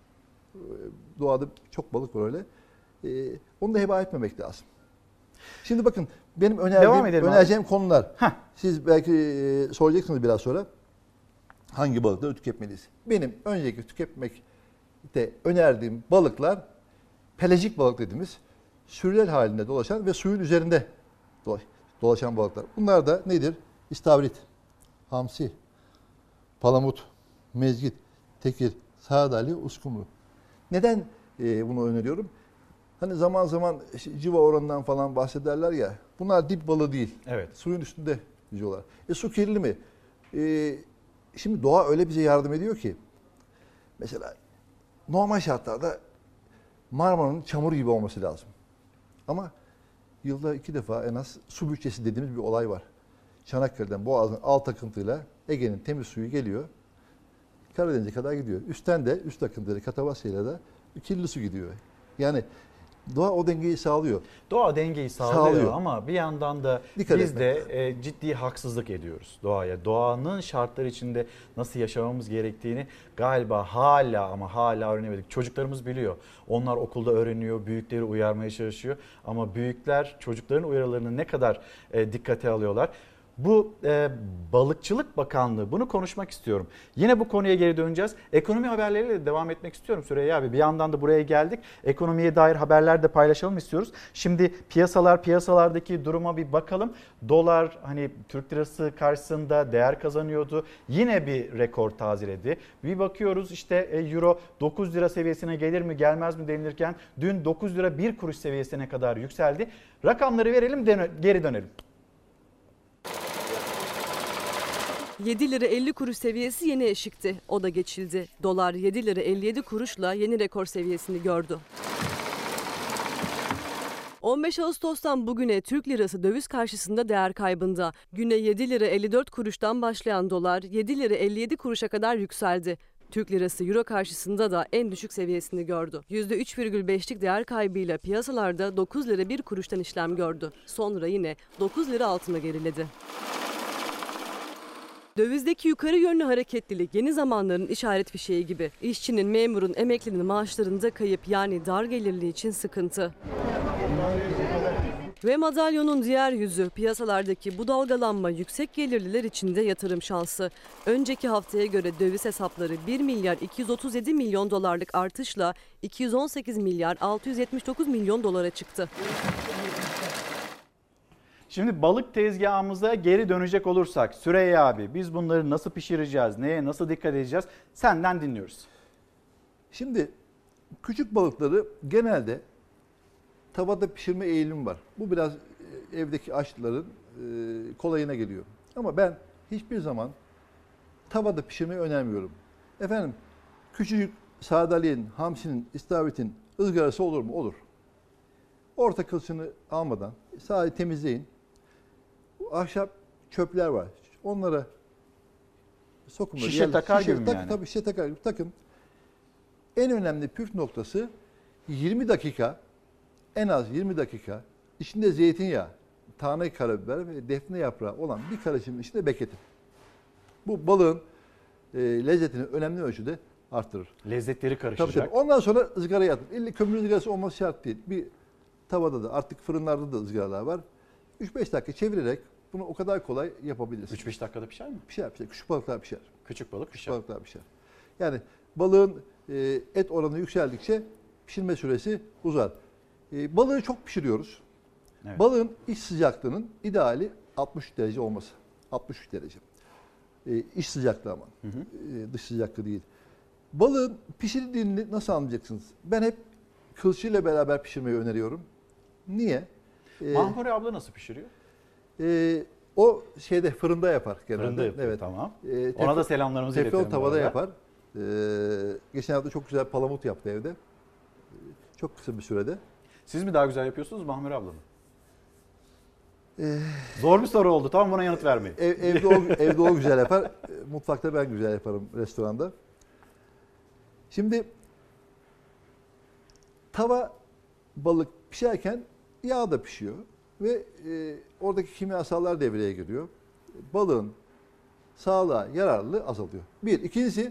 Doğada çok balık var öyle. Onu da heba etmemek lazım. Şimdi bakın benim önereceğim konular. Siz belki soracaksınız biraz sonra. Hangi balıkları tüketmeliyiz? Benim önceki tüketmekte önerdiğim balıklar pelajik balık dediğimiz sürüler halinde dolaşan ve suyun üzerinde dolaşan balıklar. Bunlar da nedir? İstavrit, hamsi, palamut, mezgit, tekir, sardalya, uskumru. Neden bunu öneriyorum? Hani zaman zaman civa oranından falan bahsederler ya. Bunlar dip balığı değil. Evet. Suyun üstünde yüzüyorlar. Su kirli mi? Şimdi doğa öyle bize yardım ediyor ki. Mesela normal şartlarda Marmara'nın çamuru gibi olması lazım. Ama yılda 2 defa en az su bütçesi dediğimiz bir olay var. Çanakkale'den Boğaz'ın alt akıntıyla Ege'nin temiz suyu geliyor. Karadeniz'e kadar gidiyor. Üstten de üst akıntıyla Katavasya'yla da kirli su gidiyor. Yani doğa o dengeyi sağlıyor. Doğa dengeyi sağlıyor ama bir yandan da biz de ciddi haksızlık ediyoruz doğaya. Doğanın şartları içinde nasıl yaşamamız gerektiğini galiba hala öğrenemedik. Çocuklarımız biliyor. Onlar okulda öğreniyor, büyükleri uyarmaya çalışıyor. Ama büyükler çocukların uyarılarını ne kadar dikkate alıyorlar? Bu Balıkçılık Bakanlığı, bunu konuşmak istiyorum. Yine bu konuya geri döneceğiz. Ekonomi haberleriyle de devam etmek istiyorum Süreyya abi. Bir yandan da buraya geldik. Ekonomiye dair haberler de paylaşalım istiyoruz. Şimdi piyasalardaki duruma bir bakalım. Dolar hani Türk lirası karşısında değer kazanıyordu. Yine bir rekor tazeledi. Bir bakıyoruz işte euro 9 lira seviyesine gelir mi gelmez mi denilirken dün 9 lira 1 kuruş seviyesine kadar yükseldi. Rakamları verelim, geri dönelim. 7 lira 50 kuruş seviyesi yeni eşikti. O da geçildi. Dolar 7 lira 57 kuruşla yeni rekor seviyesini gördü. 15 Ağustos'tan bugüne Türk lirası döviz karşısında değer kaybında. Güne 7 lira 54 kuruştan başlayan dolar 7 lira 57 kuruşa kadar yükseldi. Türk lirası euro karşısında da en düşük seviyesini gördü. %3,5'lik değer kaybıyla piyasalarda 9 lira 1 kuruştan işlem gördü. Sonra yine 9 lira altına geriledi. Dövizdeki yukarı yönlü hareketlilik yeni zamanların işaret fişeği gibi. İşçinin, memurun, emeklinin maaşlarında kayıp yani dar gelirli için sıkıntı. Ve madalyonun diğer yüzü piyasalardaki bu dalgalanma yüksek gelirliler için de yatırım şansı. Önceki haftaya göre döviz hesapları 1 milyar 237 milyon dolarlık artışla 218 milyar 679 milyon dolara çıktı. Şimdi balık tezgahımıza geri dönecek olursak Süreyya abi biz bunları nasıl pişireceğiz, neye nasıl dikkat edeceğiz senden dinliyoruz. Şimdi küçük balıkları genelde tavada pişirme eğilimi var. Bu biraz evdeki aşçıların kolayına geliyor. Ama ben hiçbir zaman tavada pişirmeyi önermiyorum. Efendim küçücük sardalyenin, hamsinin, istavritin ızgarası olur mu? Olur. Orta kılçığını almadan sadece temizleyin. Bu ahşap çöpler var. Onlara sokun. Şişe takar gibi mi yani? Tabii şişe takar gibi takın. En önemli püf noktası 20 dakika, en az 20 dakika içinde zeytinyağı, tane karabiber ve defne yaprağı olan bir karışımın içinde bekletin. Bu balığın lezzetini önemli ölçüde artırır. Lezzetleri karışacak. Tabii. Ondan sonra ızgaraya atın. İlle kömür ızgarası olması şart değil. Bir tavada da artık fırınlarda da ızgaralar var. 3-5 dakika çevirerek bunu o kadar kolay yapabilirsiniz. 3-5 dakikada pişer mi? Pişer. Küçük balıklar pişer. Küçük balık pişer. Küçük balıklar pişer. Yani balığın et oranı yükseldikçe pişirme süresi uzar. Balığı çok pişiriyoruz. Evet. Balığın iç sıcaklığının ideali 63 derece olması. 63 derece. İç sıcaklığı ama. Dış sıcaklığı değil. Balığın pişirildiğini nasıl anlayacaksınız? Ben hep kılçığıyla beraber pişirmeyi öneriyorum. Niye? Mahmure abla nasıl pişiriyor? O fırında yapar genelde. Fırında yapıyor, evet. Tamam. Ona da selamlarımızı iletelim. Teflon tavada yapar. Geçen hafta çok güzel palamut yaptı evde. Çok kısa bir sürede. Siz mi daha güzel yapıyorsunuz, Mahmure abla mı? Zor bir soru oldu. Tamam, buna yanıt vermeyin. Evde o güzel yapar. Mutfakta ben güzel yaparım restoranda. Şimdi tava balık pişerken yağ da pişiyor ve oradaki kimyasallar devreye giriyor. Balığın sağlığa yararlılığı azalıyor. Bir. İkincisi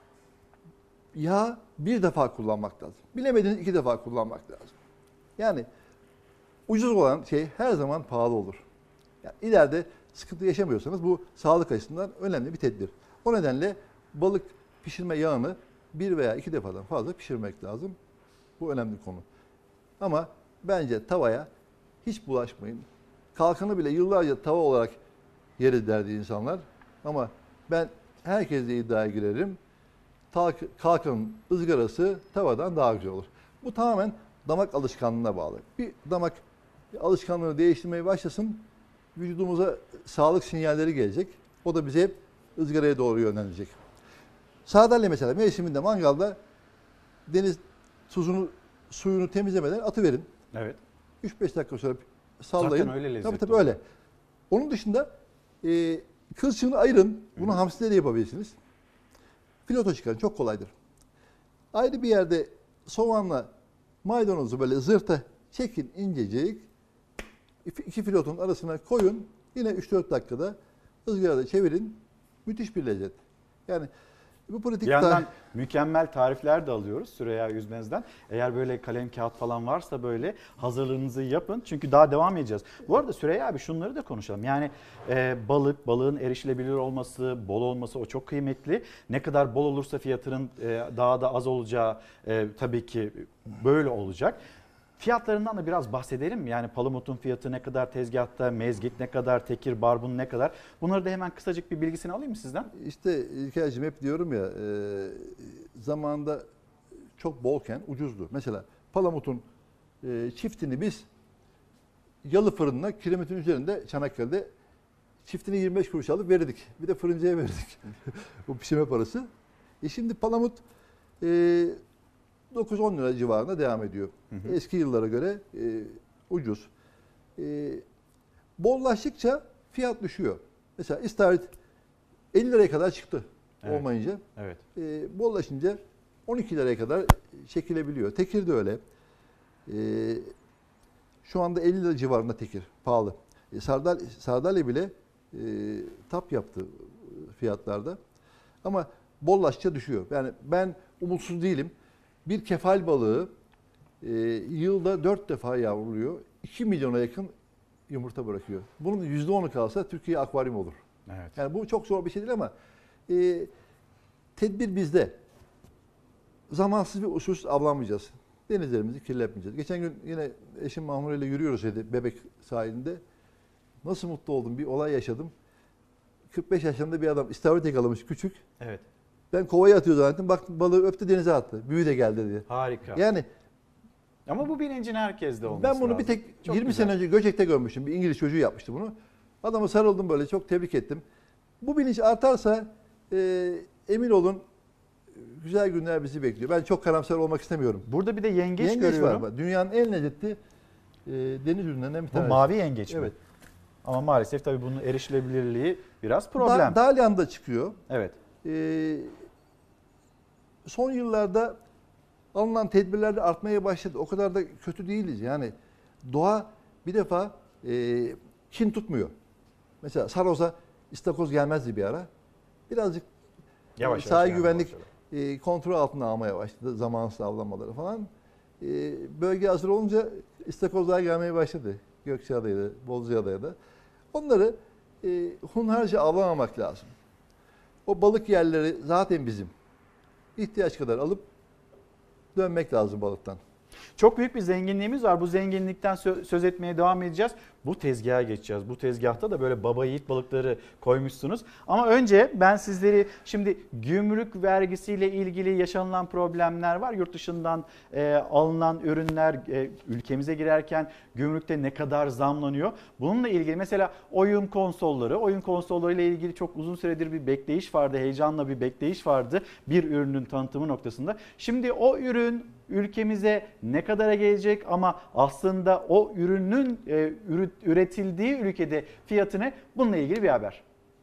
yağ bir defa kullanmak lazım. Bilemediniz 2 defa kullanmak lazım. Yani ucuz olan şey her zaman pahalı olur. Yani ileride sıkıntı yaşamıyorsanız bu sağlık açısından önemli bir tedbir. O nedenle balık pişirme yağını 1 veya 2 defadan fazla pişirmek lazım. Bu önemli konu. Ama bence tavaya hiç bulaşmayın. Kalkanı bile yıllarca tava olarak yeriz derdi insanlar. Ama ben herkesle iddiaya girerim. Kalkanın ızgarası tavadan daha güzel olur. Bu tamamen damak alışkanlığına bağlı. Bir damak alışkanlığını değiştirmeye başlasın, vücudumuza sağlık sinyalleri gelecek. O da bizi hep ızgaraya doğru yönlendirecek. Sardalya mesela mevsiminde mangalda deniz tuzunu, suyunu temizlemeden atıverin. Evet. 3-5 dakika sonra sallayın. Zaten öyle lezzetli. Tabii öyle. Onun dışında kılçığını ayırın. Bunu hamside de yapabilirsiniz. Fileto çıkarın. Çok kolaydır. Ayrı bir yerde soğanla maydanozu böyle zırta çekin incecik. 2 filetonun arasına koyun. Yine 3-4 dakikada ızgarada çevirin. Müthiş bir lezzet. Yani bu pratik bir yandan mükemmel tarifler de alıyoruz Süreyya Üzmez'den. Eğer böyle kalem kağıt falan varsa böyle hazırlığınızı yapın. Çünkü daha devam edeceğiz. Bu arada Süreyya abi şunları da konuşalım. Yani balığın erişilebilir olması, bol olması o çok kıymetli. Ne kadar bol olursa fiyatının daha da az olacağı tabii ki böyle olacak. Fiyatlarından da biraz bahsedelim mi? Yani palamutun fiyatı ne kadar tezgahta, mezgit ne kadar, tekir, barbun ne kadar? Bunları da hemen kısacık bir bilgisini alayım mı sizden? İşte İlker'cim hep diyorum ya zamanında çok bolken ucuzdu. Mesela palamutun çiftini biz yalı fırınına kilometrenin üzerinde Çanakkale'de çiftini 25 kuruş alıp verirdik. Bir de fırıncıya verirdik bu pişirme parası. Şimdi palamut 9-10 lira civarında devam ediyor. Eski yıllara göre ucuz. Bollaştıkça fiyat düşüyor. Mesela istavrit 50 liraya kadar çıktı olmayınca. Evet. Bollaşınca 12 liraya kadar çekilebiliyor. Tekir de öyle. Şu anda 50 lira civarında tekir. Pahalı. Sardalya bile tap yaptı fiyatlarda. Ama bollaşça düşüyor. Yani ben umutsuz değilim. Bir kefal balığı yılda 4 defa yavruluyor. 2 milyona yakın yumurta bırakıyor. Bunun %10'u kalsa Türkiye akvaryum olur. Evet. Yani bu çok zor bir şey değil ama tedbir bizde. Zamansız ve usulsüz avlanmayacağız. Denizlerimizi kirletmeyeceğiz. Geçen gün yine eşim Mahmure ile yürüyoruz dedi Bebek sahilinde. Nasıl mutlu oldum. Bir olay yaşadım. 45 yaşlarında bir adam istavrit yakalamış küçük. Evet. Ben kovaya atıyor zannettim. Baktım balığı öptü denize attı. Büyü de geldi diye. Harika. Yani ama bu bilincin herkeste olması ben bunu lazım. bir tek Çok 20 güzel. sene önce Göcek'te görmüştüm. Bir İngiliz çocuğu yapmıştı bunu. Adamı sarıldım böyle çok tebrik ettim. Bu bilinç artarsa emin olun güzel günler bizi bekliyor. Ben çok karamsar olmak istemiyorum. Burada bir de yengeç görüyorum. var. Dünyanın en lezzetli deniz ürünlerinden bir Bu tanesi. mavi yengeç mi? Evet. Ama maalesef tabii bunun erişilebilirliği biraz problem. Dalyan'da çıkıyor. Evet. Son yıllarda alınan tedbirler de artmaya başladı. O kadar da kötü değiliz. Yani doğa bir defa kin tutmuyor. Mesela Saros'a istakoz gelmezdi bir ara. Birazcık Yavaş sahil güvenlik kontrol altına almaya başladı. Zamansız avlanmaları falan. Bölge hazır olunca istakozlar gelmeye başladı. Gökçeada'ya da, Bozcaada'ya da. Onları hunharca avlamamak lazım. O balık yerleri zaten bizim. İhtiyaç kadar alıp dönmek lazım balıktan. Çok büyük bir zenginliğimiz var. Bu zenginlikten söz etmeye devam edeceğiz. Bu tezgaha geçeceğiz. Bu tezgahta da böyle baba yiğit balıkları koymuşsunuz. Ama önce ben sizleri şimdi gümrük vergisiyle ilgili yaşanılan problemler var. Yurt dışından alınan ürünler ülkemize girerken gümrükte ne kadar zamlanıyor? Bununla ilgili mesela oyun konsolları ile ilgili çok uzun süredir bir bekleyiş vardı. Heyecanla bir bekleyiş vardı bir ürünün tanıtımı noktasında. Şimdi o ürün ülkemize ne kadara gelecek ama aslında o ürünün üretildiği ülkede fiyatı ne? Bununla ilgili bir haber.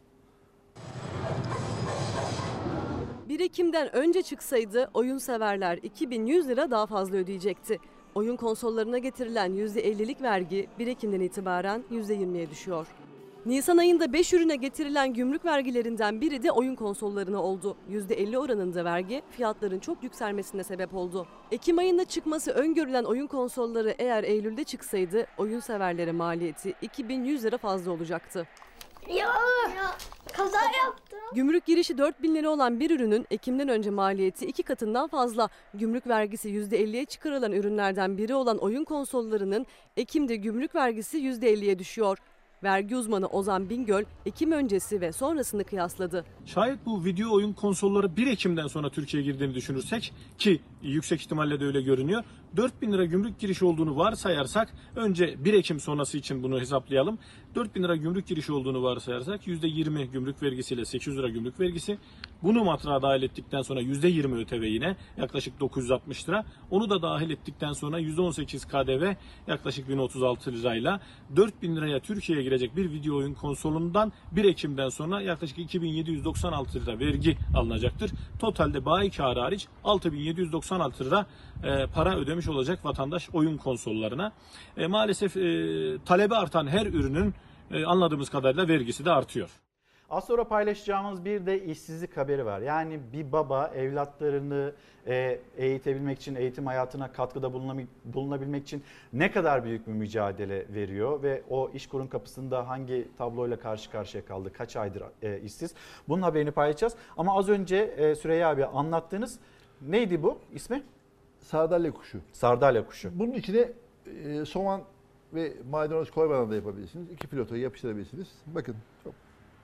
1 Ekim'den önce çıksaydı oyun severler 2100 lira daha fazla ödeyecekti. Oyun konsollarına getirilen %50'lik vergi 1 Ekim'den itibaren %20'ye düşüyor. Nisan ayında 5 ürüne getirilen gümrük vergilerinden biri de oyun konsollarına oldu. %50 oranında vergi fiyatların çok yükselmesine sebep oldu. Ekim ayında çıkması öngörülen oyun konsolları eğer Eylül'de çıksaydı oyun severlere maliyeti 2100 lira fazla olacaktı. Ya kaza yaptım. Gümrük girişi 4000 lira olan bir ürünün Ekim'den önce maliyeti 2 katından fazla. Gümrük vergisi %50'ye çıkarılan ürünlerden biri olan oyun konsollarının Ekim'de gümrük vergisi %50'ye düşüyor. Vergi uzmanı Ozan Bingöl, Ekim öncesi ve sonrasını kıyasladı. Şayet bu video oyun konsolları 1 Ekim'den sonra Türkiye'ye girdiğini düşünürsek ki yüksek ihtimalle de öyle görünüyor. 4000 lira gümrük girişi olduğunu varsayarsak önce 1 Ekim sonrası için bunu hesaplayalım. 4000 lira gümrük girişi olduğunu varsayarsak %20 gümrük vergisiyle 800 lira gümrük vergisi. Bunu matrağa dahil ettikten sonra %20 ÖTV yine yaklaşık 960 lira. Onu da dahil ettikten sonra %18 KDV yaklaşık 1036 lirayla 4000 liraya Türkiye'ye girecek bir video oyun konsolundan 1 Ekim'den sonra yaklaşık 2796 lira vergi alınacaktır. Totalde bayi kârı hariç 6796 lira para ödemiş olacak vatandaş oyun konsollarına. Maalesef talebi artan her ürünün anladığımız kadarıyla vergisi de artıyor. Az sonra paylaşacağımız bir de işsizlik haberi var. Yani bir baba evlatlarını eğitebilmek için, eğitim hayatına katkıda bulunabilmek için ne kadar büyük bir mücadele veriyor ve o İşkur'un kapısında hangi tabloyla karşı karşıya kaldı, kaç aydır işsiz. Bunun haberini paylaşacağız. Ama az önce Süreyya abi anlattığınız neydi bu ismi? Sardalya kuşu. Sardalya kuşu. Bunun içine soğan ve maydanoz koymadan da yapabilirsiniz. 2 filotoyu yapıştırabilirsiniz. Bakın çok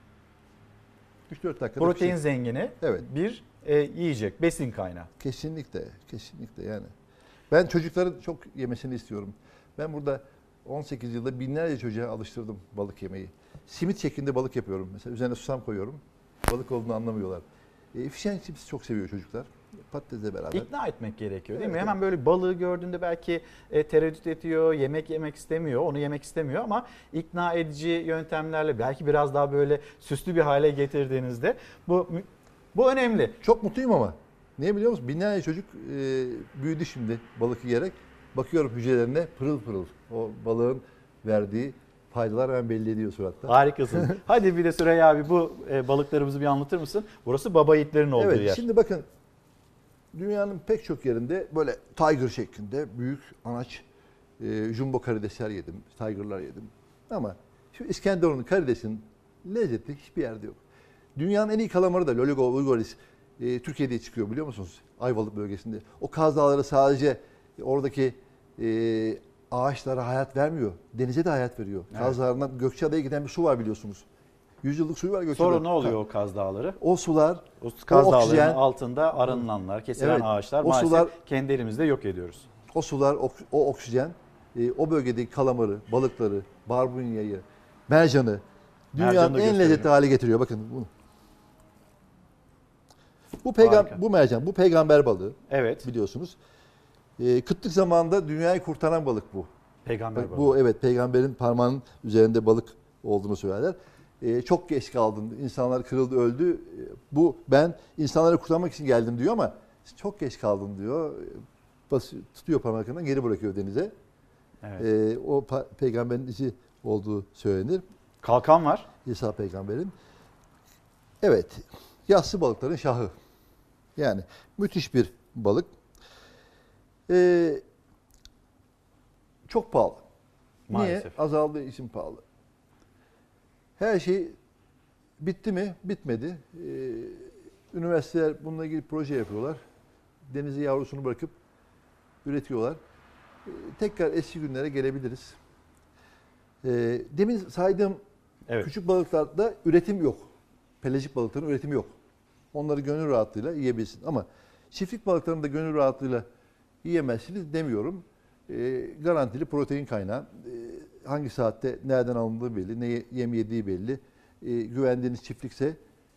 3-4 dakikada protein zengini evet. Bir yiyecek, besin kaynağı. Kesinlikle, kesinlikle yani. Ben çocukların çok yemesini istiyorum. Ben burada 18 yılda binlerce çocuğa alıştırdım balık yemeyi. Simit şeklinde balık yapıyorum mesela. Üzerine susam koyuyorum. Balık olduğunu anlamıyorlar. Fişen cipsi çok seviyor çocuklar. Patatesle beraber. İkna etmek gerekiyor değil mi? Hemen böyle balığı gördüğünde belki tereddüt ediyor, yemek istemiyor, onu yemek istemiyor ama ikna edici yöntemlerle belki biraz daha böyle süslü bir hale getirdiğinizde bu önemli. Çok mutluyum ama. Niye biliyor musun? Binlerce çocuk büyüdü şimdi balık yiyerek. Bakıyorum hücrelerine pırıl pırıl. O balığın verdiği faydalar hemen belli ediyor suratta. Harikasın. Hadi bir de Süreyya abi bu balıklarımızı bir anlatır mısın? Burası baba yiğitlerin olduğu yer. Evet, şimdi bakın dünyanın pek çok yerinde böyle tiger şeklinde büyük anaç jumbo karidesler yedim, tigerlar yedim. Ama şu İskenderun'un karidesinin lezzeti hiçbir yerde yok. Dünyanın en iyi kalamarı da Loligo ulgaris Türkiye'de çıkıyor biliyor musunuz? Ayvalık bölgesinde. O Kaz Dağları sadece oradaki ağaçlara hayat vermiyor. Denize de hayat veriyor. Evet. Kaz Dağları'ndan Gökçeada'ya giden bir su var biliyorsunuz. 100 yıllık suyu var Gökçeada'da. Sonra ne oluyor o Kaz Dağları? O sular, o Kaz o Dağları'nın oksijen, altında arınanlar, kesilen evet, ağaçlar o maalesef sular, kendi elimizde yok ediyoruz. O sular, o oksijen, o bölgedeki kalamarı, balıkları, barbunyayı, mercanı dünyanın en lezzetli hale getiriyor. Bakın bunu. Bu mercan, bu peygamber balığı. Evet. Biliyorsunuz. Kıtlık zamanında dünyayı kurtaran balık bu. Peygamber balığı. Bu evet peygamberin parmağının üzerinde balık olduğunu söylerler. Çok geç kaldın. İnsanlar kırıldı, öldü. Ben insanları kurtarmak için geldim diyor ama çok geç kaldın diyor. Tutuyor parmaklarından geri bırakıyor denize. Evet. O peygamberin işi olduğu söylenir. Kalkan var. İsa peygamberin. Evet. Yassı balıkların şahı. Yani müthiş bir balık. Çok pahalı. Maalesef. Niye? Azaldığı için pahalı. Her şey bitti mi? Bitmedi. Üniversiteler bununla ilgili proje yapıyorlar. Denize yavrusunu bırakıp üretiyorlar. Tekrar eski günlere gelebiliriz. Demin saydığım küçük balıklarda üretim yok. Pelajik balıkların üretimi yok. Onları gönül rahatlığıyla yiyebilirsin. Ama çiftlik balıklarını da gönül rahatlığıyla yiyemezsiniz demiyorum. Garantili protein kaynağı. Hangi saatte nereden alındığı belli, ne yem yediği belli. Güvendiğiniz çiftlikse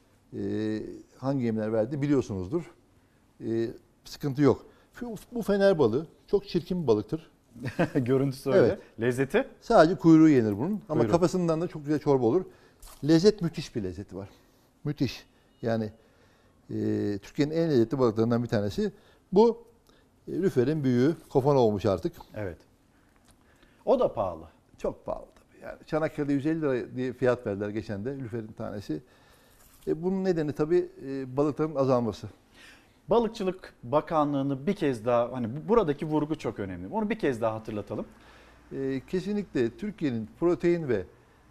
hangi yemler verdiğini biliyorsunuzdur. Sıkıntı yok. Bu fener balığı çok çirkin bir balıktır. Görüntüsü öyle. Evet. Lezzeti? Sadece kuyruğu yenir bunun. Ama Kuyruğu. kafasından da çok güzel çorba olur. Lezzet müthiş bir lezzeti var. Müthiş. Yani Türkiye'nin en lezzetli balıklarından bir tanesi. Bu lüferin büyüğü. Kofan olmuş artık. Evet. O da pahalı. Çok pahalı tabii. Yani Çanakkale'de 150 lira diye fiyat verdiler geçen de lüferin tanesi. Bunun nedeni tabii balıkların azalması. Balıkçılık Bakanlığı'nı bir kez daha, hani buradaki vurgu çok önemli. Onu bir kez daha hatırlatalım. Kesinlikle Türkiye'nin protein ve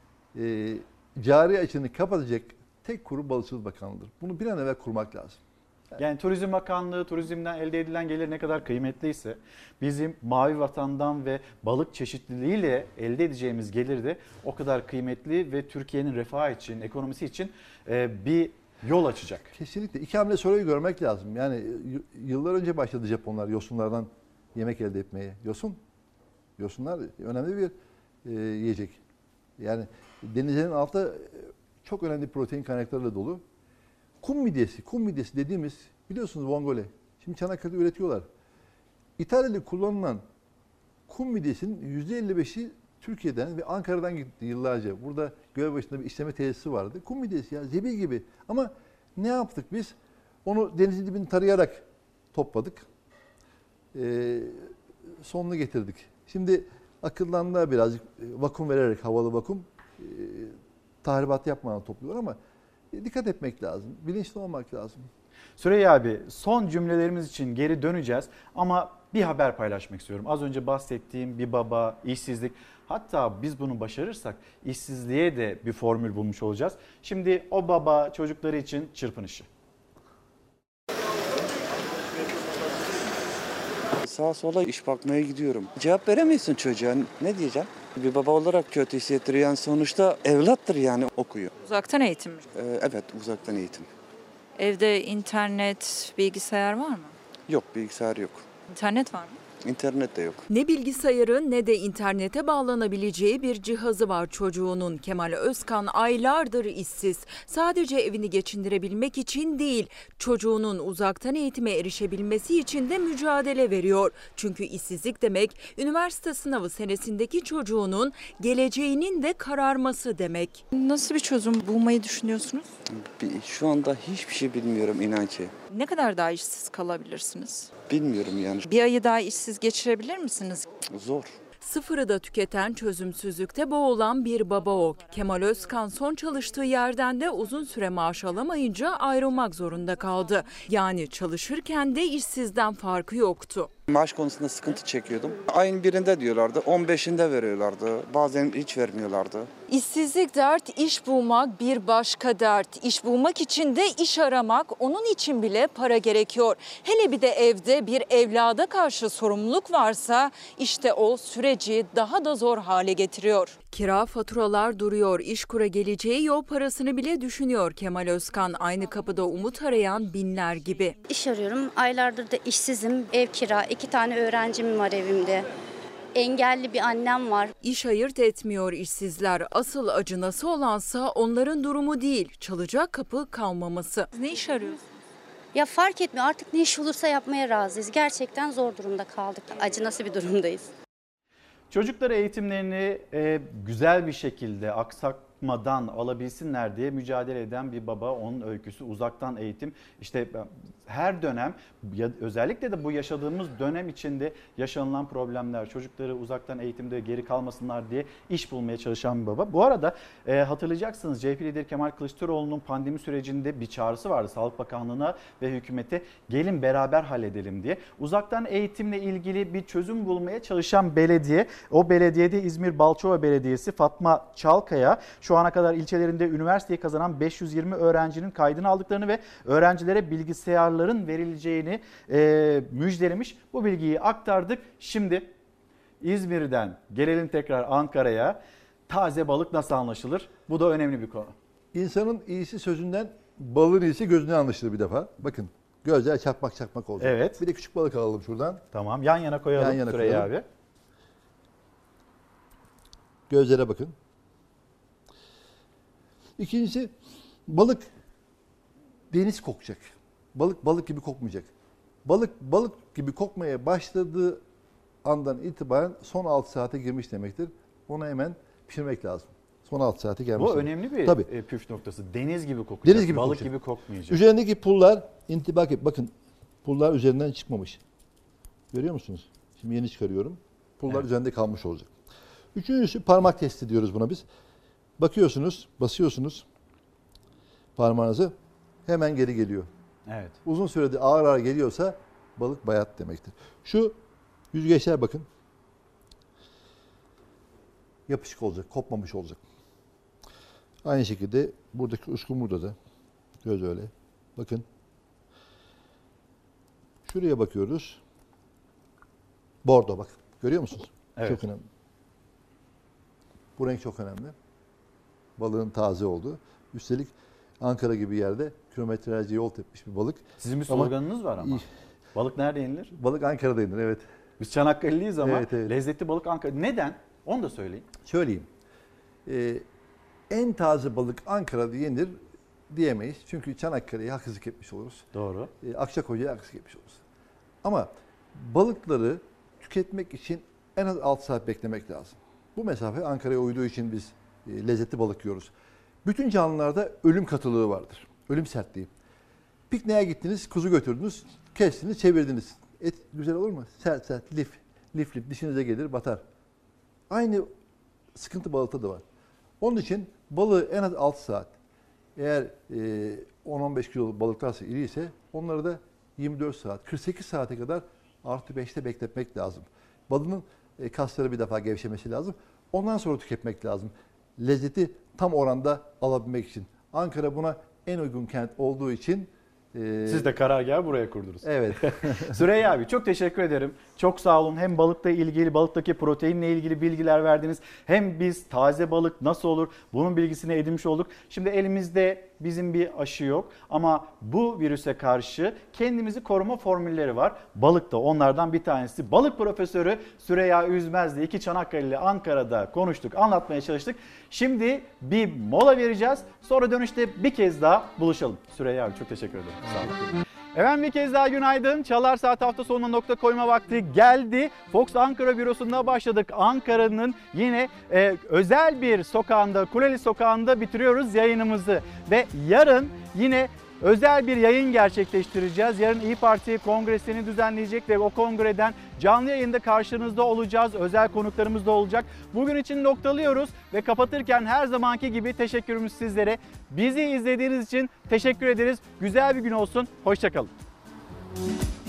cari açığını kapatacak tek kurum Balıkçılık Bakanlığı'dır. Bunu bir an evvel kurmak lazım. Yani Turizm Bakanlığı turizmden elde edilen gelir ne kadar kıymetliyse bizim Mavi Vatan'dan ve balık çeşitliliğiyle elde edeceğimiz gelir de o kadar kıymetli ve Türkiye'nin refahı için, ekonomisi için bir yol açacak. Kesinlikle. İki hamle soruyu görmek lazım. Yani yıllar önce başladı Japonlar yosunlardan yemek elde etmeye. Yosunlar önemli bir yiyecek. Yani denizlerin altı çok önemli protein kaynaklarıyla dolu. Kum midyesi dediğimiz biliyorsunuz vongole. Şimdi Çanakkale'de üretiyorlar. İtalya'da kullanılan kum midyesinin %55'i Türkiye'den ve Ankara'dan gitti yıllarca. Burada Gölbaşı'nda bir işleme tesisi vardı. Kum midyesi ya zebil gibi. Ama ne yaptık biz? Onu denizin dibini tarayarak topladık. Sonunu getirdik. Şimdi akıllandılar birazcık vakum vererek, havalı vakum tahribat yapmadan topluyorlar ama dikkat etmek lazım. Bilinçli olmak lazım. Süreyya abi son cümlelerimiz için geri döneceğiz ama bir haber paylaşmak istiyorum. Az önce bahsettiğim bir baba, işsizlik, hatta biz bunu başarırsak işsizliğe de bir formül bulmuş olacağız. Şimdi o baba çocukları için çırpınışı. Sağa sola iş bakmaya gidiyorum. Cevap veremiyorsun çocuğa. Ne diyeceğim? Bir baba olarak kötü hissettiriyor. Yani sonuçta evlattır yani okuyor. Uzaktan eğitim mi? Evet uzaktan eğitim. Evde internet, bilgisayar var mı? Yok bilgisayar yok. İnternet var mı? İnternet de yok. Ne bilgisayarın ne de internete bağlanabileceği bir cihazı var çocuğunun. Kemal Özkan aylardır işsiz. Sadece evini geçindirebilmek için değil, çocuğunun uzaktan eğitime erişebilmesi için de mücadele veriyor. Çünkü işsizlik demek, üniversite sınavı senesindeki çocuğunun geleceğinin de kararması demek. Nasıl bir çözüm bulmayı düşünüyorsunuz? Şu anda hiçbir şey bilmiyorum inan ki. Ne kadar daha işsiz kalabilirsiniz? Bilmiyorum yani. Bir ayı daha işsiz geçirebilir misiniz? Zor. Sıfırı da tüketen, çözümsüzlükte boğulan bir baba o. Kemal Özkan son çalıştığı yerden de uzun süre maaş alamayınca ayrılmak zorunda kaldı. Yani çalışırken de işsizden farkı yoktu. Maaş konusunda sıkıntı çekiyordum. Ayın birinde diyorlardı, 15'inde veriyorlardı. Bazen hiç vermiyorlardı. İşsizlik dert, iş bulmak bir başka dert. İş bulmak için de iş aramak, onun için bile para gerekiyor. Hele bir de evde bir evlada karşı sorumluluk varsa işte o süreci daha da zor hale getiriyor. Kira, faturalar duruyor. İşkur'a geleceği yol parasını bile düşünüyor Kemal Özkan. Aynı kapıda umut arayan binler gibi. İş arıyorum. Aylardır da işsizim. Ev kira. 2 tane öğrencim var evimde. Engelli bir annem var. İş ayırt etmiyor işsizler. Asıl acınası olansa onların durumu değil, çalacak kapı kalmaması. Ne iş arıyorsunuz? Ya fark etmiyor. Artık ne iş olursa yapmaya razıyız. Gerçekten zor durumda kaldık. Acınası bir durumdayız. Çocuklara eğitimlerini güzel bir şekilde aksatmadan alabilsinler diye mücadele eden bir baba, onun öyküsü uzaktan eğitim. İşte her dönem, özellikle de bu yaşadığımız dönem içinde yaşanılan problemler, çocukları uzaktan eğitimde geri kalmasınlar diye iş bulmaya çalışan bir baba. Bu arada hatırlayacaksınız, CHP lideri Kemal Kılıçdaroğlu'nun pandemi sürecinde bir çağrısı vardı Sağlık Bakanlığı'na ve hükümete, gelin beraber halledelim diye. Uzaktan eğitimle ilgili bir çözüm bulmaya çalışan belediye, o belediyede İzmir Balçova Belediyesi Fatma Çalkaya şu ana kadar ilçelerinde üniversiteyi kazanan 520 öğrencinin kaydını aldıklarını ve öğrencilere bilgisayarların verileceğini müjdelemiş. Bu bilgiyi aktardık. Şimdi İzmir'den gelelim tekrar Ankara'ya. Taze balık nasıl anlaşılır? Bu da önemli bir konu. İnsanın iyisi sözünden, balığın iyisi gözünden anlaşılır bir defa. Bakın, gözler çakmak çakmak olacak. Evet. Bir de küçük balık alalım şuradan. Tamam, yan yana koyalım. Yan yana Süreyya koyalım. abi. Gözlere bakın. İkincisi, balık deniz kokacak. Balık balık gibi kokmayacak. Balık balık gibi kokmaya başladığı andan itibaren son 6 saate girmiş demektir. Onu hemen pişirmek lazım. Son 6 saate gelmiş. Bu önemli bir Tabii. püf noktası. Deniz gibi kokacak. Deniz gibi balık kokacak. gibi kokmayacak. Üzerindeki pullar intibak et. Bakın, pullar üzerinden çıkmamış. Görüyor musunuz? Şimdi yeni çıkarıyorum. Pullar üzerinde kalmış olacak. Üçüncüsü parmak testi diyoruz buna biz. Bakıyorsunuz, basıyorsunuz parmağınızı, hemen geri geliyor. Evet. Uzun sürede ağır ağır geliyorsa balık bayat demektir. Şu yüzgeçler bakın. Yapışık olacak, kopmamış olacak. Aynı şekilde buradaki uskumruda da göz öyle. Bakın. Şuraya bakıyoruz. Bordo bak. Görüyor musunuz? Evet. Çok önemli. Bu renk çok önemli. Balığın taze olduğu. Üstelik Ankara gibi yerde kilometrelerce yol tepmiş bir balık. Sizin bir sloganınız var ama. Balık nerede yenilir? Balık Ankara'da yenilir, evet. Biz Çanakkale'liyiz ama Evet, evet. lezzetli balık Ankara. Neden? Onu da söyleyin. Söyleyeyim. En taze balık Ankara'da yenir diyemeyiz. Çünkü Çanakkale'ye haksızlık etmiş oluruz. Doğru. Akçakoca'ya haksızlık etmiş oluruz. Ama balıkları tüketmek için en az 6 saat beklemek lazım. Bu mesafe Ankara'ya uyduğu için biz lezzetli balık yiyoruz. Bütün canlılarda ölüm katılığı vardır. Ölüm sertliği. Pikniğe gittiniz, kuzu götürdünüz, kestiniz, çevirdiniz. Et güzel olur mu? Sert sert, lif lif dişinize gelir, batar. Aynı sıkıntı balıkta da var. Onun için balığı en az 6 saat. Eğer 10-15 kilo balıklarsa iri ise onları da 24 saat, 48 saate kadar artı 5'te bekletmek lazım. Balığın kasları bir defa gevşemesi lazım. Ondan sonra tüketmek lazım. Lezzeti tam oranda alabilmek için. Ankara buna en uygun kent olduğu için siz de karargahı buraya kurdunuz. Evet. Süreyya abi çok teşekkür ederim. Çok sağ olun. Hem balıkla ilgili, balıktaki proteinle ilgili bilgiler verdiniz. Hem biz taze balık nasıl olur bunun bilgisini edinmiş olduk. Şimdi elimizde bizim bir aşı yok ama bu virüse karşı kendimizi koruma formülleri var. Balık da onlardan bir tanesi. Balık profesörü Süreyya Üzmez'le iki Çanakkale'li Ankara'da konuştuk, anlatmaya çalıştık. Şimdi bir mola vereceğiz. Sonra dönüşte bir kez daha buluşalım. Süreyya abi çok teşekkür ederim. Sağ olun. Efendim bir kez daha günaydın. Çalar Saat hafta sonuna nokta koyma vakti geldi. Fox Ankara bürosunda başladık. Ankara'nın yine özel bir sokağında, Kuleli Sokağı'nda bitiriyoruz yayınımızı. Ve yarın yine özel bir yayın gerçekleştireceğiz. Yarın İYİ Parti kongresini düzenleyecek ve o kongreden canlı yayında karşınızda olacağız. Özel konuklarımız da olacak. Bugün için noktalıyoruz ve kapatırken her zamanki gibi teşekkürümüz sizlere. Bizi izlediğiniz için teşekkür ederiz. Güzel bir gün olsun. Hoşça kalın.